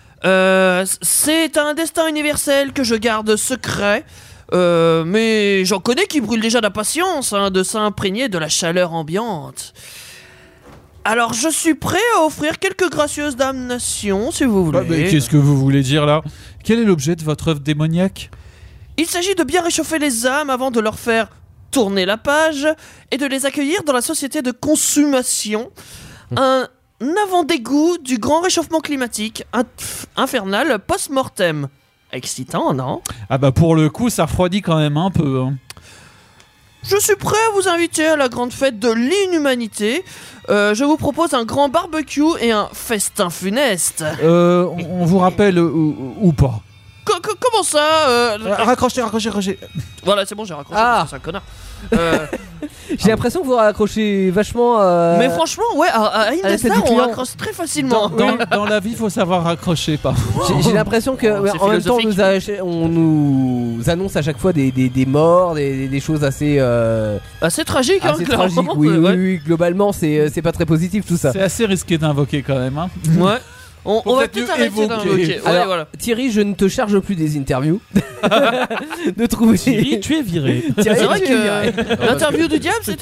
C'est un destin universel que je garde secret, mais j'en connais qui brûlent déjà d'impatience de s'imprégner de la chaleur ambiante. Alors je suis prêt à offrir quelques gracieuses damnations si vous voulez. Mais qu'est-ce que vous voulez dire là? Quel est l'objet de votre œuvre démoniaque? Il s'agit de bien réchauffer les âmes avant de leur faire tourner la page et de les accueillir dans la société de consommation. Un avant-dégoût du grand réchauffement climatique infernal post-mortem. Excitant, non? Ah bah pour le coup, ça refroidit quand même un peu. Hein. Je suis prêt à vous inviter à la grande fête de l'inhumanité. Je vous propose un grand barbecue et un festin funeste. On vous rappelle ou pas? Comment ça Raccrochez. Voilà, c'est bon, j'ai raccroché. C'est un connard. J'ai l'impression que vous raccrochez vachement. Mais franchement, ouais, à Indestar, on raccroche très facilement. Dans la vie, il faut savoir raccrocher parfois. J'ai l'impression que en même temps, on nous annonce à chaque fois des morts, des choses assez. Assez tragiques, assez tragiques. Oui, globalement, c'est pas très positif tout ça. C'est assez risqué d'invoquer quand même. Hein. Ouais. On va peut-être arrêter d'invoquer. Alors, voilà. Thierry, je ne te charge plus des interviews. De trouver. Thierry, tu es viré. C'est vrai que l'interview du diable, c'était.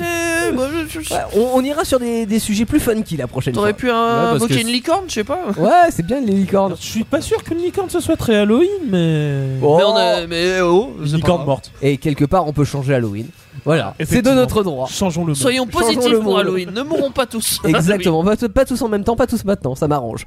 On ira sur des sujets plus funky la prochaine fois. T'aurais pu invoquer une licorne, je sais pas. Ouais, c'est bien les licornes. Je suis pas sûr qu'une licorne ce soit très Halloween, mais. Oh. Une licorne morte. Et quelque part, on peut changer Halloween. Voilà, c'est de notre droit. Changeons le monde. Soyons positifs pour Halloween, ne mourrons pas tous. Exactement, pas tous en même temps, pas tous maintenant, ça m'arrange.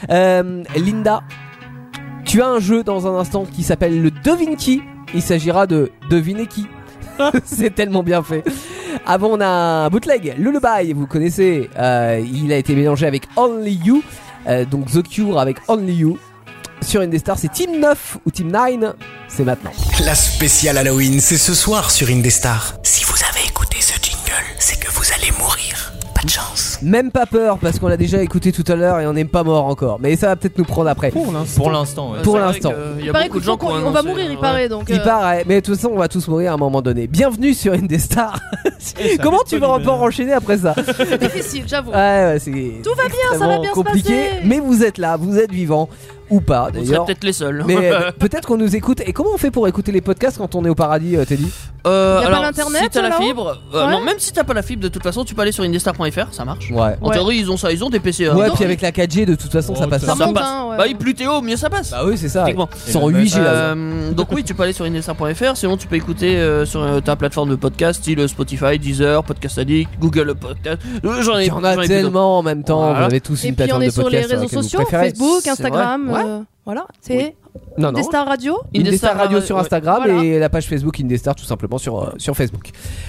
Linda, tu as un jeu dans un instant qui s'appelle le Devine qui. Il s'agira de deviner qui. C'est tellement bien fait. Avant, on a un bootleg, Lullaby, vous connaissez. Il a été mélangé avec Only You, donc The Cure avec Only You. Sur Indestar, c'est Team 9 ou Team 9, c'est maintenant. La spéciale Halloween, c'est ce soir sur Indestar. Si vous avez écouté ce jingle, c'est que vous allez mourir. Pas de chance. Même pas peur, parce qu'on l'a déjà écouté tout à l'heure et on n'est pas mort encore. Mais ça va peut-être nous prendre après. Pour l'instant, ouais. Pour l'instant. Il paraît beaucoup de gens on va mourir, il paraît donc. Il paraît, mais de toute façon, on va tous mourir à un moment donné. Bienvenue sur Indestar. Comment tu vas pas enchaîner après ça? C'est difficile, j'avoue. Ouais, c'est. Tout va bien, ça va bien compliqué, se passer. Mais vous êtes là, vous êtes vivants. Ou pas d'ailleurs. On serait peut-être les seuls. Mais peut-être qu'on nous écoute. Et comment on fait pour écouter les podcasts quand on est au paradis, Teddy? Pas alors, l'internet, si t'as la là-haut fibre, non, même si t'as pas la fibre, de toute façon, tu peux aller sur indestar.fr, ça marche. Ouais. En théorie, ils ont ça, ils ont des PC. Ouais, puis avec la 4G, de toute façon, ça passe. Ça monte, passe. ouais. Bah, plus t'es haut, mieux ça passe. Bah oui, c'est ça. Techniquement. 108 Go là. Donc oui, tu peux aller sur indestar.fr. Sinon, tu peux écouter sur ta plateforme de podcast, style Spotify, Deezer, Podcast Addict, Google Podcast. J'en ai tellement en même temps. Vous avez tous une plateforme de podcast. Et puis on est sur les réseaux sociaux, Facebook, Instagram. Voilà, c'est Indestar Radio. Indestar Radio sur Instagram et la page Facebook Indestar tout simplement sur Facebook.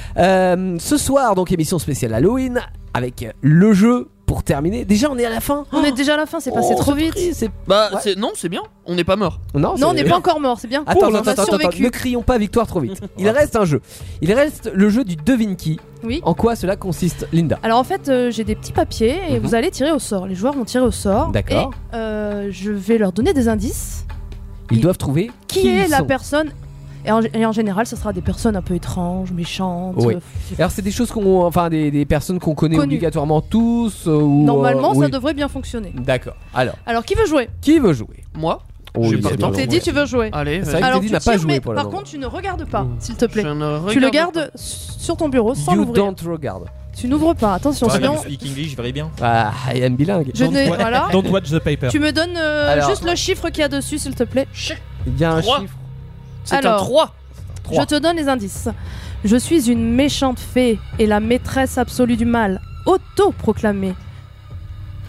Ce soir, donc émission spéciale Halloween avec le jeu pour terminer. Déjà, on est à la fin. On est déjà à la fin, c'est passé trop vite. Non, c'est bien, on n'est pas mort. Non, on n'est pas encore mort, c'est bien. Attends, ne crions pas victoire trop vite. Il reste un jeu. Il reste le jeu du devine qui. Oui. En quoi cela consiste, Linda? Alors en fait, j'ai des petits papiers et vous allez tirer au sort. Les joueurs vont tirer au sort. D'accord. Et je vais leur donner des indices. Ils doivent trouver qui est la personne. Et en général, ce sera des personnes un peu étranges, méchantes. Oui. Alors c'est des choses des personnes qu'on connaît obligatoirement tous. Normalement, ça devrait bien fonctionner. D'accord. Alors qui veut jouer? Qui veut jouer? Moi. Oui, Teddy, tu veux jouer? Allez. C'est vrai que Teddy n'a pas joué pour le moment. Par contre, tu ne regardes pas, s'il te plaît. Tu le gardes sur ton bureau sans l'ouvrir. You don't regard. Tu n'ouvres pas, attention, sinon. Speak English, je verrai bien. Ah, I am bilingue. Voilà. Don't watch the paper. Tu me donnes juste le chiffre qu'il y a dessus, s'il te plaît. Il y a un 3. chiffre. C'est un 3. Je te donne les indices. Je suis une méchante fée et la maîtresse absolue du mal, auto-proclamée.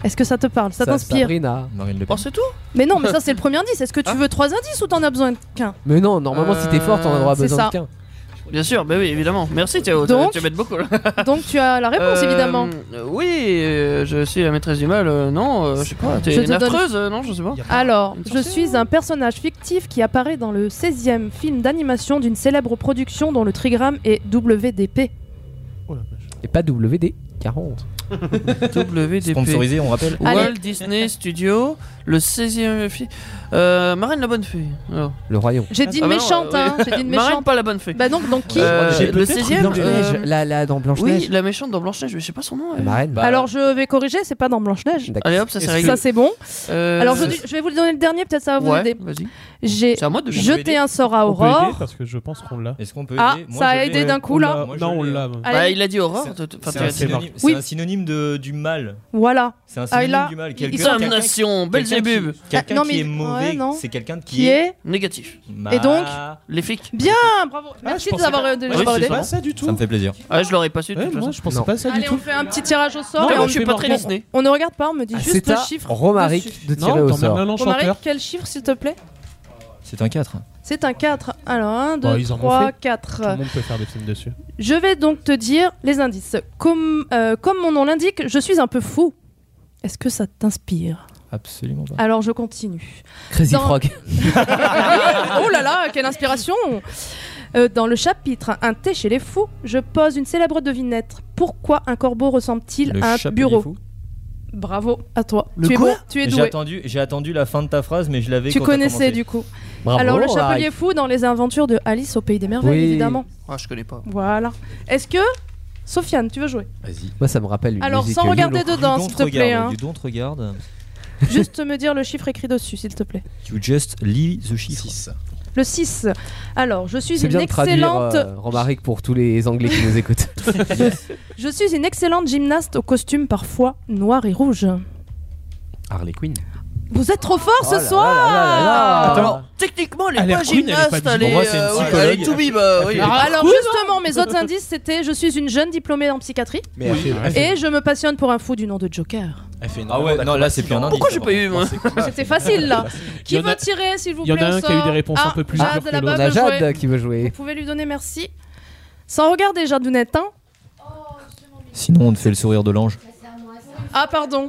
Est-ce que ça te parle? Ça t'inspire? Sabrina. Marine Le Pen. Oh, c'est tout? Mais non, mais ça c'est le premier indice. Est-ce que tu veux 3 indices ou t'en as besoin qu'un? Mais non, normalement, si t'es fort, t'en as c'est besoin ça. de qu'un. Bien sûr, bah oui, évidemment. Merci Théo, Donc- tu m'aides beaucoup là. Donc tu as la réponse évidemment. Oui, je suis la maîtresse du mal, non, je sais pas, Je t'es te une donne- affreuse, non, je sais pas. Alors, je suis un personnage fictif qui apparaît dans le 16e film d'animation d'une célèbre production dont le trigramme est WDP. Et pas WD 40. WDP. Sponsorisé, on rappelle. Walt Disney Studio, le 16e film. Marine la bonne fée. Alors. Le royaume. J'ai dit une Ah bah non, méchante, hein. J'ai dit une Marine méchante. pas la bonne fée. Bah donc qui le 16e. La dans Blanche-Neige. Oui, la méchante dans Blanche-Neige, mais je sais pas son nom. La marraine. Alors je vais corriger, c'est pas dans Blanche-Neige. Allez hop, ça c'est réglé. Ça c'est bon. Euh, Alors je vais vous le donner le dernier, peut-être ça va vous Ouais, aider. vas-y. J'ai C'est à moi de jeté un sort à On peut aider Aurore. parce que je pense qu'on l'a. Est-ce qu'on peut Ah, aider? Moi, ça je a l'ai. aidé d'un coup là. Moi, je Non, on l'ai. l'a. Allez. Bah, il a dit Aurore. C'est un synonyme, Oui. c'est un synonyme du mal. Voilà. C'est un Ah, synonyme là, du mal. ils Quelqu'un sont- Damnation, Belzébub. Quelqu'un Ah, non, qui mais- est mauvais, ouais, non. c'est quelqu'un Qui est Négatif. Et donc Les flics. Bien, bravo. Merci de nous avoir Oui, d'avoir c'est aidé. pas ça du tout. Ça me fait plaisir. Ah, je l'aurais pas su. de Ouais, toute moi, façon. je pensais Non. pas ça du Allez, tout. on fait un petit tirage au sort Non, et moi, on, je suis pas très Disney. on ne regarde pas, on me dit Ah, juste c'est le à chiffre. Romaric dessus. de tirer Non, au t'emmènes sort. un Romaric, enchanteur. quel chiffre s'il te plaît? C'est un 4. C'est un 4. Alors 1, 2, Bah, ils en ont 3, fait. 4. Tout le monde peut faire des films dessus. Je vais donc te dire les indices. Comme mon nom l'indique, je suis un peu fou. Est-ce que ça t'inspire? Absolument pas. Alors je continue. Crazy Dans- Frog. Oh là là, quelle inspiration! Dans le chapitre Un thé chez les fous, je pose une célèbre devinette. Pourquoi un corbeau ressemble-t-il Le à un Chapelier bureau? Fou. Bravo, à toi. Le tu es quoi bon, tu es doué. J'ai attendu la fin de ta phrase, mais je l'avais. Tu quand t'as connaissais commencé. du coup. Bravo, Alors le chapelier Romaric. fou dans les aventures de Alice au pays des merveilles, Oui. évidemment. Ah, je connais pas. Voilà. Est-ce que Sofiane, tu veux jouer? Vas-y. Moi, ça me rappelle une Alors musique. sans regarder You dedans, don't s'il te plaît. regarde, hein. You don't regarde. Juste me dire le chiffre écrit dessus, s'il te plaît. You just lis the chiffre. Le 6. Alors, je suis C'est une bien de traduire excellente. Romaric pour tous les Anglais qui nous écoutent. Je suis une excellente gymnaste au costume parfois noir et rouge. Harley Quinn. Vous êtes trop fort Oh ce là soir. là là là. Alors, techniquement, elle est Elle pas est Queen, elle est pas gymnaste, elle Pour est. moi, c'est une ouais, psychologue. elle est tout bib, oui. Alors justement, mes autres indices c'était je suis une jeune diplômée en psychiatrie Mais elle fait- et je me passionne pour un fou du nom de Joker. elle fait Ah ouais, non, là, c'est plus un indice. Pourquoi j'ai pas eu, moi? C'était facile là. Qui Il y en a- veut tirer s'il vous il y en plaît a au un qui a eu sort des réponses un peu plus Jade dures que là-bas On l'autre. a veut jouer. Jade qui veut jouer. Vous pouvez lui donner merci. Sans regarder Jadounette, hein. Sinon, on te fait le sourire de l'ange. Ah pardon.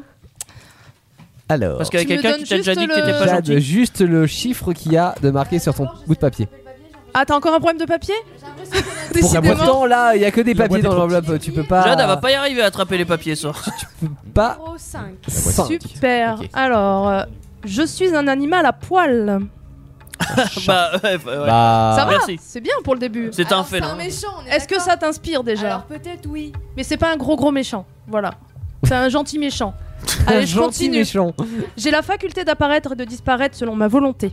Alors, Parce qu'il y a Tu me quelqu'un donnes qui t'a déjà juste dit que t'étais le- pas Jade, gentil. juste le chiffre qu'il y a de marqué sur ton bout de papier. Ah t'as encore un problème de papier? Pourtant, là, il y a que des papiers dans l'enveloppe. Tu peux pas. Jade, elle va pas y arriver à attraper les papiers, ça. pas. 5. Super. Ok. Alors, je suis un animal à poil. Bah, ouais. Bah. Ça va, merci. c'est bien pour le début. C'est un fait, C'est un là. méchant, on est Est-ce que d'accord. ça t'inspire déjà? Alors peut-être oui. Mais c'est pas un gros méchant. Voilà. C'est un gentil méchant. Un Allez, je gentil continue. méchant. J'ai la faculté d'apparaître et de disparaître selon ma volonté.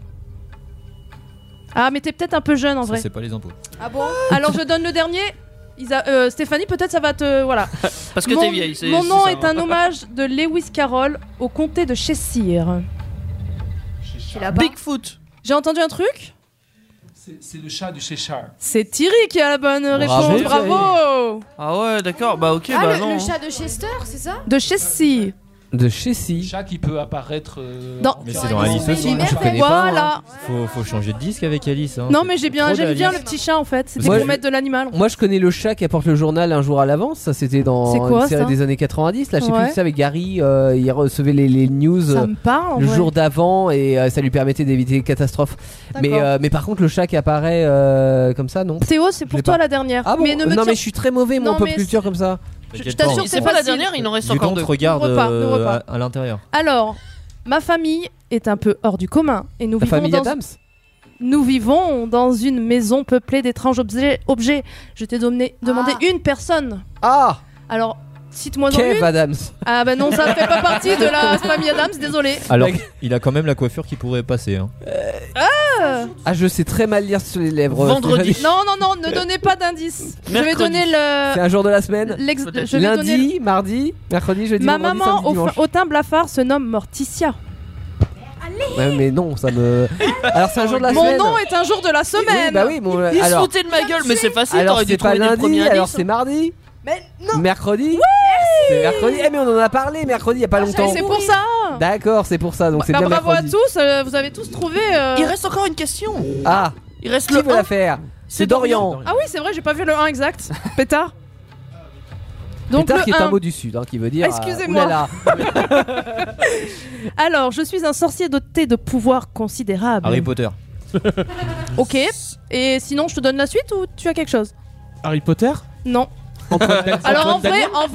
Ah, mais t'es peut-être un peu jeune en Ça, vrai. c'est pas les impôts. Ah bon? Alors je donne le dernier. Stéphanie, peut-être ça va te. Voilà. Parce que t'es vieille. c'est- Mon c'est nom ça. est un hommage de Lewis Carroll au comté de Cheshire. C'est là-bas. Bigfoot. J'ai entendu un truc? C'est le chat du Cheshire. C'est Thierry qui a la bonne réponse. Thierry. Bravo. Ah ouais, d'accord. Bah, ok, Ah, bah le, non. le chat de Chester, c'est ça? De Cheshire. De Chessy. Chat qui peut apparaître. Dans- Mais c'est dans Alice aussi. Alice Je connais pas. Voilà. Faut changer de disque avec Alice. Hein. Non C'est mais j'ai bien, trop j'aime bien le d'Alice. petit chat en fait. C'était Moi, pour je- mettre de l'animal. Moi, je connais le chat qui apporte le journal un jour à l'avance. Ça, c'était dans C'est quoi, une série ça des années 90. Là, je sais Ouais. plus si c'est avec Gary. Il recevait les news Ça me parle en le vrai. jour d'avant et ça lui permettait d'éviter les catastrophes. D'accord. Mais par contre, le chat qui apparaît comme ça, non. Théo, c'est Je pour l'ai toi pas. la dernière. Ah bon mais ne me non, tire- mais je suis très mauvais, mon Non, pop mais culture comme ça. je t'assure que C'est c'est pas la facile. dernière, il en reste You encore don't deux. regarde N'ouvre pas, n'ouvre pas. à l'intérieur. Alors, ma famille est un peu hors du commun et nous La vivons famille dans Adams. nous vivons dans une maison peuplée d'étranges objets. Je t'ai demandé une personne. Ah. Alors, cite-moi en Kev une. Adams. Ah bah non, ça ne fait pas partie de la famille Adams, désolé. Alors, il a quand même la coiffure qui pourrait passer. Hein. Ah, je sais très mal lire sur les lèvres. Vendredi. Non, non, non, ne donnez pas d'indices. Je vais Mercredi. donner C'est un jour de la semaine. je vais donner Lundi, mardi, mercredi, jeudi, Ma vendredi, maman samedi, dimanche. au teint blafard se nomme Morticia. Ouais, mais non, ça me. Alors c'est un jour de la Mon semaine. nom est un jour de la semaine. Oui, bah oui, bon, Il se alors. foutait de ma gueule, mais c'est facile, Alors t'aurais dû c'est pas trouver des lundi, premiers alors indices. c'est mardi, Mais non. mercredi. C'est mercredi. Eh mais on en a parlé mercredi il y a pas longtemps. C'est pour ça. D'accord, c'est pour ça. Donc c'est Bah, bien bravo mercredi. à tous, vous avez tous trouvé. Il reste encore une question. Ah. Il reste Qui le veut 1. la faire? C'est Dorian. Ah oui, c'est vrai, j'ai pas vu le 1 exact. Pétard. Donc Pétard le qui est 1. un mot du sud, qui veut dire. Excusez-moi. Oulala. Alors, je suis un sorcier doté de pouvoirs considérables. Harry Potter. Ok. Et sinon, je te donne la suite ou tu as quelque chose? Harry Potter? Non. Alors en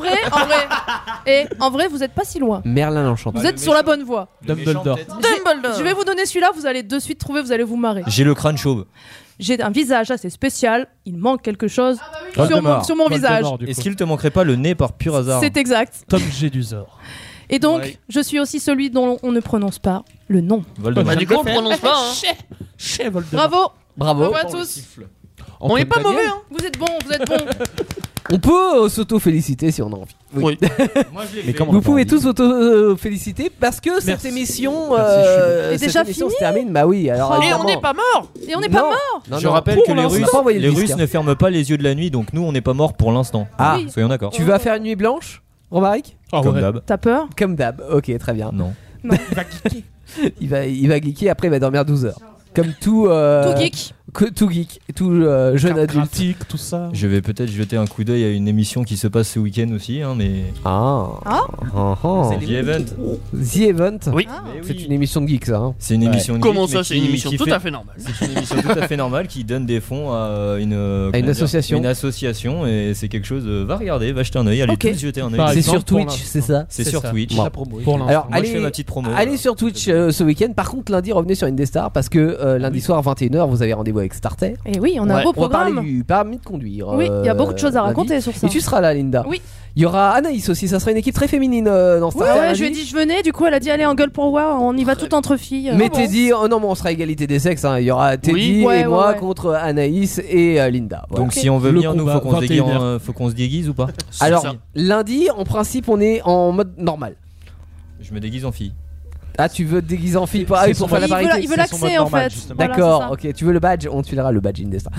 vrai, vous êtes pas si loin. Merlin l'Enchanteur. Vous êtes sur la bonne voie. Dumbledore. Je vais vous donner celui-là, vous allez de suite trouver, vous allez vous marrer. J'ai le crâne chauve. J'ai un visage assez spécial, il manque quelque chose Voldemort. sur mon visage. Est-ce qu'il te manquerait pas le nez par pur hasard? C'est exact. Tom Jedusor. Et donc, je suis aussi celui dont on ne prononce pas le nom. Voldemort. Bah, du coup, on le prononce pas. Hein. Chez Voldemort. Bravo. Bravo. À tous. On est pas mauvais, hein. Vous êtes bons, vous êtes bons. On peut s'auto-féliciter si on a envie. Oui. Mais comment Vous on a pas pouvez envie tous auto-féliciter parce que cette émission Est cette déjà émission finie. se termine. Bah oui, alors Et on évidemment. n'est pas mort. Et on n'est pas Non. mort. Non, Je non, rappelle pour que les l'instant. Russes, On n'a pas envoyé le disque, ne ferment pas les yeux de la nuit, donc nous on n'est pas morts pour l'instant. Ah. Oui. Soyons d'accord. Tu vas faire une nuit blanche, Romaric? Comme d'hab. T'as peur? Comme d'hab. Ok, très bien. Non. Il va geeker. Il va geeker, après il va dormir 12 heures. Comme tout geek. Tout geek, tout jeune adulte. Pratique, tout ça. Je vais peut-être jeter un coup d'œil à une émission qui se passe ce week-end aussi, hein, mais. Ah. C'est The Event. The Event. Oui. C'est une émission de geek ça. Hein. C'est une émission de Comment geek, ça, mais c'est une qui- émission qui tout fait- à fait normale. C'est une émission tout à fait normale qui donne des fonds à une comment dire, association. Une association et c'est quelque chose. Va regarder, va jeter un œil, allez Ok. tous jeter un Par œil. C'est exemple, sur pour Twitch, l'instant. c'est ça. C'est sur ça. Twitch. Bon. La promo. Alors Moi je allez, fais ma petite promo. allez sur Twitch ce week-end. Par contre lundi revenez sur Indestar parce que lundi soir 21h vous avez rendez-vous avec Starter. Et oui, on a un beau On va parler programme. du permis de conduire. Oui, il y a beaucoup de choses à lundi. raconter sur ça. Et tu seras là, Linda. Oui. Il y aura Anaïs aussi. Ça sera une équipe très féminine dans Starter. Ouais, lundi. je lui ai dit je venais, du coup elle a dit allez en gueule pour voir, on y va tout entre filles. Mais Teddy, oh non, mais on sera égalité des sexes. Hein. Il y aura Teddy Ouais, et moi ouais. contre Anaïs et Linda. Voilà. Donc si on veut Le venir, nous combat, faut qu'on se déguise ou pas? Alors ça. lundi, en principe, on est en mode normal. Je me déguise en fille. Ah, tu veux te déguiser en fille pour, ah, oui, pour faire la parité. Il veut l'accès en fait. Voilà, D'accord, c'est ça. ok, tu veux le badge, on te filera le badge Indestar.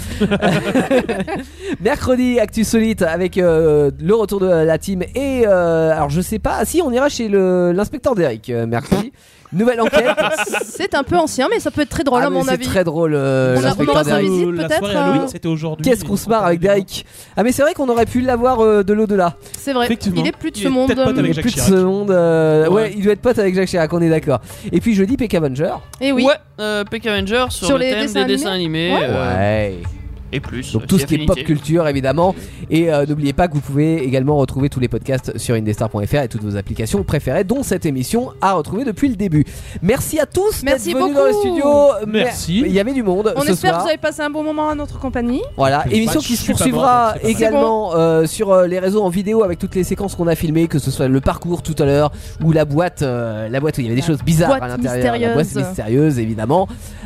Mercredi, Actu Solite avec le retour de la team et alors je sais pas, si on ira chez l'inspecteur d'Eric mercredi. Nouvelle enquête. C'est un peu ancien, mais ça peut être très drôle à mais mon c'est avis. très drôle on l'inspecteur aura sa d'Eric. visite La peut-être. soirée Halloween, c'était aujourd'hui. Qu'est-ce qu'on se marre avec Derek. Ah mais c'est vrai qu'on aurait pu l'avoir de l'au-delà. C'est vrai. Effectivement. Il est plus de Il ce est monde. peut-être pote Il avec est Jacques plus de Chirac. ce monde. Ouais, il doit être pote avec Jacques Chirac, on est d'accord. Et puis jeudi, Peck Avenger. Et oui. Ouais, Peck Avenger sur le les thème dessins des dessins animés. Ouais. Ouais. Et plus. Donc tout ce qui est pop affinité. culture évidemment. Et n'oubliez pas que vous pouvez également retrouver tous les podcasts sur indestar.fr et toutes vos applications préférées, dont cette émission à retrouver depuis le début. Merci à tous Merci d'être venus beaucoup. dans le studio. Merci. Il y avait du monde On ce espère que soir. vous avez passé un bon moment à notre compagnie. Voilà, Que émission bah, qui je se suis pas poursuivra mort, donc c'est pas également sur les réseaux en vidéo avec toutes les séquences qu'on a filmées, que ce soit le parcours tout à l'heure ou la boîte où il y avait des choses bizarres boîte à l'intérieur. La boîte mystérieuse. mystérieuse évidemment.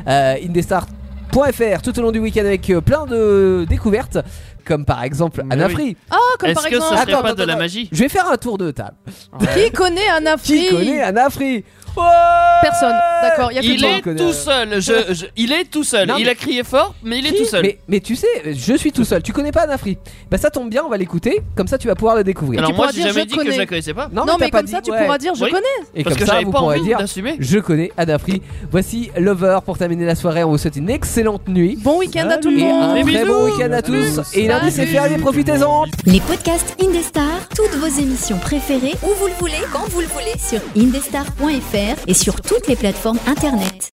Indestar.fr tout au long du week-end avec plein de découvertes, comme par exemple Mais Anna oui. Free. Ah, comme Est-ce par que exemple. ça serait pas Attends, de la magie? Je vais faire un tour de table. Qui connaît Anna Free? Qui connaît Anna Free? Personne. D'accord, il y a que Il toi. est tout seul. Il est tout seul. Non, Il mais- a crié fort, mais il est tout seul. Mais tu sais, je suis tout seul. Tu connais pas Anna Free? Bah ça tombe bien, on va l'écouter. Comme ça, tu vas pouvoir le découvrir. Alors tu moi, pourras j'ai dire, jamais je dit que je la connais. connaissais pas. Non, t'as mais pas comme dit, ça, tu ouais. pourras dire je Oui. connais. Et Parce comme que ça, j'avais vous pas pourrez envie dire d'assumer. je connais Anna Free. Voici Lover pour terminer la soirée. On vous souhaite une excellente nuit. Bon week-end à tout le Et un monde. très bon week-end à tous. Et lundi, c'est férié, profitez-en. Les podcasts Indestar, toutes vos émissions préférées, où vous le voulez, quand vous le voulez, sur indestar.fr et sur toutes les plateformes internet.